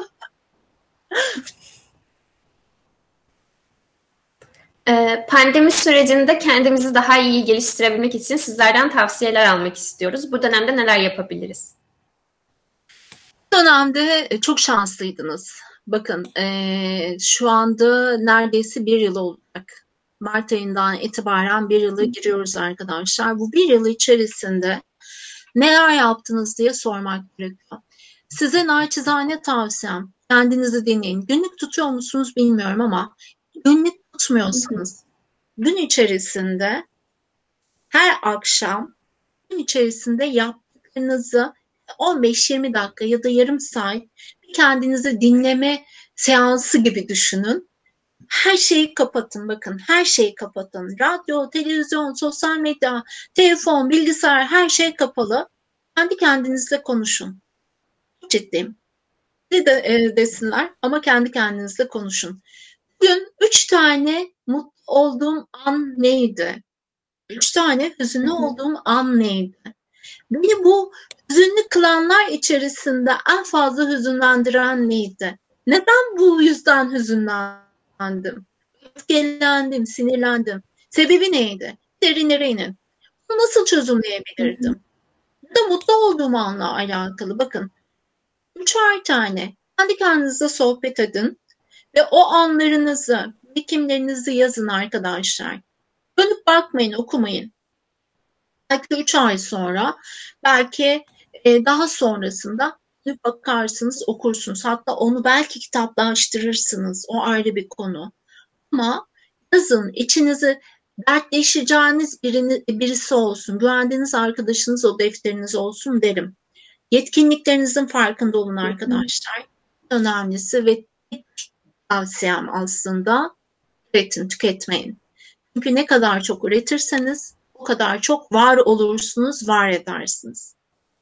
Pandemi sürecinde kendimizi daha iyi geliştirebilmek için sizlerden tavsiyeler almak istiyoruz. Bu dönemde neler yapabiliriz? Bu dönemde çok şanslıydınız. Bakın şu anda neredeyse bir yıl olacak. Mart ayından itibaren bir yıla giriyoruz arkadaşlar. Bu bir yıl içerisinde neler yaptınız diye sormak gerekiyor. Size naçizane tavsiyem, kendinizi dinleyin. Günlük tutuyor musunuz bilmiyorum ama günlük tutmuyorsanız gün içerisinde her akşam gün içerisinde yaptıklarınızı on beş yirmi dakika ya da yarım saat kendinizi dinleme seansı gibi düşünün. Her şeyi kapatın, bakın her şeyi kapatın. Radyo, televizyon, sosyal medya, telefon, bilgisayar, her şey kapalı. Kendi kendinizle konuşun. Çok ciddiyim. Ne de e, desinler ama kendi kendinizle konuşun. Bugün üç tane mutlu olduğum an neydi? Üç tane hüzünlü olduğum an neydi? Beni bu hüzünlü kılanlar içerisinde en fazla hüzünlendiren neydi? Neden bu yüzden hüzünlendim? Öfkelendim, sinirlendim. Sebebi neydi? Derinlere inin. Bunu nasıl çözümleyebilirdim? Bu da mutlu olduğum anla alakalı. Bakın, üçer tane kendi kendinize sohbet edin. Ve o anlarınızı, birikimlerinizi yazın arkadaşlar. Dönüp bakmayın, okumayın. Belki üç ay sonra, belki e, daha sonrasında dönüp bakarsınız, okursunuz. Hatta onu belki kitaplaştırırsınız. O ayrı bir konu. Ama yazın, içinizi dertleşeceğiniz birini, birisi olsun, güvendiğiniz arkadaşınız o defteriniz olsun derim. Yetkinliklerinizin farkında olun arkadaşlar. Önemlisi ve tavsiyem aslında üretin, tüketmeyin. Çünkü ne kadar çok üretirseniz o kadar çok var olursunuz, var edersiniz.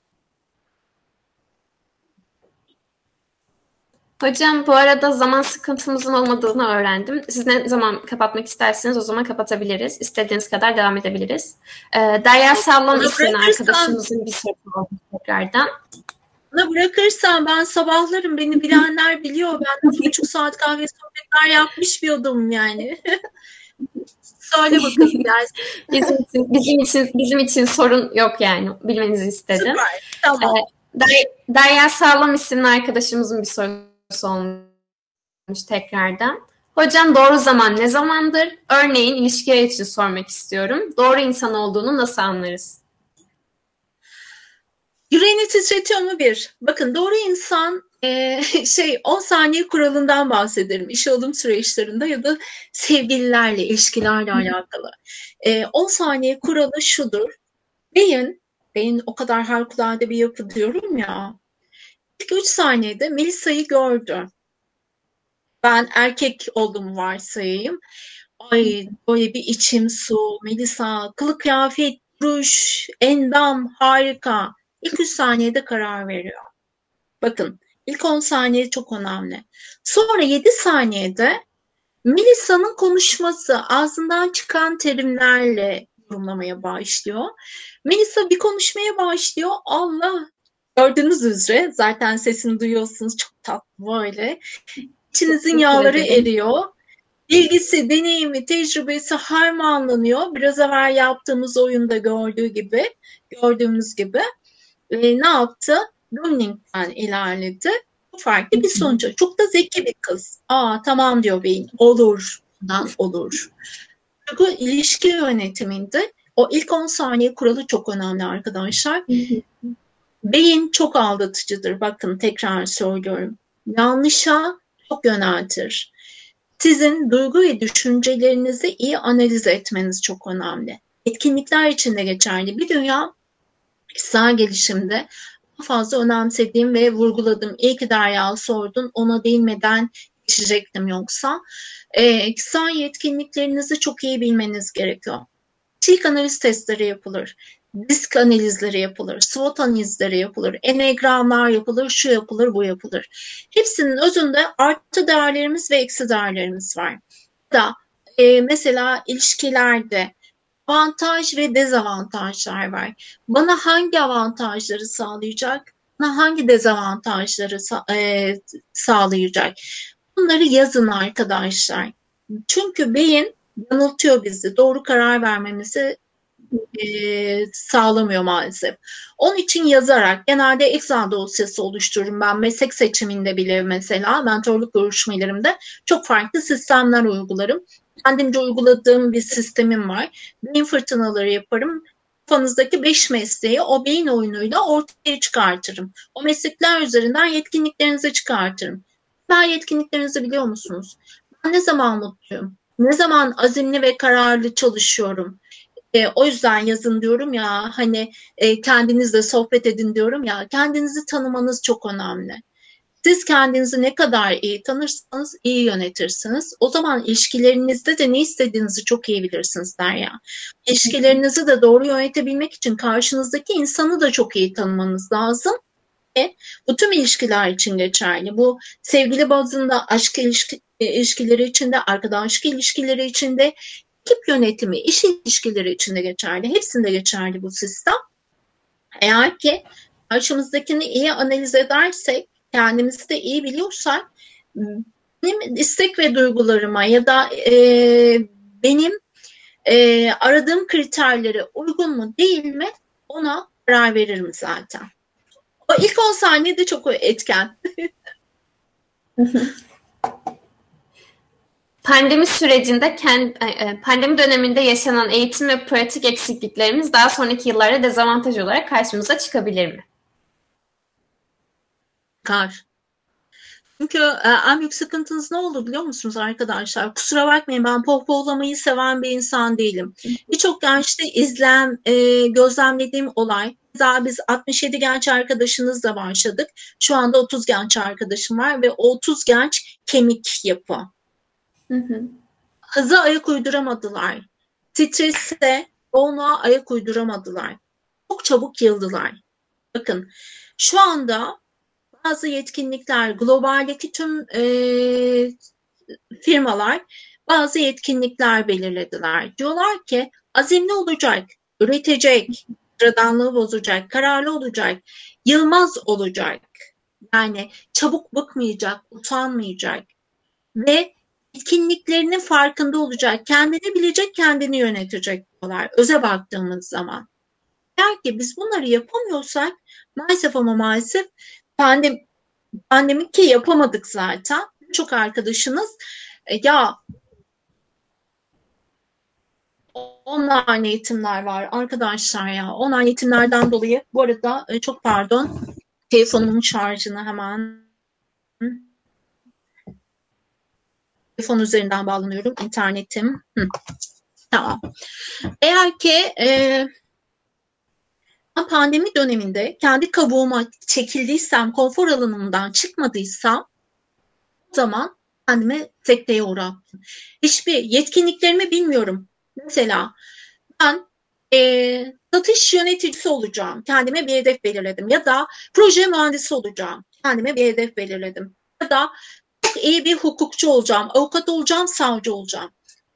Hocam bu arada zaman sıkıntımızın olmadığını öğrendim. Siz ne zaman kapatmak isterseniz o zaman kapatabiliriz. İstediğiniz kadar devam edebiliriz. Ee, Derya Sağlam isimli arkadaşımızın bir sorusu oldu tekrardan. Bana bırakırsan ben sabahlarım, beni bilenler biliyor. Ben bir buçuk saat kahve sohbetler yapmış bir adamım yani. Söyle bakalım dersin. bizim, için, bizim için bizim için sorun yok yani. Bilmenizi istedim. Süper, tamam. Ee, Derya Sağlam isimli arkadaşımızın bir sorusu olmuş tekrardan. Hocam doğru zaman ne zamandır? Örneğin ilişkiler için sormak istiyorum. Doğru insan olduğunu nasıl anlarız? Yüreğini titretiyor mu bir? Bakın doğru insan e, şey on saniye kuralından bahsederim. İş alım süreçlerinde ya da sevgililerle, ilişkilerle alakalı. E, on saniye kuralı şudur. Beyin, beyin o kadar harikulade bir yapı diyorum ya. İlk üç saniyede Melisa'yı gördü. Ben erkek olduğumu varsayayım. Ay böyle bir içim su, Melisa, kılık kıyafet, duruş, endam harika. İlk üç saniyede karar veriyor. Bakın ilk on saniye çok önemli. Sonra yedi saniyede Melisa'nın konuşması, ağzından çıkan terimlerle yorumlamaya başlıyor. Melisa bir konuşmaya başlıyor. Allah, gördüğünüz üzere zaten sesini duyuyorsunuz, çok tatlı böyle. İçinizin yağları eriyor. Bilgisi, deneyimi, tecrübesi harmanlanıyor. Biraz evvel yaptığımız oyunda gördüğü gibi, gördüğümüz gibi. E, ne yaptı? Dunning'den ilerledi. Farklı bir sonuca. Çok da zeki bir kız. Aa tamam diyor beyin. Olur. Bundan olur. Çünkü ilişki yönetiminde o ilk on saniye kuralı çok önemli arkadaşlar. Beyin çok aldatıcıdır. Bakın tekrar söylüyorum. Yanlışa çok yöneltir. Sizin duygu ve düşüncelerinizi iyi analiz etmeniz çok önemli. Etkinlikler için de geçerli. Bir dünya kişisel gelişimde fazla önemsediğim ve vurguladığım, iyi ki Derya sordun, ona değinmeden geçecektim yoksa. E, kişisel yetkinliklerinizi çok iyi bilmeniz gerekiyor. Kişilik analiz testleri yapılır, disk analizleri yapılır, SWOT analizleri yapılır, enegramlar yapılır, şu yapılır, bu yapılır. Hepsinin özünde artı değerlerimiz ve eksi değerlerimiz var. Da e, mesela ilişkilerde avantaj ve dezavantajlar var. Bana hangi avantajları sağlayacak, bana hangi dezavantajları sa- e, sağlayacak? Bunları yazın arkadaşlar. Çünkü beyin yanıltıyor bizi. Doğru karar vermemizi e, sağlamıyor maalesef. Onun için yazarak, genelde Excel dosyası oluştururum ben. Meslek seçiminde bile mesela, mentorluk görüşmelerimde çok farklı sistemler uygularım. Kendimce uyguladığım bir sistemim var. Beyin fırtınaları yaparım. Kafanızdaki beş mesleği o beyin oyunuyla ortaya çıkartırım. O meslekler üzerinden yetkinliklerinizi çıkartırım. Ben yetkinliklerinizi biliyor musunuz? Ben ne zaman mutluyum? Ne zaman azimli ve kararlı çalışıyorum? E, o yüzden yazın diyorum ya, hani e, kendinizle sohbet edin diyorum ya, kendinizi tanımanız çok önemli. Siz kendinizi ne kadar iyi tanırsanız iyi yönetirsiniz. O zaman ilişkilerinizde de ne istediğinizi çok iyi bilirsiniz Derya. İlişkilerinizi de doğru yönetebilmek için karşınızdaki insanı da çok iyi tanımanız lazım. E, bu tüm ilişkiler için geçerli. Bu sevgili bazında, aşk ilişki, ilişkileri içinde, arkadaşlık ilişkileri içinde, ekip yönetimi, iş ilişkileri içinde geçerli. Hepsinde geçerli bu sistem. Eğer ki karşımızdakini iyi analiz edersek, kendimizi de iyi biliyorsak, benim istek ve duygularıma ya da e, benim e, aradığım kriterlere uygun mu değil mi, ona karar veririm zaten. O ilk on saniyede çok etken. Pandemi sürecinde, pandemi döneminde yaşanan eğitim ve pratik eksikliklerimiz daha sonraki yıllarda dezavantaj olarak karşımıza çıkabilir mi? Çıkar. Çünkü en büyük sıkıntınız ne oldu biliyor musunuz arkadaşlar? Kusura bakmayın, ben pohpohlamayı seven bir insan değilim. Birçok gençte izlem, e, gözlemlediğim olay. Daha biz altmış yedi genç arkadaşınızla başladık. Şu anda otuz genç arkadaşım var ve otuz genç kemik yapı. Hı hı. Hıza ayak uyduramadılar. Strese, yoğunluğa ayak uyduramadılar. Çok çabuk yıldılar. Bakın şu anda bazı yetkinlikler, globaldeki tüm e, firmalar bazı yetkinlikler belirlediler. Diyorlar ki azimli olacak, üretecek, sıradanlığı bozacak, kararlı olacak, yılmaz olacak. Yani çabuk bıkmayacak, utanmayacak ve yetkinliklerinin farkında olacak, kendini bilecek, kendini yönetecek diyorlar. Öze baktığımız zaman. Eğer ki biz bunları yapamıyorsak maalesef ama maalesef pandemi, pandemi ki yapamadık zaten. Çok arkadaşınız e, ya online eğitimler var arkadaşlar ya. Online eğitimlerden dolayı bu arada e, çok pardon telefonumun şarjını hemen telefon üzerinden bağlanıyorum. İnternetim. Hı. Tamam. Eğer ki e, pandemi döneminde kendi kabuğuma çekildiysem, konfor alanımdan çıkmadıysam o zaman kendime sekteye uğrattım. Hiçbir yetkinliklerimi bilmiyorum. Mesela ben e, satış yöneticisi olacağım. Kendime bir hedef belirledim. Ya da proje mühendisi olacağım. Kendime bir hedef belirledim. Ya da çok iyi bir hukukçu olacağım. Avukat olacağım, savcı olacağım.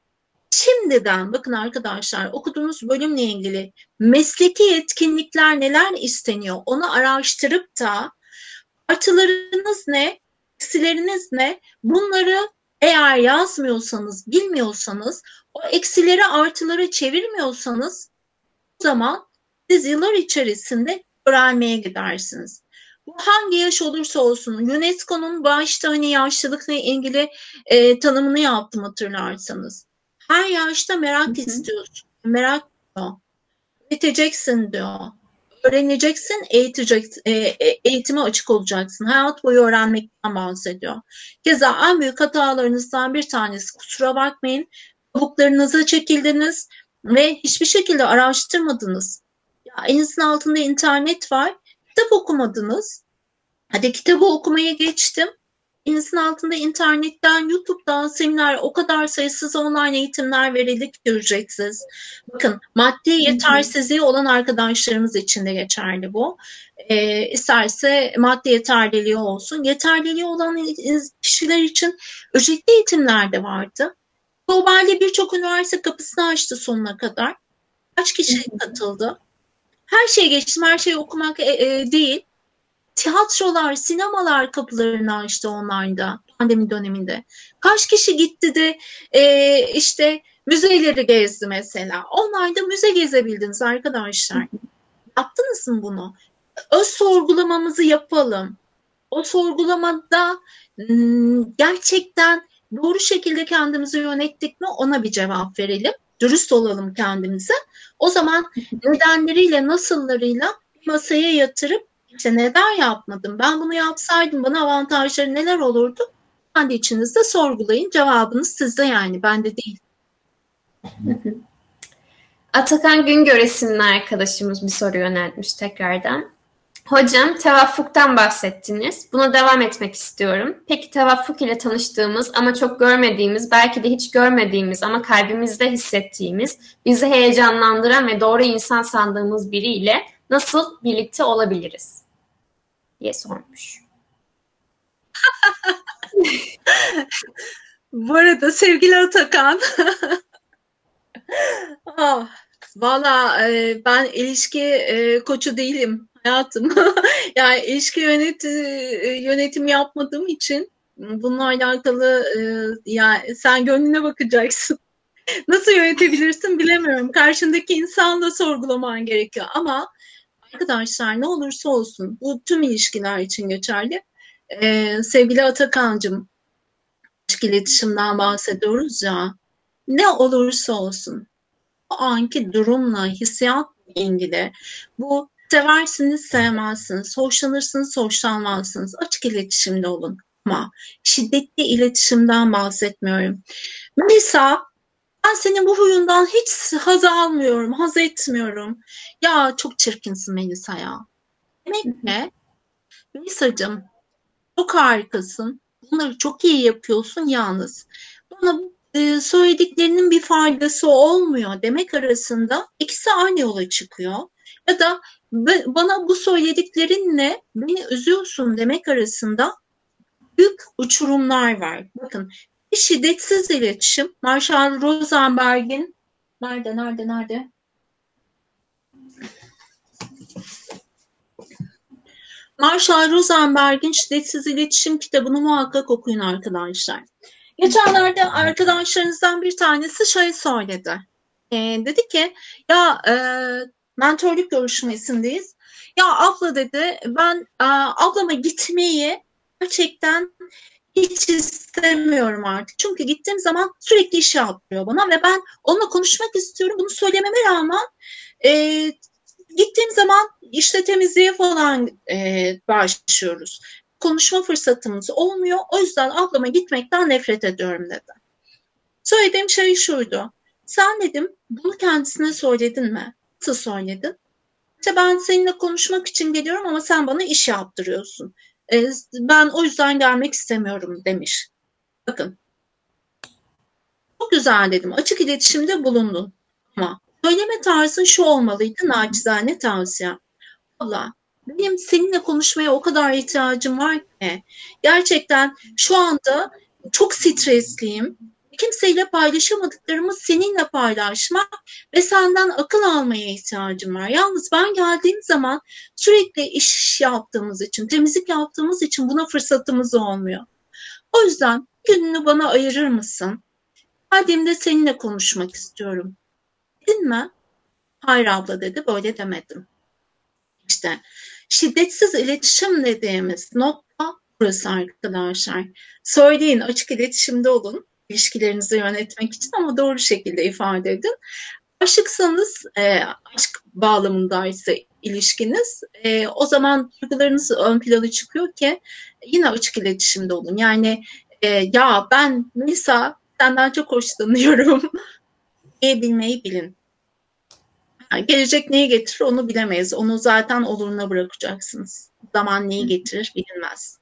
Şimdiden bakın arkadaşlar, okuduğunuz bölümle ilgili mesleki yetkinlikler neler isteniyor onu araştırıp da artılarınız ne, eksileriniz ne, bunları eğer yazmıyorsanız, bilmiyorsanız, o eksileri artılara çevirmiyorsanız o zaman siz yıllar içerisinde öğrenmeye gidersiniz. Bu hangi yaş olursa olsun, UNESCO'nun başta hani yaşlılıkla ilgili e, tanımını yaptım hatırlarsanız. Her yaşta merak Hı-hı. istiyorsun. Merak diyor. Öğreteceksin diyor. Öğreneceksin, eğiteceksin, e, eğitime açık olacaksın. Hayat boyu öğrenmekten bahsediyor. Keza en büyük hatalarınızdan bir tanesi, kusura bakmayın, kabuklarınıza çekildiniz ve hiçbir şekilde araştırmadınız. Ya, elinizin altında internet var, kitap okumadınız. Hadi kitabı okumaya geçtim. Elinizin altında internetten, YouTube'dan seminer, o kadar sayısız online eğitimler verildi ki ücretsiz. Bakın maddi yetersizliği olan arkadaşlarımız için de geçerli bu. E, isterse maddi yeterliliği olsun. Yeterliliği olan kişiler için ücretli eğitimler de vardı. Globalde birçok üniversite kapısını açtı sonuna kadar. Kaç kişi katıldı? Her şeye geçtim, her şeyi okumak e, e, değil. Tiyatrolar, sinemalar kapılarını açtı online'da pandemi döneminde. Kaç kişi gitti de e, işte müzeleri gezdi mesela. Online'da müze gezebildiniz arkadaşlar. Yaptınız mı bunu? Öz sorgulamamızı yapalım. O sorgulamada gerçekten doğru şekilde kendimizi yönettik mi ona bir cevap verelim. Dürüst olalım kendimize. O zaman nedenleriyle, nasıllarıyla masaya yatırıp İşte neden yapmadım? Ben bunu yapsaydım bana avantajları neler olurdu? Kendi içinizde sorgulayın. Cevabınız sizde yani. Bende değil. Atakan Güngör isimli arkadaşımız bir soru yöneltmiş tekrardan. Hocam tevaffuktan bahsettiniz. Buna devam etmek istiyorum. Peki tevaffuk ile tanıştığımız ama çok görmediğimiz, belki de hiç görmediğimiz ama kalbimizde hissettiğimiz, bizi heyecanlandıran ve doğru insan sandığımız biriyle nasıl birlikte olabiliriz diye sormuş. Bu arada sevgili Atakan, oh, valla e, ben ilişki e, koçu değilim hayatım. Yani ilişki yönet, e, yönetim yapmadığım için bununla alakalı e, yani sen gönlüne bakacaksın. Nasıl yönetebilirsin bilemiyorum. Karşındaki insanı da sorgulaman gerekiyor ama arkadaşlar ne olursa olsun bu tüm ilişkiler için geçerli. Ee, sevgili Atakan'cığım, açık iletişimden bahsediyoruz ya. Ne olursa olsun o anki durumla, hissiyatla ilgili bu seversiniz, sevmezsiniz, hoşlanırsınız, hoşlanmazsınız. Açık iletişimde olun. Ama şiddetli iletişimden bahsetmiyorum. Mesela ben senin bu huyundan hiç haz almıyorum, haz etmiyorum. Ya çok çirkinsin Melisa ya. Demek ki Melisa'cığım çok harikasın. Bunları çok iyi yapıyorsun yalnız. Bana e, söylediklerinin bir faydası olmuyor demek arasında ikisi aynı yola çıkıyor. Ya da bana bu söylediklerinle beni üzüyorsun demek arasında büyük uçurumlar var. Bakın şiddetsiz iletişim Marshall Rosenberg'in nerede nerede nerede? Marshall Rosenberg'in Şiddetsiz İletişim kitabını muhakkak okuyun arkadaşlar. Geçenlerde arkadaşlarınızdan bir tanesi şey söyledi. E, dedi ki ya e, mentörlük görüşmesindeyiz. Ya abla dedi ben e, ablama gitmeyi gerçekten hiç istemiyorum artık. Çünkü gittiğim zaman sürekli iş yaptırıyor bana ve ben onunla konuşmak istiyorum. Bunu söylememe rağmen e, gittiğim zaman işte temizliğe falan e, başlıyoruz. Konuşma fırsatımız olmuyor. O yüzden ablama gitmekten nefret ediyorum dedi. Söylediğim şey şuydu. Sen dedim bunu kendisine söyledin mi? Nasıl söyledin? İşte ben seninle konuşmak için geliyorum ama sen bana iş yaptırıyorsun. E, ben o yüzden gelmek istemiyorum demiş. Bakın. Çok güzel dedim. Açık iletişimde bulundun. Ama söyleme tarzın şu olmalıydı, naçizane tavsiye. Abla, benim seninle konuşmaya o kadar ihtiyacım var ki gerçekten şu anda çok stresliyim. Kimseyle paylaşamadıklarımı seninle paylaşmak ve senden akıl almaya ihtiyacım var. Yalnız ben geldiğim zaman sürekli iş yaptığımız için, temizlik yaptığımız için buna fırsatımız olmuyor. O yüzden gününü bana ayırır mısın? Geldiğimde seninle konuşmak istiyorum. Dedin mi? Hayır abla dedi, böyle demedim. İşte şiddetsiz iletişim dediğimiz nokta burası arkadaşlar. Söyleyin, açık iletişimde olun ilişkilerinizi yönetmek için ama doğru şekilde ifade edin. Aşıksanız, e, aşk bağlamındaysa ilişkiniz, e, o zaman duygularınız ön plana çıkıyor ki yine açık iletişimde olun. Yani e, ya ben Melisa senden çok hoşlanıyorum diyebilmeyi bilin. Yani gelecek neyi getirir onu bilemeyiz. Onu zaten oluruna bırakacaksınız. Zaman neyi getirir bilinmez.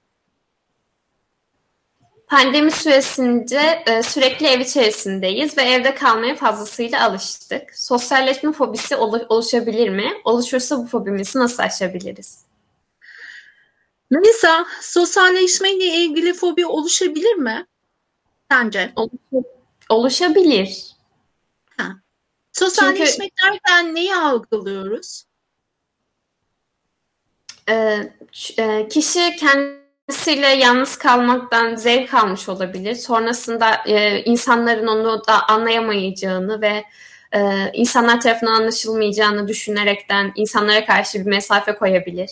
Pandemi süresince e, sürekli ev içerisindeyiz ve evde kalmaya fazlasıyla alıştık. Sosyalleşme fobisi ol- oluşabilir mi? Oluşursa bu fobimizi nasıl aşabiliriz? Melisa, sosyalleşmeyle ilgili fobi oluşabilir mi? Sence? Oluş- oluşabilir. Ha. Sosyalleşmek Çünkü, derken neyi algılıyoruz? E, kişi kendisiyle yalnız kalmaktan zevk almış olabilir. Sonrasında e, insanların onu da anlayamayacağını ve e, insanlar tarafından anlaşılmayacağını düşünerekten insanlara karşı bir mesafe koyabilir.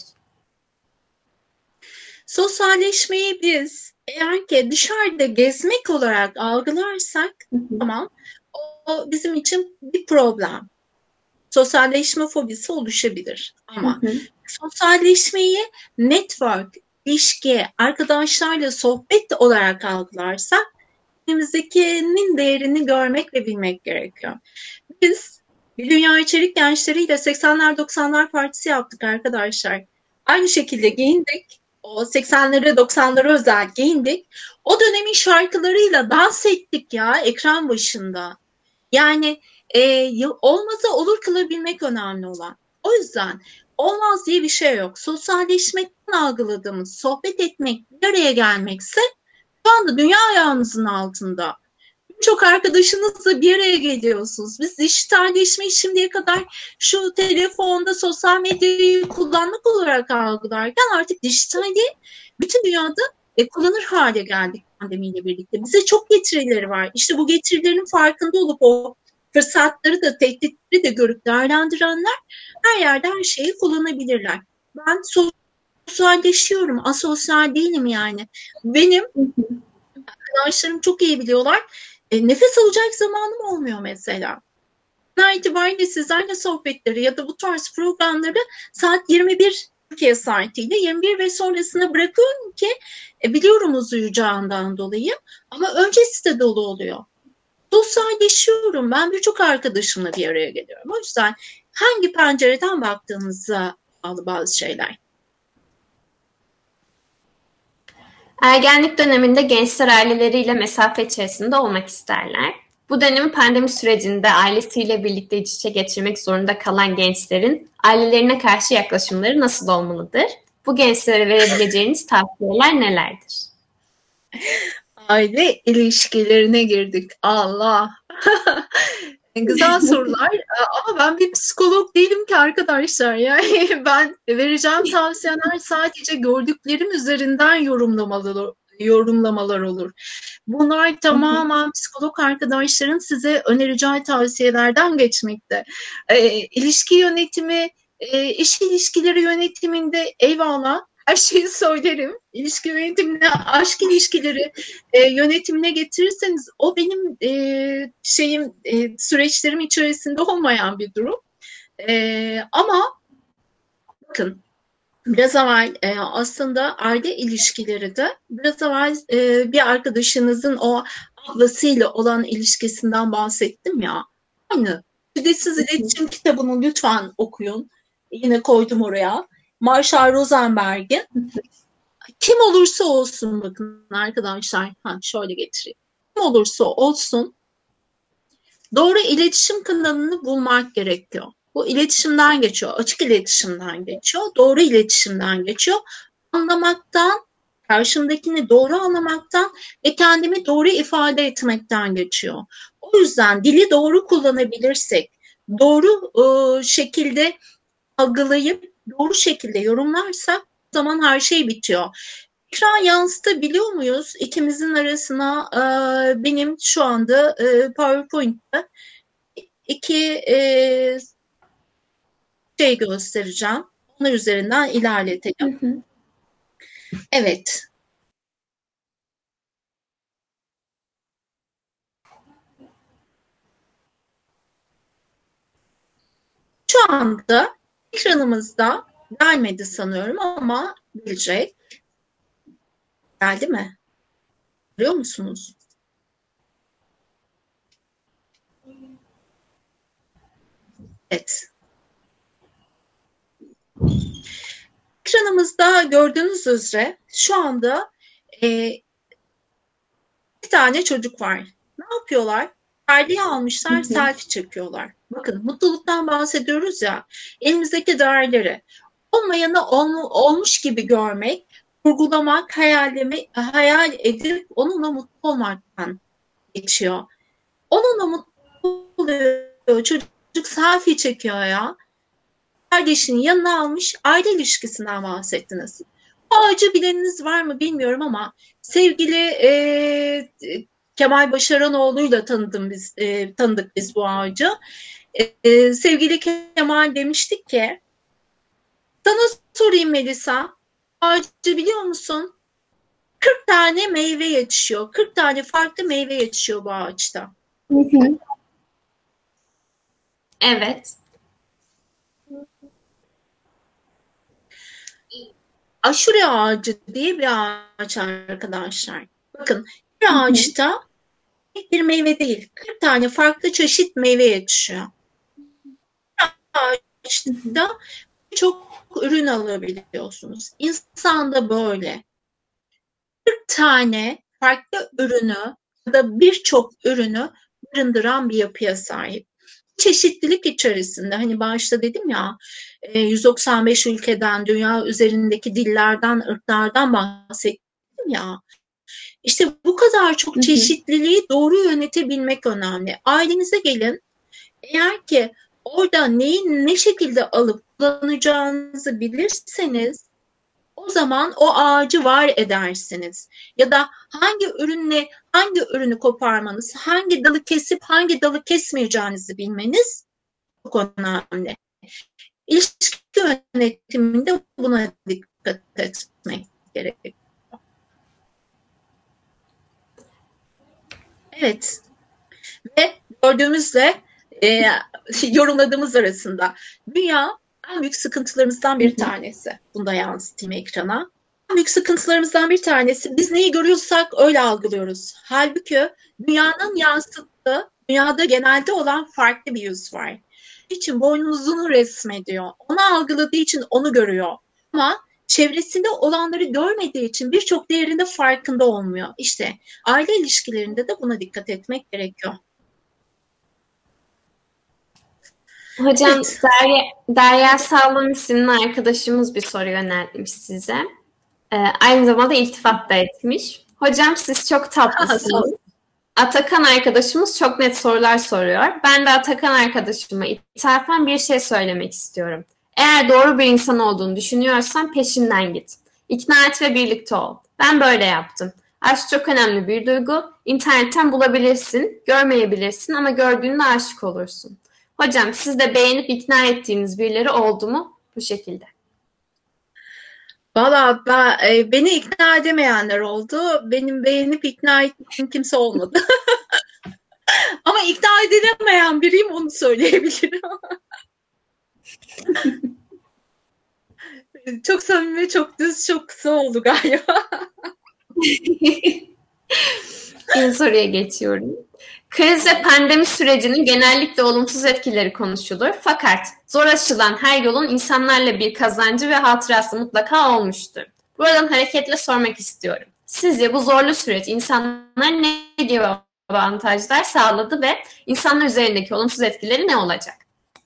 Sosyalleşmeyi biz eğer ki dışarıda gezmek olarak algılarsak tamam, o bizim için bir problem. Sosyalleşme fobisi oluşabilir. Ama hı hı. sosyalleşmeyi network, ilişki, arkadaşlarla sohbet olarak algılarsak elimizdekinin değerini görmek ve bilmek gerekiyor. Biz bir Dünya İçerik Gençleriyle seksenler doksanlar partisi yaptık arkadaşlar. Aynı şekilde giyindik. O seksenlere doksanlara özel giyindik. O dönemin şarkılarıyla dans ettik ya ekran başında. Yani e, olmazsa olur kılabilmek önemli olan. O yüzden olmaz diye bir şey yok. Sosyalleşmekten algıladığımız, sohbet etmek, bir araya gelmekse şu anda dünya ayağınızın altında. Birçok arkadaşınızla bir araya geliyorsunuz. Biz dijitalleşmeyi şimdiye kadar şu telefonda sosyal medyayı kullanmak olarak algılarken artık dijitali bütün dünyada e, kullanır hale geldik pandemiyle birlikte. Bize çok getirileri var. İşte bu getirilerin farkında olup o fırsatları da tehditleri de görüp değerlendirenler her yerde her şeyi kullanabilirler. Ben sosyalleşiyorum, asosyal değilim yani. Benim arkadaşlarım çok iyi biliyorlar. E, nefes alacak zamanım olmuyor mesela. Bundan itibariyle sizlerle sohbetleri ya da bu tarz programları saat yirmi bir Türkiye saatiyle yirmi bir ve sonrasına bırakıyorum ki e, biliyorum uzayacağından dolayı, ama öncesi de dolu oluyor. Sosyalleşiyorum. Ben birçok arkadaşımla bir araya geliyorum. O yüzden hangi pencereden baktığınıza bağlı bazı şeyler. Ergenlik döneminde gençler aileleriyle mesafe içerisinde olmak isterler. Bu dönemi pandemi sürecinde ailesiyle birlikte iç içe geçirmek zorunda kalan gençlerin ailelerine karşı yaklaşımları nasıl olmalıdır? Bu gençlere verebileceğiniz tavsiyeler nelerdir? Aile ilişkilerine girdik. Allah! Güzel sorular ama ben bir psikolog değilim ki arkadaşlar. Yani ben vereceğim tavsiyeler sadece gördüklerim üzerinden yorumlamalar, yorumlamalar olur. Bunlar tamamen psikolog arkadaşların size önereceği tavsiyelerden geçmekte. E, ilişki yönetimi, e, iş ilişkileri yönetiminde eyvallah. Her şeyi söylerim. İlişki yönetimine, aşk ilişkileri e, yönetimine getirirseniz o benim e, şeyim e, süreçlerim içerisinde olmayan bir durum. E, ama bakın biraz evvel e, aslında aile ilişkileri de biraz evvel e, bir arkadaşınızın o ablasıyla olan ilişkisinden bahsettim ya. Aynı. Şiddetsiz İletişim kitabını lütfen okuyun. Yine koydum oraya. Marshall Rosenberg'in kim olursa olsun, bakın arkadaşlar, ha, şöyle getireyim. Kim olursa olsun doğru iletişim kanalını bulmak gerekiyor. Bu iletişimden geçiyor, açık iletişimden geçiyor, doğru iletişimden geçiyor. Anlamaktan, karşımdakini doğru anlamaktan ve kendimi doğru ifade etmekten geçiyor. O yüzden dili doğru kullanabilirsek, doğru e, şekilde algılayıp doğru şekilde yorumlarsak o zaman her şey bitiyor. Ekran yansıtabiliyor muyuz? İkimizin arasına e, benim şu anda e, PowerPoint'te iki e, şey göstereceğim. Onlar üzerinden ilerletelim. Hı hı. Evet. Şu anda ekranımızda gelmedi sanıyorum ama gelecek. Geldi mi? Görüyor musunuz? Evet. Ekranımızda gördüğünüz üzere şu anda e, bir tane çocuk var. Ne yapıyorlar? Perdeyi almışlar, hı hı. Selfie çekiyorlar. Bakın mutluluktan bahsediyoruz ya. Elimizdeki değerleri olmayanı ol, olmuş gibi görmek, kurgulamak, hayalimi, hayal edip onunla mutlu olmaktan geçiyor. Onunla mutlu oluyor. Çocuk selfie çekiyor ya. Kardeşinin yanına almış, aile ilişkisinden bahsettiniz. Bu ağacı bileniniz var mı bilmiyorum ama sevgili e, Kemal Başaranoğlu'yla tanıdım biz, e, tanıdık biz bu ağacı. E, sevgili Kemal demiştik ki, sana sorayım Melisa, ağacı biliyor musun? kırk tane meyve yetişiyor. kırk tane farklı meyve yetişiyor bu ağaçta. Hı hı. Evet. Aşure ağacı diye bir ağaç arkadaşlar. Bakın bir ağaçta bir meyve değil, kırk tane farklı çeşit meyve yetişiyor. Bir ağaçta çok ürün alabiliyorsunuz. İnsan da böyle. kırk tane farklı ürünü ya da birçok ürünü barındıran bir yapıya sahip. Çeşitlilik içerisinde, hani başta dedim ya, yüz doksan beş ülkeden, dünya üzerindeki dillerden, ırklardan bahsettim ya. İşte bu kadar çok çeşitliliği doğru yönetebilmek önemli. Ailenize gelin, eğer ki orada neyi ne şekilde alıp kullanacağınızı bilirseniz o zaman o ağacı var edersiniz. Ya da hangi ürünle hangi ürünü koparmanız, hangi dalı kesip hangi dalı kesmeyeceğinizi bilmeniz çok önemli. İlişki yönetiminde buna dikkat etmek gerekiyor. Evet. Ve gördüğümüzle e, yorumladığımız arasında dünya en büyük sıkıntılarımızdan bir tanesi. Bunu da yansıtayım ekrana. En büyük sıkıntılarımızdan bir tanesi. Biz neyi görüyorsak öyle algılıyoruz. Halbuki dünyanın yansıttığı, dünyada genelde olan farklı bir yüz var. için boynuzunu resmediyor. Onu algıladığı için onu görüyor. Ama çevresinde olanları görmediği için birçok değerinde farkında olmuyor. İşte aile ilişkilerinde de buna dikkat etmek gerekiyor. Hocam Evet. Derya, Derya Sağlam isimli arkadaşımız bir soru yöneltmiş size. Ee, aynı zamanda iltifat da etmiş. Hocam siz çok tatlısınız. Atakan arkadaşımız çok net sorular soruyor. Ben de Atakan arkadaşıma ithafen bir şey söylemek istiyorum. Eğer doğru bir insan olduğunu düşünüyorsan peşinden git. İkna et ve birlikte ol. Ben böyle yaptım. Aşk çok önemli bir duygu. İnternetten bulabilirsin, görmeyebilirsin ama gördüğünde aşık olursun. Hocam siz de beğenip ikna ettiğiniz birileri oldu mu bu şekilde? Valla ben, e, beni ikna edemeyenler oldu. Benim beğenip ikna ettiğim kimse olmadı. Ama ikna edilemeyen biriyim, onu söyleyebilirim. Çok samimi, çok düz, çok kısa oldu galiba. Bir soruya geçiyorum. Kriz ve pandemi sürecinin genellikle olumsuz etkileri konuşulur. Fakat zor aşılan her yolun insanlarla bir kazancı ve hatırası mutlaka olmuştur. Buradan hareketle sormak istiyorum. Sizce bu zorlu süreç insanlara ne gibi avantajlar sağladı ve insanlar üzerindeki olumsuz etkileri ne olacak?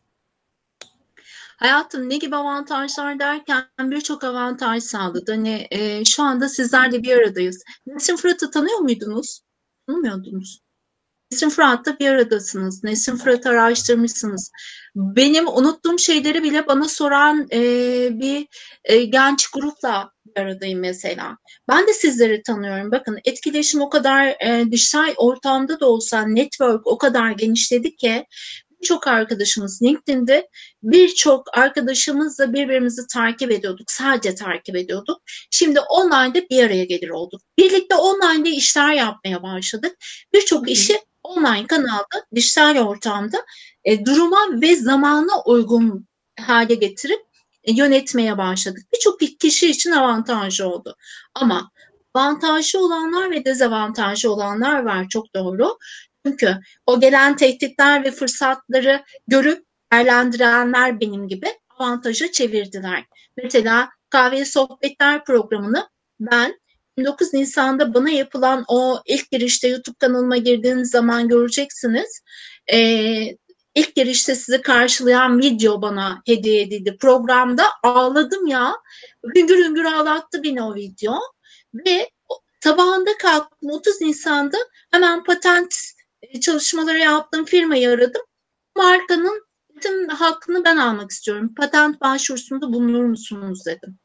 Hayatım ne gibi avantajlar derken birçok avantaj sağladı. Hani e, şu anda sizlerle bir aradayız. Nesin Fırat'ı tanıyor muydunuz? Tanımıyordunuz. Nesin Fırat'ta bir aradasınız. Nesin Fırat'ı araştırmışsınız. Benim unuttuğum şeyleri bile bana soran e, bir e, genç grupla bir aradayım mesela. Ben de sizleri tanıyorum. Bakın etkileşim o kadar e, dışsal ortamda da olsa network o kadar genişledi ki birçok arkadaşımız LinkedIn'de, birçok arkadaşımızla birbirimizi takip ediyorduk. Sadece takip ediyorduk. Şimdi online'da bir araya gelir olduk. Birlikte online'da işler yapmaya başladık. Birçok işi online kanalda, dijital ortamda e, duruma ve zamana uygun hale getirip e, yönetmeye başladık. Birçok kişi için avantajlı oldu. Ama avantajlı olanlar ve dezavantajlı olanlar var, çok doğru. Çünkü o gelen tehditler ve fırsatları görüp değerlendirenler benim gibi avantaja çevirdiler. Mesela Kahve Sohbetler programını ben yirmi dokuz Nisan'da bana yapılan o ilk girişte YouTube kanalıma girdiğiniz zaman göreceksiniz. Ee, ilk girişte sizi karşılayan video bana hediye edildi. Programda ağladım ya. Hüngür hüngür ağlattı beni o video. Ve sabahında kalktım otuz Nisan'da hemen patent çalışmaları yaptığım firmayı aradım. Markanın tüm hakkını ben almak istiyorum. Patent başvurusunda bulunur musunuz dedim.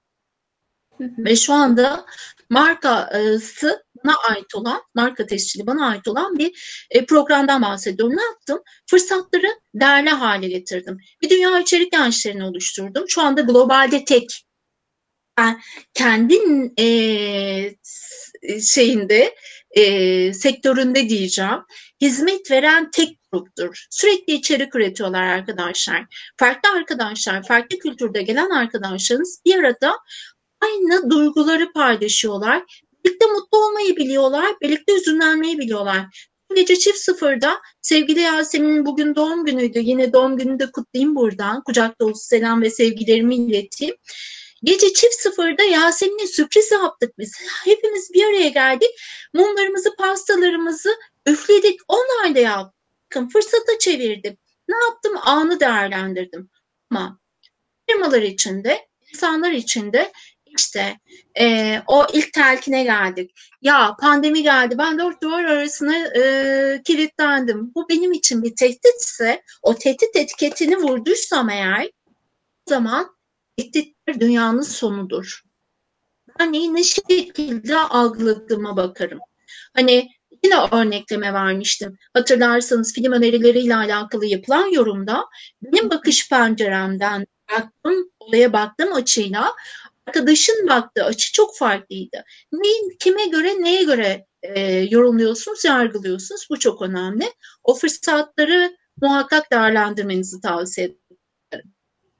Ve şu anda markası bana ait olan, marka tescili bana ait olan bir programdan bahsediyorum. Ne yaptım? Fırsatları değerli hale getirdim. Bir dünya içerik gençlerini oluşturdum. Şu anda globalde tek. Yani kendi e, şeyinde, e, sektöründe diyeceğim, hizmet veren tek gruptur. Sürekli içerik üretiyorlar arkadaşlar. Farklı arkadaşlar, farklı kültürde gelen arkadaşlarınız bir arada aynı duyguları paylaşıyorlar. Birlikte mutlu olmayı biliyorlar, birlikte üzünlenmeyi biliyorlar. Gece Çift Sıfır'da sevgili Yasemin'in bugün doğum günüydü. Yine doğum gününü de kutlayayım buradan. Kucak dolusu selam ve sevgilerimi ileteyim. Gece Çift Sıfır'da Yasemin'e sürpriz yaptık biz. Hepimiz bir araya geldik. Mumlarımızı, pastalarımızı üfledik. Onlar da yaptık. Bakın fırsata çevirdim. Ne yaptım? Anı değerlendirdim. Ama firmalar içinde, insanlar içinde işte e, o ilk telkine geldik. Ya pandemi geldi. Ben dört duvar arasına e, kilitlendim. Bu benim için bir tehditse, o tehdit etiketini vurduysam eğer, o zaman tehditler dünyanın sonudur. Ben neyi ne şekilde algıladığıma bakarım. Hani yine örnekleme vermiştim. Hatırlarsanız film önerileriyle alakalı yapılan yorumda benim bakış penceremden baktım, olaya baktığım açıyla arkadaşın baktığı açı çok farklıydı. Neyin, kime göre, neye göre e, yorumluyorsunuz, yargılıyorsunuz. Bu çok önemli. O fırsatları muhakkak değerlendirmenizi tavsiye ederim.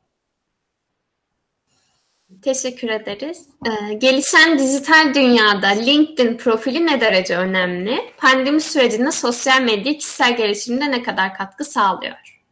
Teşekkür ederiz. Ee, gelişen dijital dünyada LinkedIn profili ne derece önemli? Pandemi sürecinde sosyal medya kişisel gelişimde ne kadar katkı sağlıyor?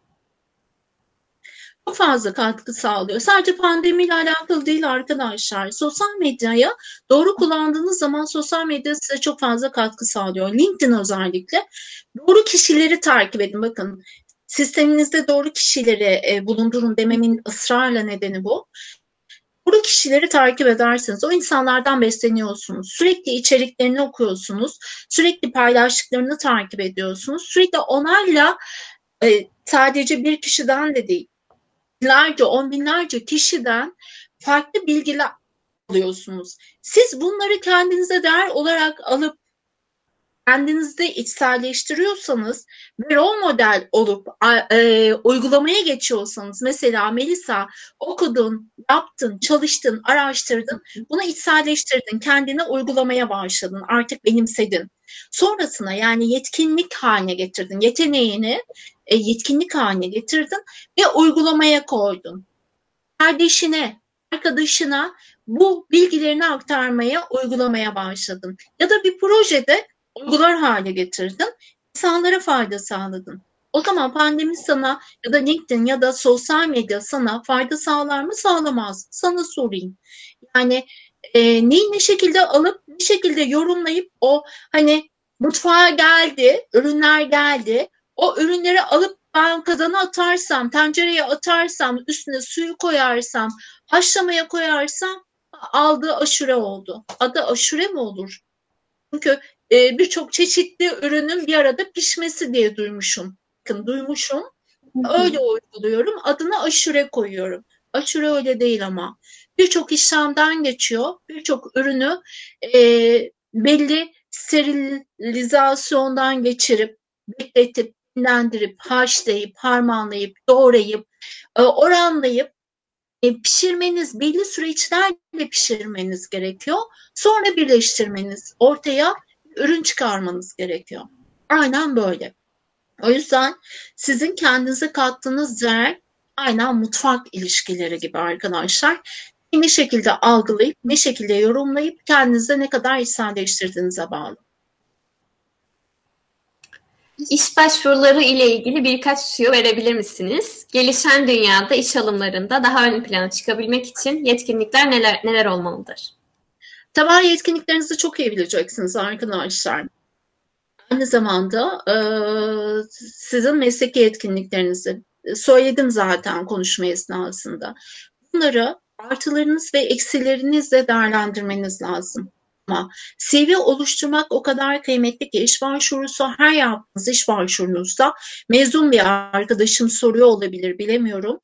Çok fazla katkı sağlıyor. Sadece pandemiyle alakalı değil arkadaşlar. Sosyal medyaya doğru kullandığınız zaman sosyal medya size çok fazla katkı sağlıyor. LinkedIn özellikle. Doğru kişileri takip edin. Bakın, sisteminizde doğru kişileri e, bulundurun dememin ısrarla nedeni bu. Doğru kişileri takip ederseniz o insanlardan besleniyorsunuz. Sürekli içeriklerini okuyorsunuz. Sürekli paylaştıklarını takip ediyorsunuz. Sürekli onayla e, sadece bir kişiden de değil, binlerce, on binlerce kişiden farklı bilgiler alıyorsunuz. Siz bunları kendinize değer olarak alıp kendinizde içselleştiriyorsanız ve rol model olup e, uygulamaya geçiyorsanız, mesela Melisa, okudun, yaptın, çalıştın, araştırdın, bunu içselleştirdin, kendine uygulamaya başladın, artık benimsedin. Sonrasına yani yetkinlik haline getirdin, yeteneğini e, yetkinlik haline getirdin ve uygulamaya koydun. Kardeşine, arkadaşına bu bilgilerini aktarmaya, uygulamaya başladın. Ya da bir projede uygular hale getirdin, insanlara fayda sağladın. O zaman pandemi sana ya da LinkedIn ya da sosyal medya sana fayda sağlar mı, sağlamaz? Sana sorayım. Yani e, neyi ne şekilde alıp ne şekilde yorumlayıp o hani mutfağa geldi, ürünler geldi, o ürünleri alıp ben kazana atarsam, tencereye atarsam, üstüne suyu koyarsam, haşlamaya koyarsam aldığı aşure oldu. Adı aşure mi olur? Çünkü e, birçok çeşitli ürünün bir arada pişmesi diye duymuşum. Bakın duymuşum. Öyle uyguluyorum. Adına aşure koyuyorum. Aşure öyle değil ama. Birçok işlemden geçiyor. Birçok ürünü e, belli sterilizasyondan geçirip, bekletip, dinlendirip, haşlayıp, harmanlayıp, doğrayıp, e, oranlayıp e, pişirmeniz, belli süreçlerle pişirmeniz gerekiyor. Sonra birleştirmeniz, ortaya ürün çıkarmanız gerekiyor. Aynen böyle. O yüzden sizin kendinize kattığınız değer aynen mutfak ilişkileri gibi arkadaşlar. Ne şekilde algılayıp, ne şekilde yorumlayıp kendinize ne kadar içselleştirdiğinize bağlı. İş başvuruları ile ilgili birkaç tüyo verebilir misiniz? Gelişen dünyada iş alımlarında daha ön plana çıkabilmek için yetkinlikler neler neler olmalıdır? Temel yetkinliklerinizi çok iyi bileceksiniz arkadaşlar. Aynı zamanda e, sizin mesleki yetkinliklerinizi söyledim zaten konuşma esnasında. Bunları artılarınız ve eksilerinizle değerlendirmeniz lazım. Ama C V oluşturmak o kadar kıymetli ki iş başvurusu, her yaptığınız iş başvurunuzda mezun bir arkadaşım soruyor olabilir, bilemiyorum.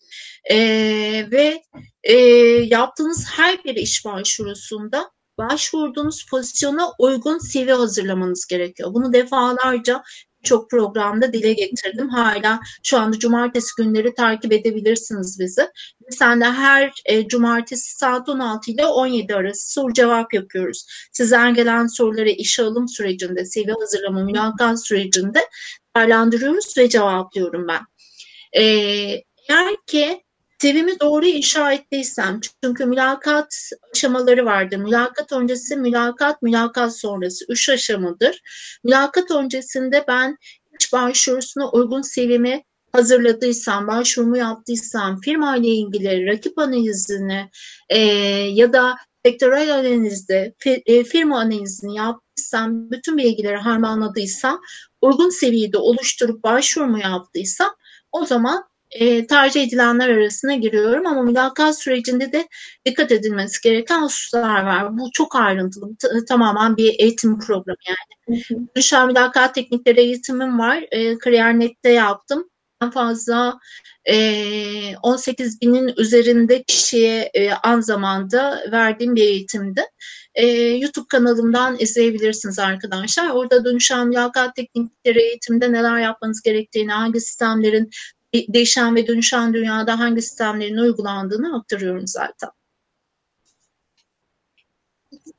Ee, ve e, yaptığınız her bir iş başvurusunda başvurduğunuz pozisyona uygun C V hazırlamanız gerekiyor. Bunu defalarca çok programda dile getirdim. Hala şu anda cumartesi günleri takip edebilirsiniz bizi. Sen de her e, cumartesi saat on altı ile on yedi arası soru cevap yapıyoruz. Sizden gelen soruları işe alım sürecinde, C V hazırlama, mülakat sürecinde değerlendiriyoruz ve cevaplıyorum ben. E, eğer ki C V'mi doğru inşa ettiysem, çünkü mülakat aşamaları vardır. Mülakat öncesi, mülakat, mülakat sonrası. Üç aşamadır. Mülakat öncesinde ben iş başvurusuna uygun C V'mi hazırladıysam, başvurumu yaptıysam, firma ile ilgili rakip analizini e, ya da sektörel analizde e, firma analizini yaptıysam, bütün bilgileri harmanladıysam, uygun seviyede oluşturup başvurumu yaptıysam, o zaman E, tercih edilenler arasına giriyorum, ama mülakat sürecinde de dikkat edilmesi gereken hususlar var. Bu çok ayrıntılı, t- tamamen bir eğitim programı yani. Şu an mülakat teknikleri eğitimim var. E, Kariyer.net'te yaptım. En fazla e, on sekiz binin üzerinde kişiye e, an zamanda verdiğim bir eğitimdi. E, YouTube kanalımdan izleyebilirsiniz arkadaşlar. Orada dönüşen mülakat teknikleri eğitimde neler yapmanız gerektiğini, hangi sistemlerin değişen ve dönüşen dünyada hangi sistemlerin uygulandığını aktarıyorum zaten.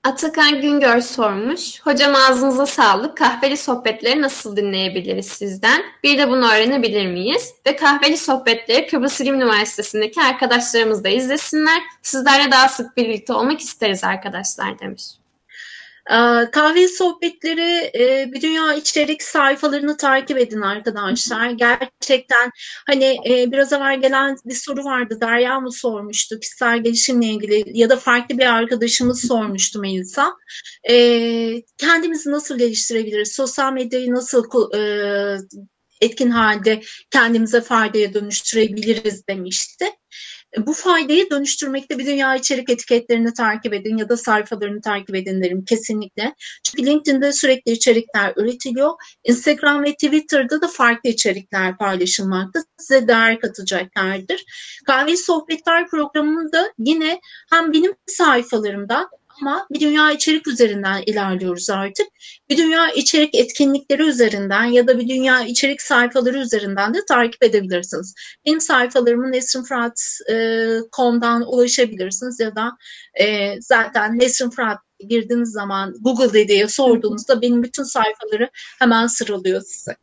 Atakan Güngör sormuş. Hocam ağzınıza sağlık. Kahveli sohbetleri nasıl dinleyebiliriz sizden? Bir de bunu öğrenebilir miyiz? Ve kahveli sohbetleri Kıbrıs İlim Üniversitesi'ndeki arkadaşlarımız da izlesinler. Sizlerle daha sık birlikte olmak isteriz arkadaşlar demiş. Kahve sohbetleri bir dünya içerik sayfalarını takip edin arkadaşlar. Gerçekten hani biraz evvel gelen bir soru vardı. Derya mı sormuştu kişisel gelişimle ilgili ya da farklı bir arkadaşımız sormuştu Melisa. Kendimizi nasıl geliştirebiliriz? Sosyal medyayı nasıl etkin halde kendimize faydaya dönüştürebiliriz demişti. Bu faydayı dönüştürmekte bir dünya içerik etiketlerini takip edin ya da sayfalarını takip edin derim kesinlikle. Çünkü LinkedIn'de sürekli içerikler üretiliyor. Instagram ve Twitter'da da farklı içerikler paylaşılmakta. Size değer katacaklardır. Kahve Sohbetler programında yine hem benim sayfalarımda ama bir dünya içerik üzerinden ilerliyoruz artık. Bir dünya içerik etkinlikleri üzerinden ya da bir dünya içerik sayfaları üzerinden de takip edebilirsiniz. Benim sayfalarımı nesrin fırat nokta com'dan ulaşabilirsiniz ya da e, zaten Nesrin Fırat girdiğiniz zaman Google diye sorduğunuzda benim bütün sayfaları hemen sıralıyor size.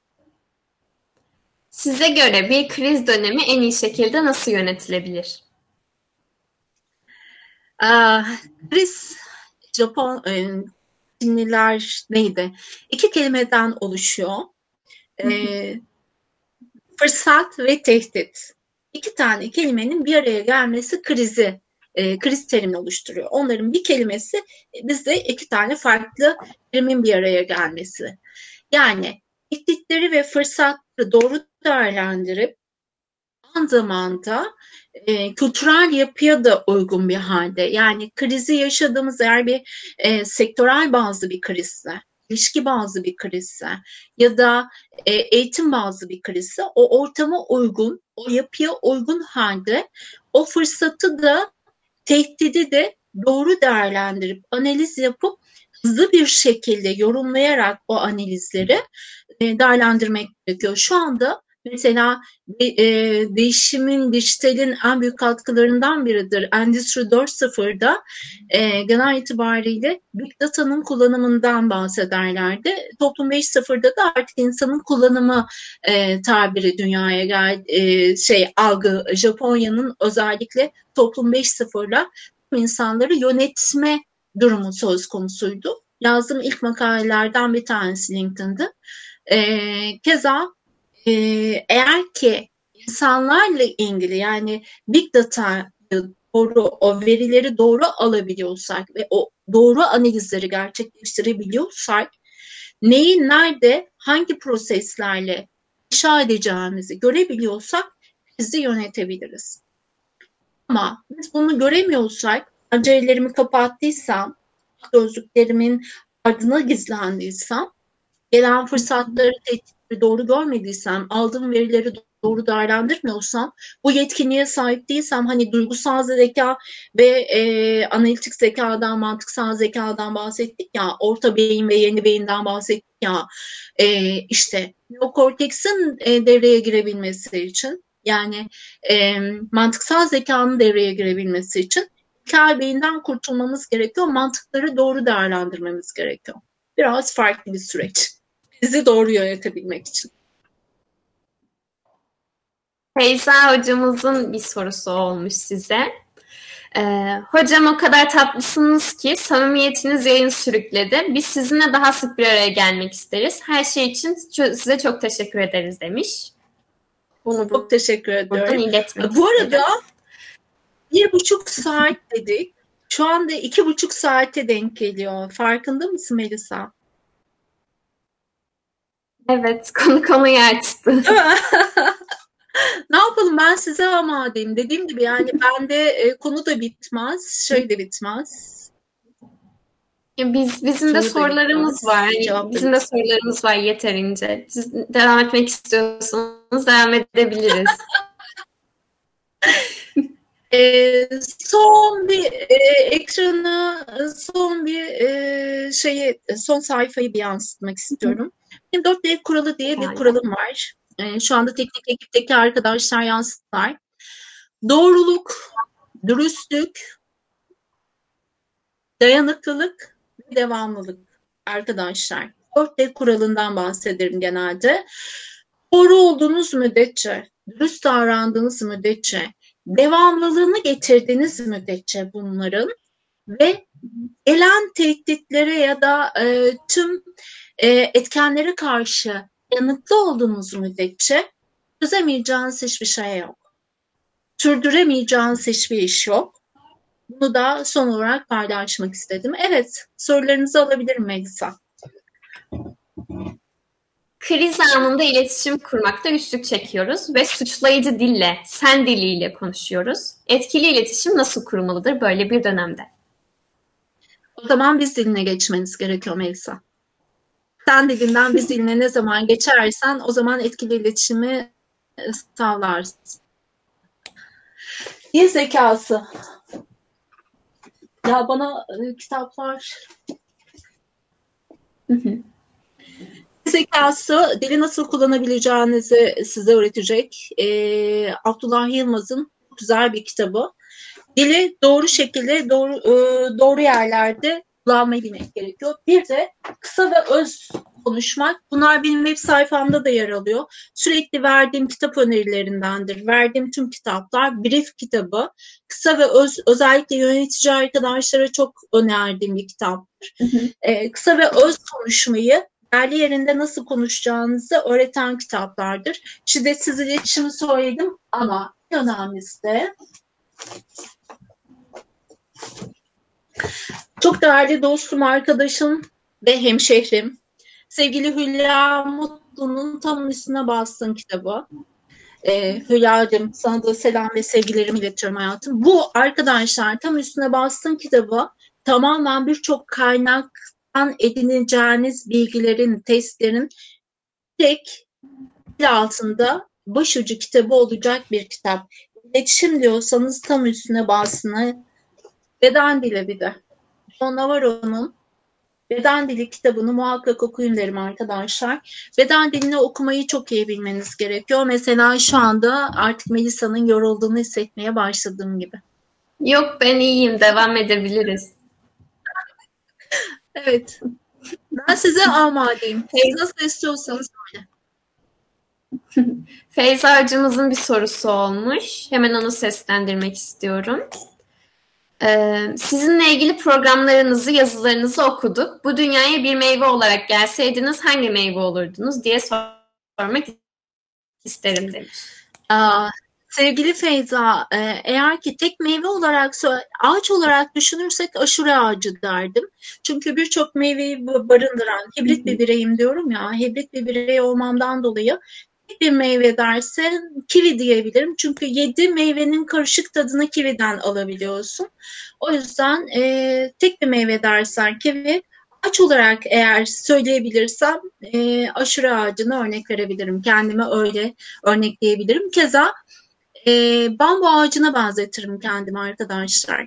Size göre bir kriz dönemi en iyi şekilde nasıl yönetilebilir? Aa, kriz, Japon e, Çinliler neydi? İki kelimeden oluşuyor. E, fırsat ve tehdit. İki tane kelimenin bir araya gelmesi krizi, e, kriz terimini oluşturuyor. Onların bir kelimesi bizde iki tane farklı terimin bir araya gelmesi. Yani tehditleri ve fırsatları doğru değerlendirip aynı zamanda e, kültürel yapıya da uygun bir halde. Yani krizi yaşadığımız eğer bir e, sektörel bazlı bir krizse, ilişki bazlı bir krizse ya da e, eğitim bazlı bir krizse o ortama uygun, o yapıya uygun halde o fırsatı da tehdidi de doğru değerlendirip analiz yapıp hızlı bir şekilde yorumlayarak o analizleri e, değerlendirmek gerekiyor. Şu anda mesela e, değişimin, dijitalin en büyük katkılarından biridir. Endüstri dört nokta sıfırda e, genel itibariyle Big Data'nın kullanımından bahsederlerdi. Toplum beş nokta sıfırda da artık insanın kullanımı e, tabiri dünyaya geldi. E, şey algı, Japonya'nın özellikle Toplum beş nokta sıfırla insanları yönetme durumu söz konusuydu. Yazdığım ilk makalelerden bir tanesi LinkedIn'de. E, keza e, eğer ki insanlarla ilgili yani Big Data'yı doğru, o verileri doğru alabiliyorsak ve o doğru analizleri gerçekleştirebiliyorsak neyi nerede hangi proseslerle inşa edeceğimizi görebiliyorsak bizi yönetebiliriz. Ama biz bunu göremiyorsak, pencerelerimi kapattıysam, gözlüklerimin ardına gizlendiysem, gelen fırsatları, tehditleri doğru görmediysem, aldığım verileri doğru değerlendirmiyorsam, bu yetkinliğe sahip değilsem, hani duygusal zeka ve e, analitik zekadan, mantıksal zekadan bahsettik ya, orta beyin ve yeni beyinden bahsettik ya, e, işte neokorteksin e, devreye girebilmesi için, yani e, mantıksal zekanın devreye girebilmesi için ilkel beyinden kurtulmamız gerekiyor, mantıkları doğru değerlendirmemiz gerekiyor. Biraz farklı bir süreç. Bizi doğru yönetebilmek için. Feyza hocamızın bir sorusu olmuş size. Ee, hocam o kadar tatlısınız ki samimiyetiniz yayın sürükledi. Biz sizinle daha sık bir araya gelmek isteriz. Her şey için size çok teşekkür ederiz demiş. Bunu çok teşekkür ediyorum. iletmek Bu arada isteriz. bir buçuk saat dedik. Şu anda iki buçuk saate denk geliyor. Farkında mısın Melisa? Evet, konu konuyu açtı. Ne yapalım, ben size ama diyeyim. Dediğim gibi yani bende e, konu da bitmez, şey de bitmez. Biz bizim de sorularımız var. Yani bizim de sorularımız var yeterince. Siz devam etmek istiyorsanız devam edebiliriz. e, son bir e, ekranı, son bir e, şeyi, son sayfayı bir yansıtmak istiyorum. Benim dört D kuralı diye bir kuralım var. E, şu anda teknik ekipteki arkadaşlar yansıttılar. Doğruluk, dürüstlük, dayanıklılık ve devamlılık arkadaşlar. dört D kuralından bahsederim genelde. Doğru olduğunuz müddetçe, dürüst davrandığınız müddetçe, devamlılığını getirdiğiniz müddetçe bunların ve gelen tehditlere ya da e, tüm e, etkenlere karşı yanıtlı olduğunuz müddetçe çözemeyeceğiniz hiçbir şey yok. Sürdüremeyeceğiniz hiçbir iş yok. Bunu da son olarak paylaşmak istedim. Evet, sorularınızı alabilirim Melisa. Kriz anında iletişim kurmakta güçlük çekiyoruz ve suçlayıcı dille, sen diliyle konuşuyoruz. Etkili iletişim nasıl kurulmalıdır böyle bir dönemde? O zaman biz diline geçmeniz gerekiyor Melisa. Sen dilinden biz diline ne zaman geçersen o zaman etkili iletişimi sağlarsın. Dil zekası. Ya bana e, kitaplar... Hı hı. Zekası, dili nasıl kullanabileceğinizi size öğretecek. Ee, Abdullah Yılmaz'ın güzel bir kitabı. Dili doğru şekilde, doğru e, doğru yerlerde kullanmayı bilmek gerekiyor. Bir de kısa ve öz konuşmak. Bunlar benim web sayfamda da yer alıyor. Sürekli verdiğim kitap önerilerindendir. Verdiğim tüm kitaplar brief kitabı. Kısa ve öz, özellikle yönetici arkadaşlara çok önerdiğim bir kitaptır. Hı hı. Ee, kısa ve öz konuşmayı yerli yerinde nasıl konuşacağınızı öğreten kitaplardır. Şiddetsiz iletişimi söyledim ama en önemlisi de çok değerli dostum, arkadaşım ve hemşehrim sevgili Hülya Mutlu'nun Tam Üstüne Bastın kitabı. Ee, Hülya'cığım sana da selam ve sevgilerimi iletiyorum hayatım. Bu arkadaşlar Tam Üstüne Bastın kitabı tamamen birçok kaynaktan edineceğiniz bilgilerin, testlerin tek bir altında başucu kitabı olacak bir kitap. İletişim diyorsanız Tam Üstüne Bastın'ı, beden dili bir de. John Navarro'nun beden dili kitabını muhakkak okuyun derim arkadaşlar. Beden dilini okumayı çok iyi bilmeniz gerekiyor. Mesela şu anda artık Melisa'nın yorulduğunu hissetmeye başladığım gibi. Yok, ben iyiyim. Devam edebiliriz. Evet. Ben size amadeyim. Siz nasıl istiyorsanız öyle. Feyza hocamızın bir sorusu olmuş. Hemen onu seslendirmek istiyorum. Ee, sizinle ilgili programlarınızı, yazılarınızı okuduk. Bu dünyaya bir meyve olarak gelseydiniz hangi meyve olurdunuz diye sormak isterim demiş. Aa, sevgili Feyza, eğer ki tek meyve olarak, ağaç olarak düşünürsek aşure ağacı derdim. Çünkü birçok meyveyi barındıran hibrit bir bireyim diyorum ya, hibrit bir birey olmamdan dolayı bir meyve derse kivi diyebilirim. Çünkü yedi meyvenin karışık tadını kividen alabiliyorsun. O yüzden e, tek bir meyve dersen kivi. Ağaç olarak eğer söyleyebilirsem e, aşure ağacına örnek verebilirim. Kendime öyle örnekleyebilirim. Keza e, bambu ağacına benzetirim kendimi arkadaşlar.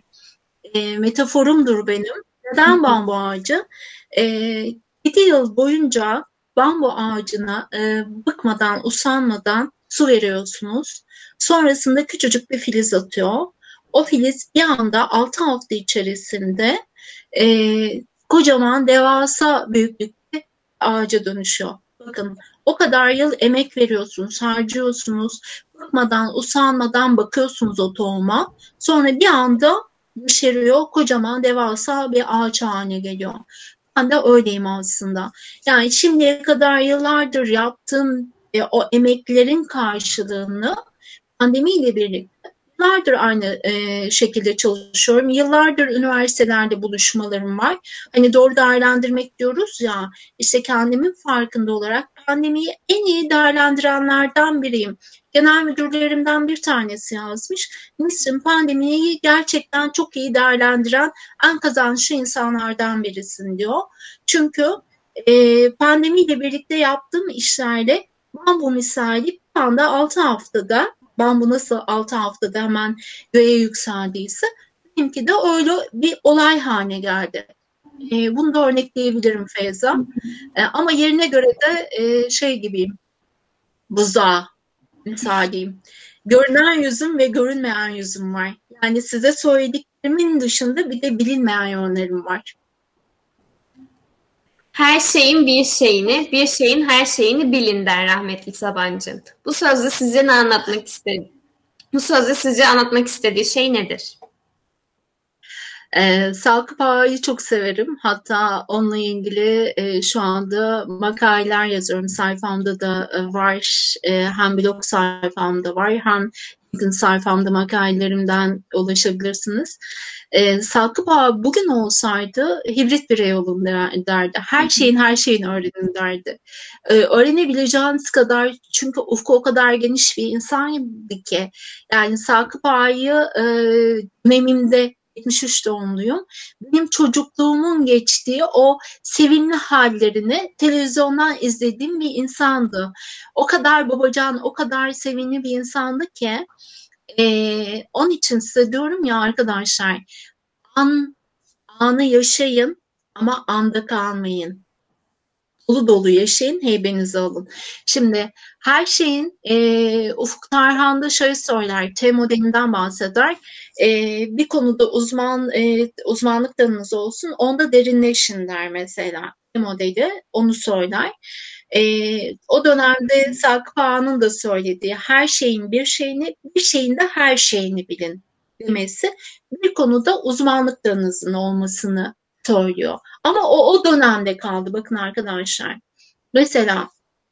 E, metaforumdur benim. Neden bambu ağacı? E, yedi yıl boyunca bambu ağacına e, bıkmadan, usanmadan su veriyorsunuz. Sonrasında küçücük bir filiz atıyor. O filiz bir anda altı hafta içerisinde e, kocaman, devasa büyüklükte ağaca dönüşüyor. Bakın, o kadar yıl emek veriyorsunuz, harcıyorsunuz. Bıkmadan, usanmadan bakıyorsunuz o tohuma. Sonra bir anda yeşeriyor, kocaman, devasa bir ağaç haline geliyor. Ben de öyleyim aslında. Yani şimdiye kadar yıllardır yaptığım e, o emeklerin karşılığını pandemiyle birlikte yıllardır aynı e, şekilde çalışıyorum. Yıllardır üniversitelerde buluşmalarım var. Hani doğru değerlendirmek diyoruz ya, işte kendimin farkında olarak pandemiyi en iyi değerlendirenlerden biriyim. Genel müdürlerimden bir tanesi yazmış. Nisrin, pandemiyi gerçekten çok iyi değerlendiren en kazançlı insanlardan birisin diyor. Çünkü e, pandemiyle birlikte yaptığım işlerle bambu misali bir anda altı haftada, bambu nasıl altı haftada hemen göğe yükseldiyse benimki de öyle bir olay haline geldi. E, bunu da örnekleyebilirim Feyza. E, ama yerine göre de e, şey gibiyim, buzağı misaliyim. Görünen yüzüm ve görünmeyen yüzüm var. Yani size söyledik Bildiklerin dışında bir de bilinmeyen yönlerim var. Her şeyin bir şeyini, bir şeyin her şeyini bilin der rahmetli Sabancı. Bu sözde sizce ne anlatmak istedi? Bu sözde sizce anlatmak istediği şey nedir? Ee, Sakıp Ağa'yı çok severim. Hatta onunla ilgili e, şu anda makaleler yazıyorum. Sayfamda da e, var. E, hem blog sayfamda var hem LinkedIn sayfamda makalelerimden ulaşabilirsiniz. E, Sakıp Ağa bugün olsaydı hibrit birey olun derdi. Her şeyin her şeyini öğrenin derdi. E, öğrenebileceğiniz kadar, çünkü ufku o kadar geniş bir insan ki. Yani Sakıp Ağa'yı e, dönemimde yetmiş üç doğumluyum. Benim çocukluğumun geçtiği o sevimli hallerini televizyondan izlediğim bir insandı. O kadar babacan, o kadar sevimli bir insandı ki e, onun için size diyorum ya arkadaşlar, an, anı yaşayın ama anda kalmayın. Dolu dolu yaşayın, heybenizi alın. Şimdi her şeyin e, Ufuk Tarhan da şöyle söyler, T modelinden bahseder. E, bir konuda uzman e, uzmanlık dalınız olsun, onda derinleşin der mesela. T modeli onu söyler. E, o dönemde Sakıp Ağa'nın da söylediği her şeyin bir şeyini, bir şeyin de her şeyini bilin demesi bir konuda uzmanlık dalınızın olmasını söylüyor. Ama o o dönemde kaldı. Bakın arkadaşlar. Mesela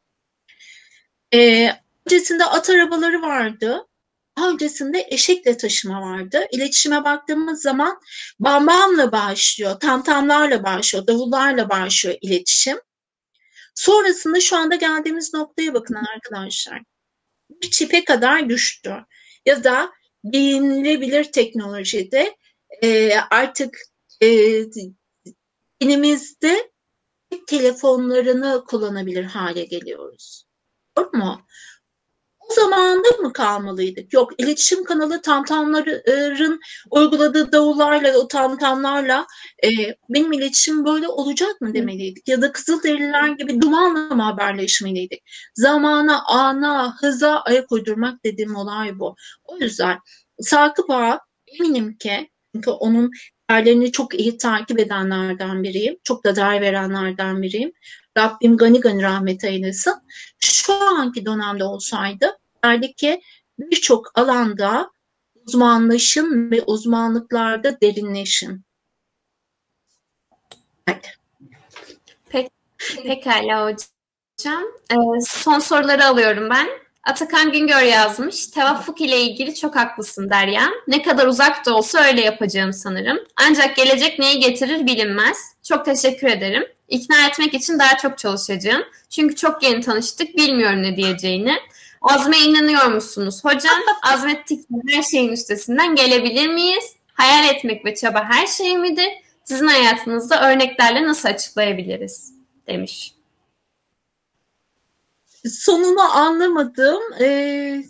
e, öncesinde at arabaları vardı. Daha öncesinde eşekle taşıma vardı. İletişime baktığımız zaman bambamla başlıyor, tamtamlarla başlıyor, davullarla başlıyor iletişim. Sonrasında şu anda geldiğimiz noktaya bakın arkadaşlar. Bir çipe kadar düştü. Ya da giyinilebilir teknolojide e, artık e, elimizde telefonlarını kullanabilir hale geliyoruz. Doğru mu? O zamanda mı kalmalıydık? Yok, iletişim kanalı tamtamların uyguladığı davullarla, o tamtamlarla e, benim iletişim böyle olacak mı demeliydik? Ya da Kızılderililer gibi dumanla mı haberleşmeliydik? Zamana, ana, hıza ayak uydurmak dediğim olay bu. O yüzden Sakıp Ağa eminim ki, çünkü onun değerlerini çok iyi takip edenlerden biriyim. Çok da değer verenlerden biriyim. Rabbim gani gani rahmet eylesin. Şu anki dönemde olsaydı derdi ki birçok alanda uzmanlaşın ve uzmanlıklarda derinleşin. Evet. Pek, pekala hocam. Ee, son soruları alıyorum ben. Atakan Güngör yazmış. Tevaffuk ile ilgili çok haklısın Derya. Ne kadar uzak da olsa öyle yapacağım sanırım. Ancak gelecek neyi getirir bilinmez. Çok teşekkür ederim. İkna etmek için daha çok çalışacağım. Çünkü çok yeni tanıştık, bilmiyorum ne diyeceğini. Azme inanıyor musunuz hocam? Azmettik her şeyin üstesinden gelebilir miyiz? Hayal etmek ve çaba her şey midir? Sizin hayatınızda örneklerle nasıl açıklayabiliriz? Demiş. Sonunu anlamadım. Ee...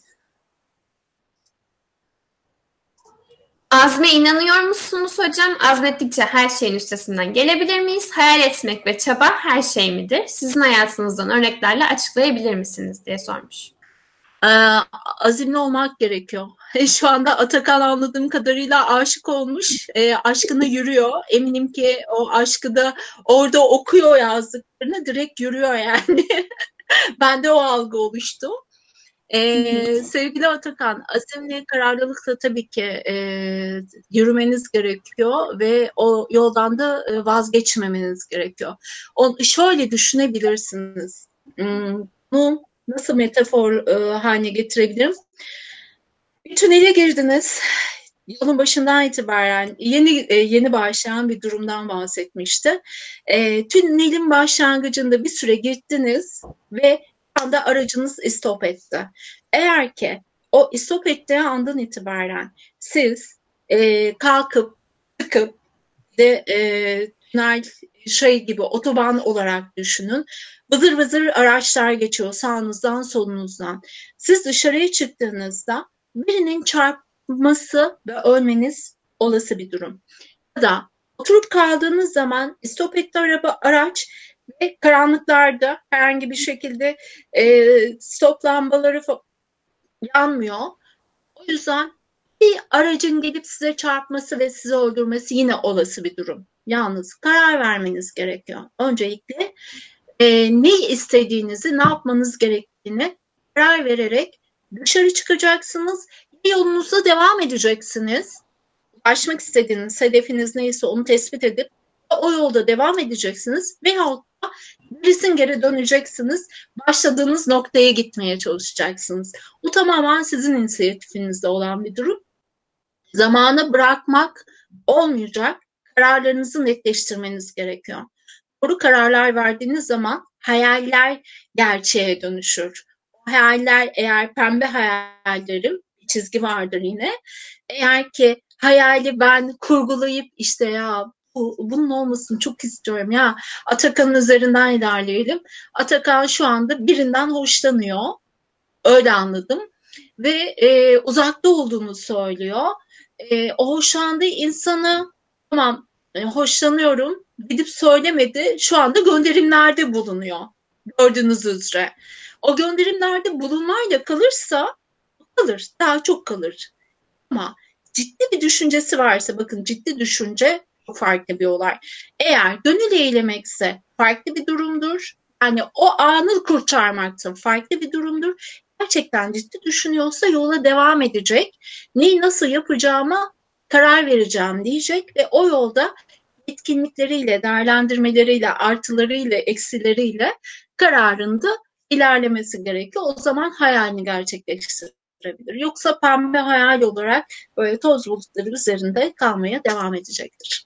Azme inanıyor musunuz hocam? Azmettikçe her şeyin üstesinden gelebilir miyiz? Hayal etmek ve çaba her şey midir? Sizin hayatınızdan örneklerle açıklayabilir misiniz diye sormuş. Ee, azimli olmak gerekiyor. Şu anda Atakan anladığım kadarıyla aşık olmuş. E, aşkına yürüyor. Eminim ki o aşkı da orada okuyor yazdıklarını, direkt yürüyor yani. Bende o algı oluştu. Ee, sevgili Atakan, azimle, kararlılıkla tabii ki e, yürümeniz gerekiyor ve o yoldan da vazgeçmemeniz gerekiyor. O, şöyle düşünebilirsiniz. Bunu nasıl metafor e, haline getirebilirim? Bir tünele girdiniz. Yolun başından itibaren yeni e, yeni başlayan bir durumdan bahsetmişti. E, tünelin başlangıcında bir süre gittiniz ve anda aracınız istop etti. Eğer ki o istop ettiği andan itibaren siz e, kalkıp çıkıp de e, tünel şey gibi otoban olarak düşünün. Vızır vızır araçlar geçiyor sağınızdan solunuzdan. Siz dışarıya çıktığınızda birinin çarpması ve ölmeniz olası bir durum. Ya da oturup kaldığınız zaman istop etti araba, araç ve karanlıklarda herhangi bir şekilde e, stop lambaları yanmıyor. O yüzden Bir aracın gelip size çarpması ve sizi öldürmesi yine olası bir durum. Yalnız karar vermeniz gerekiyor. Öncelikle e, ne istediğinizi, ne yapmanız gerektiğini karar vererek dışarı çıkacaksınız. Yolunuza devam edeceksiniz. Ulaşmak istediğiniz hedefiniz neyse onu tespit edip o yolda devam edeceksiniz. Veyahut da gerisin geri döneceksiniz. Başladığınız noktaya gitmeye çalışacaksınız. Bu tamamen sizin inisiyatifinizde olan bir durum. Zamana bırakmak olmayacak. Kararlarınızı netleştirmeniz gerekiyor. Doğru kararlar verdiğiniz zaman hayaller gerçeğe dönüşür. O hayaller, eğer pembe hayallerim, bir çizgi vardır yine. Eğer ki hayali ben kurgulayıp işte ya bu, bunun olmasını çok istiyorum ya, Atakan'ın üzerinden ilerleyelim. Atakan şu anda birinden hoşlanıyor. Öyle anladım. Ve e, uzakta olduğunu söylüyor. E, o hoşlandığı insanı tamam e, hoşlanıyorum gidip söylemedi. Şu anda gönderimlerde bulunuyor. Gördüğünüz üzere. O gönderimlerde bulunmayla kalırsa kalır. Daha çok kalır. Ama ciddi bir düşüncesi varsa, bakın ciddi düşünce çok farklı bir olay. Eğer gönül eylemekse farklı bir durumdur. Yani o anı kurtarmakta farklı bir durumdur. Gerçekten ciddi düşünüyorsa yola devam edecek. Neyi nasıl yapacağıma karar vereceğim diyecek ve o yolda etkinlikleriyle, değerlendirmeleriyle, artılarıyla, eksileriyle kararında ilerlemesi gerekiyor. O zaman hayalini gerçekleştirebilir. Yoksa pembe hayal olarak böyle toz bulutları üzerinde kalmaya devam edecektir.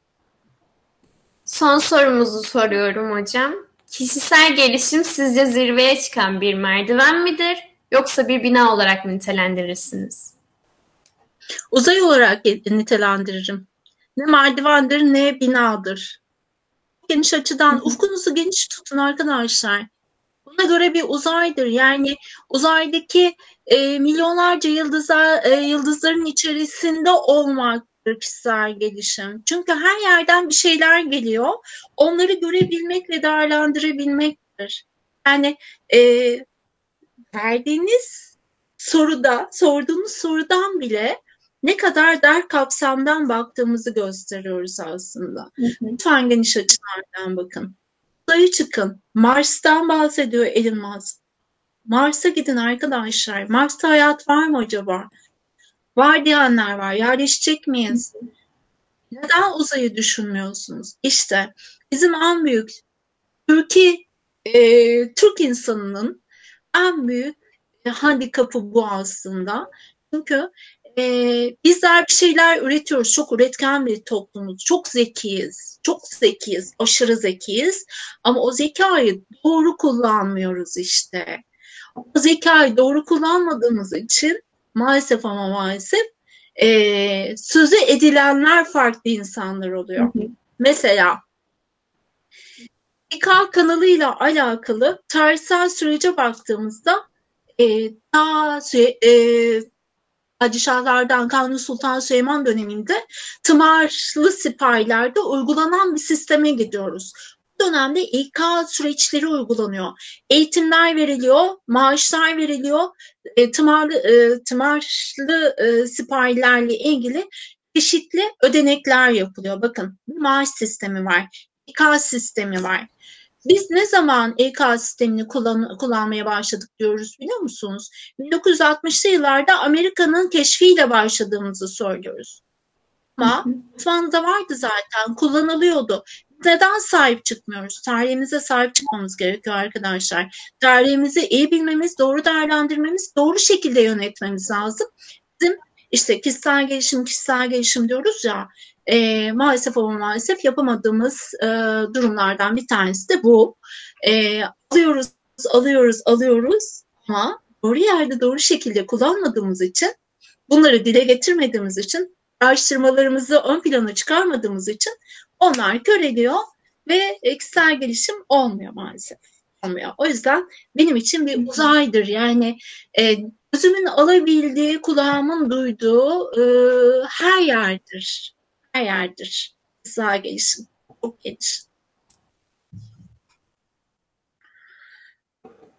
Son sorumuzu soruyorum hocam. Kişisel gelişim sizce zirveye çıkan bir merdiven midir, yoksa bir bina olarak mı nitelendirirsiniz? Uzay olarak nitelendiririm. Ne merdivendir ne binadır. Geniş açıdan ufkunuzu geniş tutun arkadaşlar. Buna göre bir uzaydır. Yani uzaydaki e, milyonlarca yıldıza, e, yıldızların içerisinde olmaktır kişisel gelişim. Çünkü her yerden bir şeyler geliyor. Onları görebilmek ve değerlendirebilmektir. Yani e, verdiğiniz soruda, sorduğunuz sorudan bile ne kadar dar kapsamdan baktığımızı gösteriyoruz aslında. Hı hı. Lütfen geniş açılardan bakın. Uzaya çıkın. Mars'tan bahsediyor Elon Musk. Mars'a gidin arkadaşlar. Mars'ta hayat var mı acaba? Var diyenler var. Yerleşecek miyiz? Neden uzayı düşünmüyorsunuz? İşte bizim en büyük Türkiye, e, Türk insanının en büyük e, handikapı bu aslında. Çünkü e, bizler bir şeyler üretiyoruz. Çok üretken bir toplumuz. Çok zekiyiz. Çok zekiyiz. Aşırı zekiyiz. Ama o zekayı doğru kullanmıyoruz işte. O zekayı doğru kullanmadığımız için maalesef ama maalesef e, sözü edilenler farklı insanlar oluyor. Hı hı. Mesela İK kanalıyla alakalı tarihsel sürece baktığımızda e, ta e, padişahlardan Kanuni Sultan Süleyman döneminde tımarlı sipahilerde uygulanan bir sisteme gidiyoruz. Bu dönemde İK süreçleri uygulanıyor. Eğitimler veriliyor, maaşlar veriliyor. E, tımarlı e, tımarlı e, sipahilerle ilgili çeşitli ödenekler yapılıyor. Bakın bir maaş sistemi var, İK sistemi var. Biz ne zaman İK sistemini kullan, kullanmaya başladık diyoruz biliyor musunuz? bin dokuz yüz altmışlı yıllarda Amerika'nın keşfiyle başladığımızı söylüyoruz. Ama Osmanlı'da vardı zaten, kullanılıyordu. Neden sahip çıkmıyoruz? Tarihimize sahip çıkmamız gerekiyor arkadaşlar. Tarihimizi iyi bilmemiz, doğru değerlendirmemiz, doğru şekilde yönetmemiz lazım. Bizim işte kişisel gelişim, kişisel gelişim diyoruz ya, e, maalesef ama maalesef yapamadığımız e, durumlardan bir tanesi de bu. E, alıyoruz, alıyoruz, alıyoruz ama doğru yerde, doğru şekilde kullanmadığımız için, bunları dile getirmediğimiz için, araştırmalarımızı ön plana çıkarmadığımız için onlar köreliyor ve kişisel gelişim olmuyor maalesef. Olmuyor. O yüzden benim için bir uzaydır. Yani e, gözümün alabildiği, kulağımın duyduğu e, her yerdir. Her yerdir. Kişisel gelişim. Çok geniş.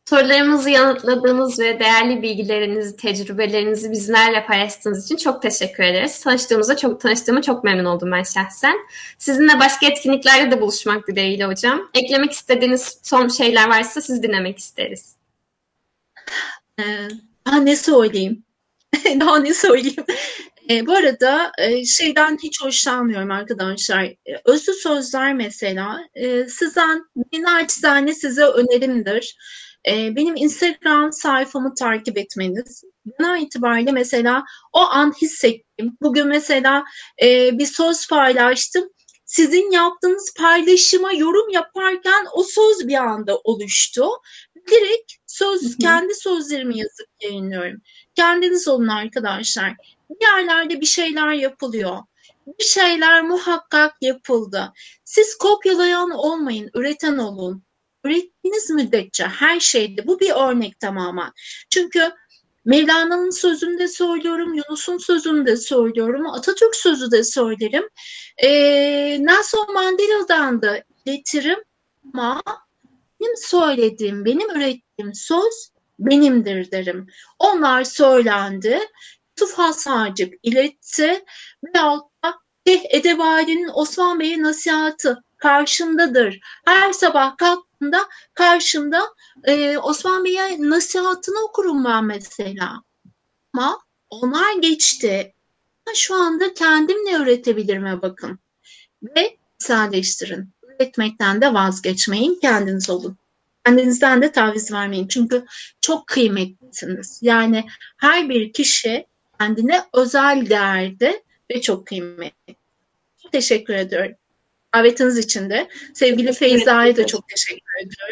Sorularımızı yanıtladığınız ve değerli bilgilerinizi, tecrübelerinizi bizlerle paylaştığınız için çok teşekkür ederiz. Tanıştığımıza çok tanıştığıma çok memnun oldum ben şahsen. Sizinle başka etkinliklerde de buluşmak dileğiyle hocam. Eklemek istediğiniz son şeyler varsa siz dinlemek isteriz. Ee, daha ne söyleyeyim? daha ne söyleyeyim? E, bu arada e, şeyden hiç hoşlanmıyorum arkadaşlar. E, özlü sözler mesela e, sizden bir naçizane size önerimdir. E, benim Instagram sayfamı takip etmeniz. Bana itibariyle mesela o an hissettim. Bugün mesela e, bir söz paylaştım. Sizin yaptığınız paylaşıma yorum yaparken o söz bir anda oluştu. Direkt söz, hı hı. kendi sözlerimi yazıp yayınlıyorum. Kendiniz olun arkadaşlar. Bir yerlerde bir şeyler yapılıyor. Bir şeyler muhakkak yapıldı. Siz kopyalayan olmayın, üreten olun. Ürettiğiniz müddetçe her şeyde, bu bir örnek tamamen. Çünkü Mevlana'nın sözünü de söylüyorum, Yunus'un sözünü de söylüyorum, Atatürk sözü de söylerim. Ee, Nelson Mandela'dan da iletirim ama benim söylediğim, benim ürettiğim söz benimdir derim. Onlar söylendi, Yusuf Hasarcık iletti veyahut da Şeyh Edebali'nin Osman Bey'e nasihatı karşımdadır. Her sabah kalktığımda karşımda e, Osman Bey'e nasihatını okurum ben mesela. Ama onlar geçti. Şu anda kendim ne üretebilirime bakın. Ve sadeleştirin. Üretmekten de vazgeçmeyin. Kendiniz olun. Kendinizden de taviz vermeyin. Çünkü çok kıymetlisiniz. Yani her bir kişi kendine özel değerde ve çok kıymetli. Çok teşekkür ediyorum. Davetiniz için de. Sevgili Feyza'ya da çok teşekkür ediyorum.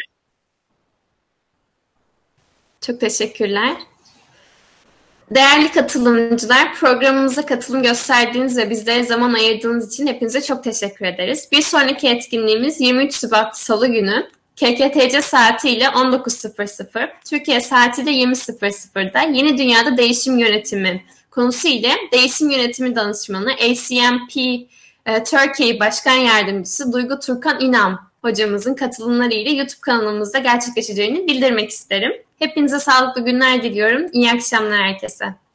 Çok teşekkürler. Değerli katılımcılar, programımıza katılım gösterdiğiniz ve bizlere zaman ayırdığınız için hepinize çok teşekkür ederiz. Bir sonraki etkinliğimiz yirmi üç Şubat Salı günü K K T C saatiyle on dokuz sıfır sıfır, Türkiye saatiyle yirmi sıfır sıfırda Yeni Dünyada Değişim Yönetimi konusu ile Değişim Yönetimi Danışmanı A C M P e, Türkiye Başkan Yardımcısı Duygu Turkan İnam hocamızın katılımları ile YouTube kanalımızda gerçekleşeceğini bildirmek isterim. Hepinize sağlıklı günler diliyorum. İyi akşamlar herkese.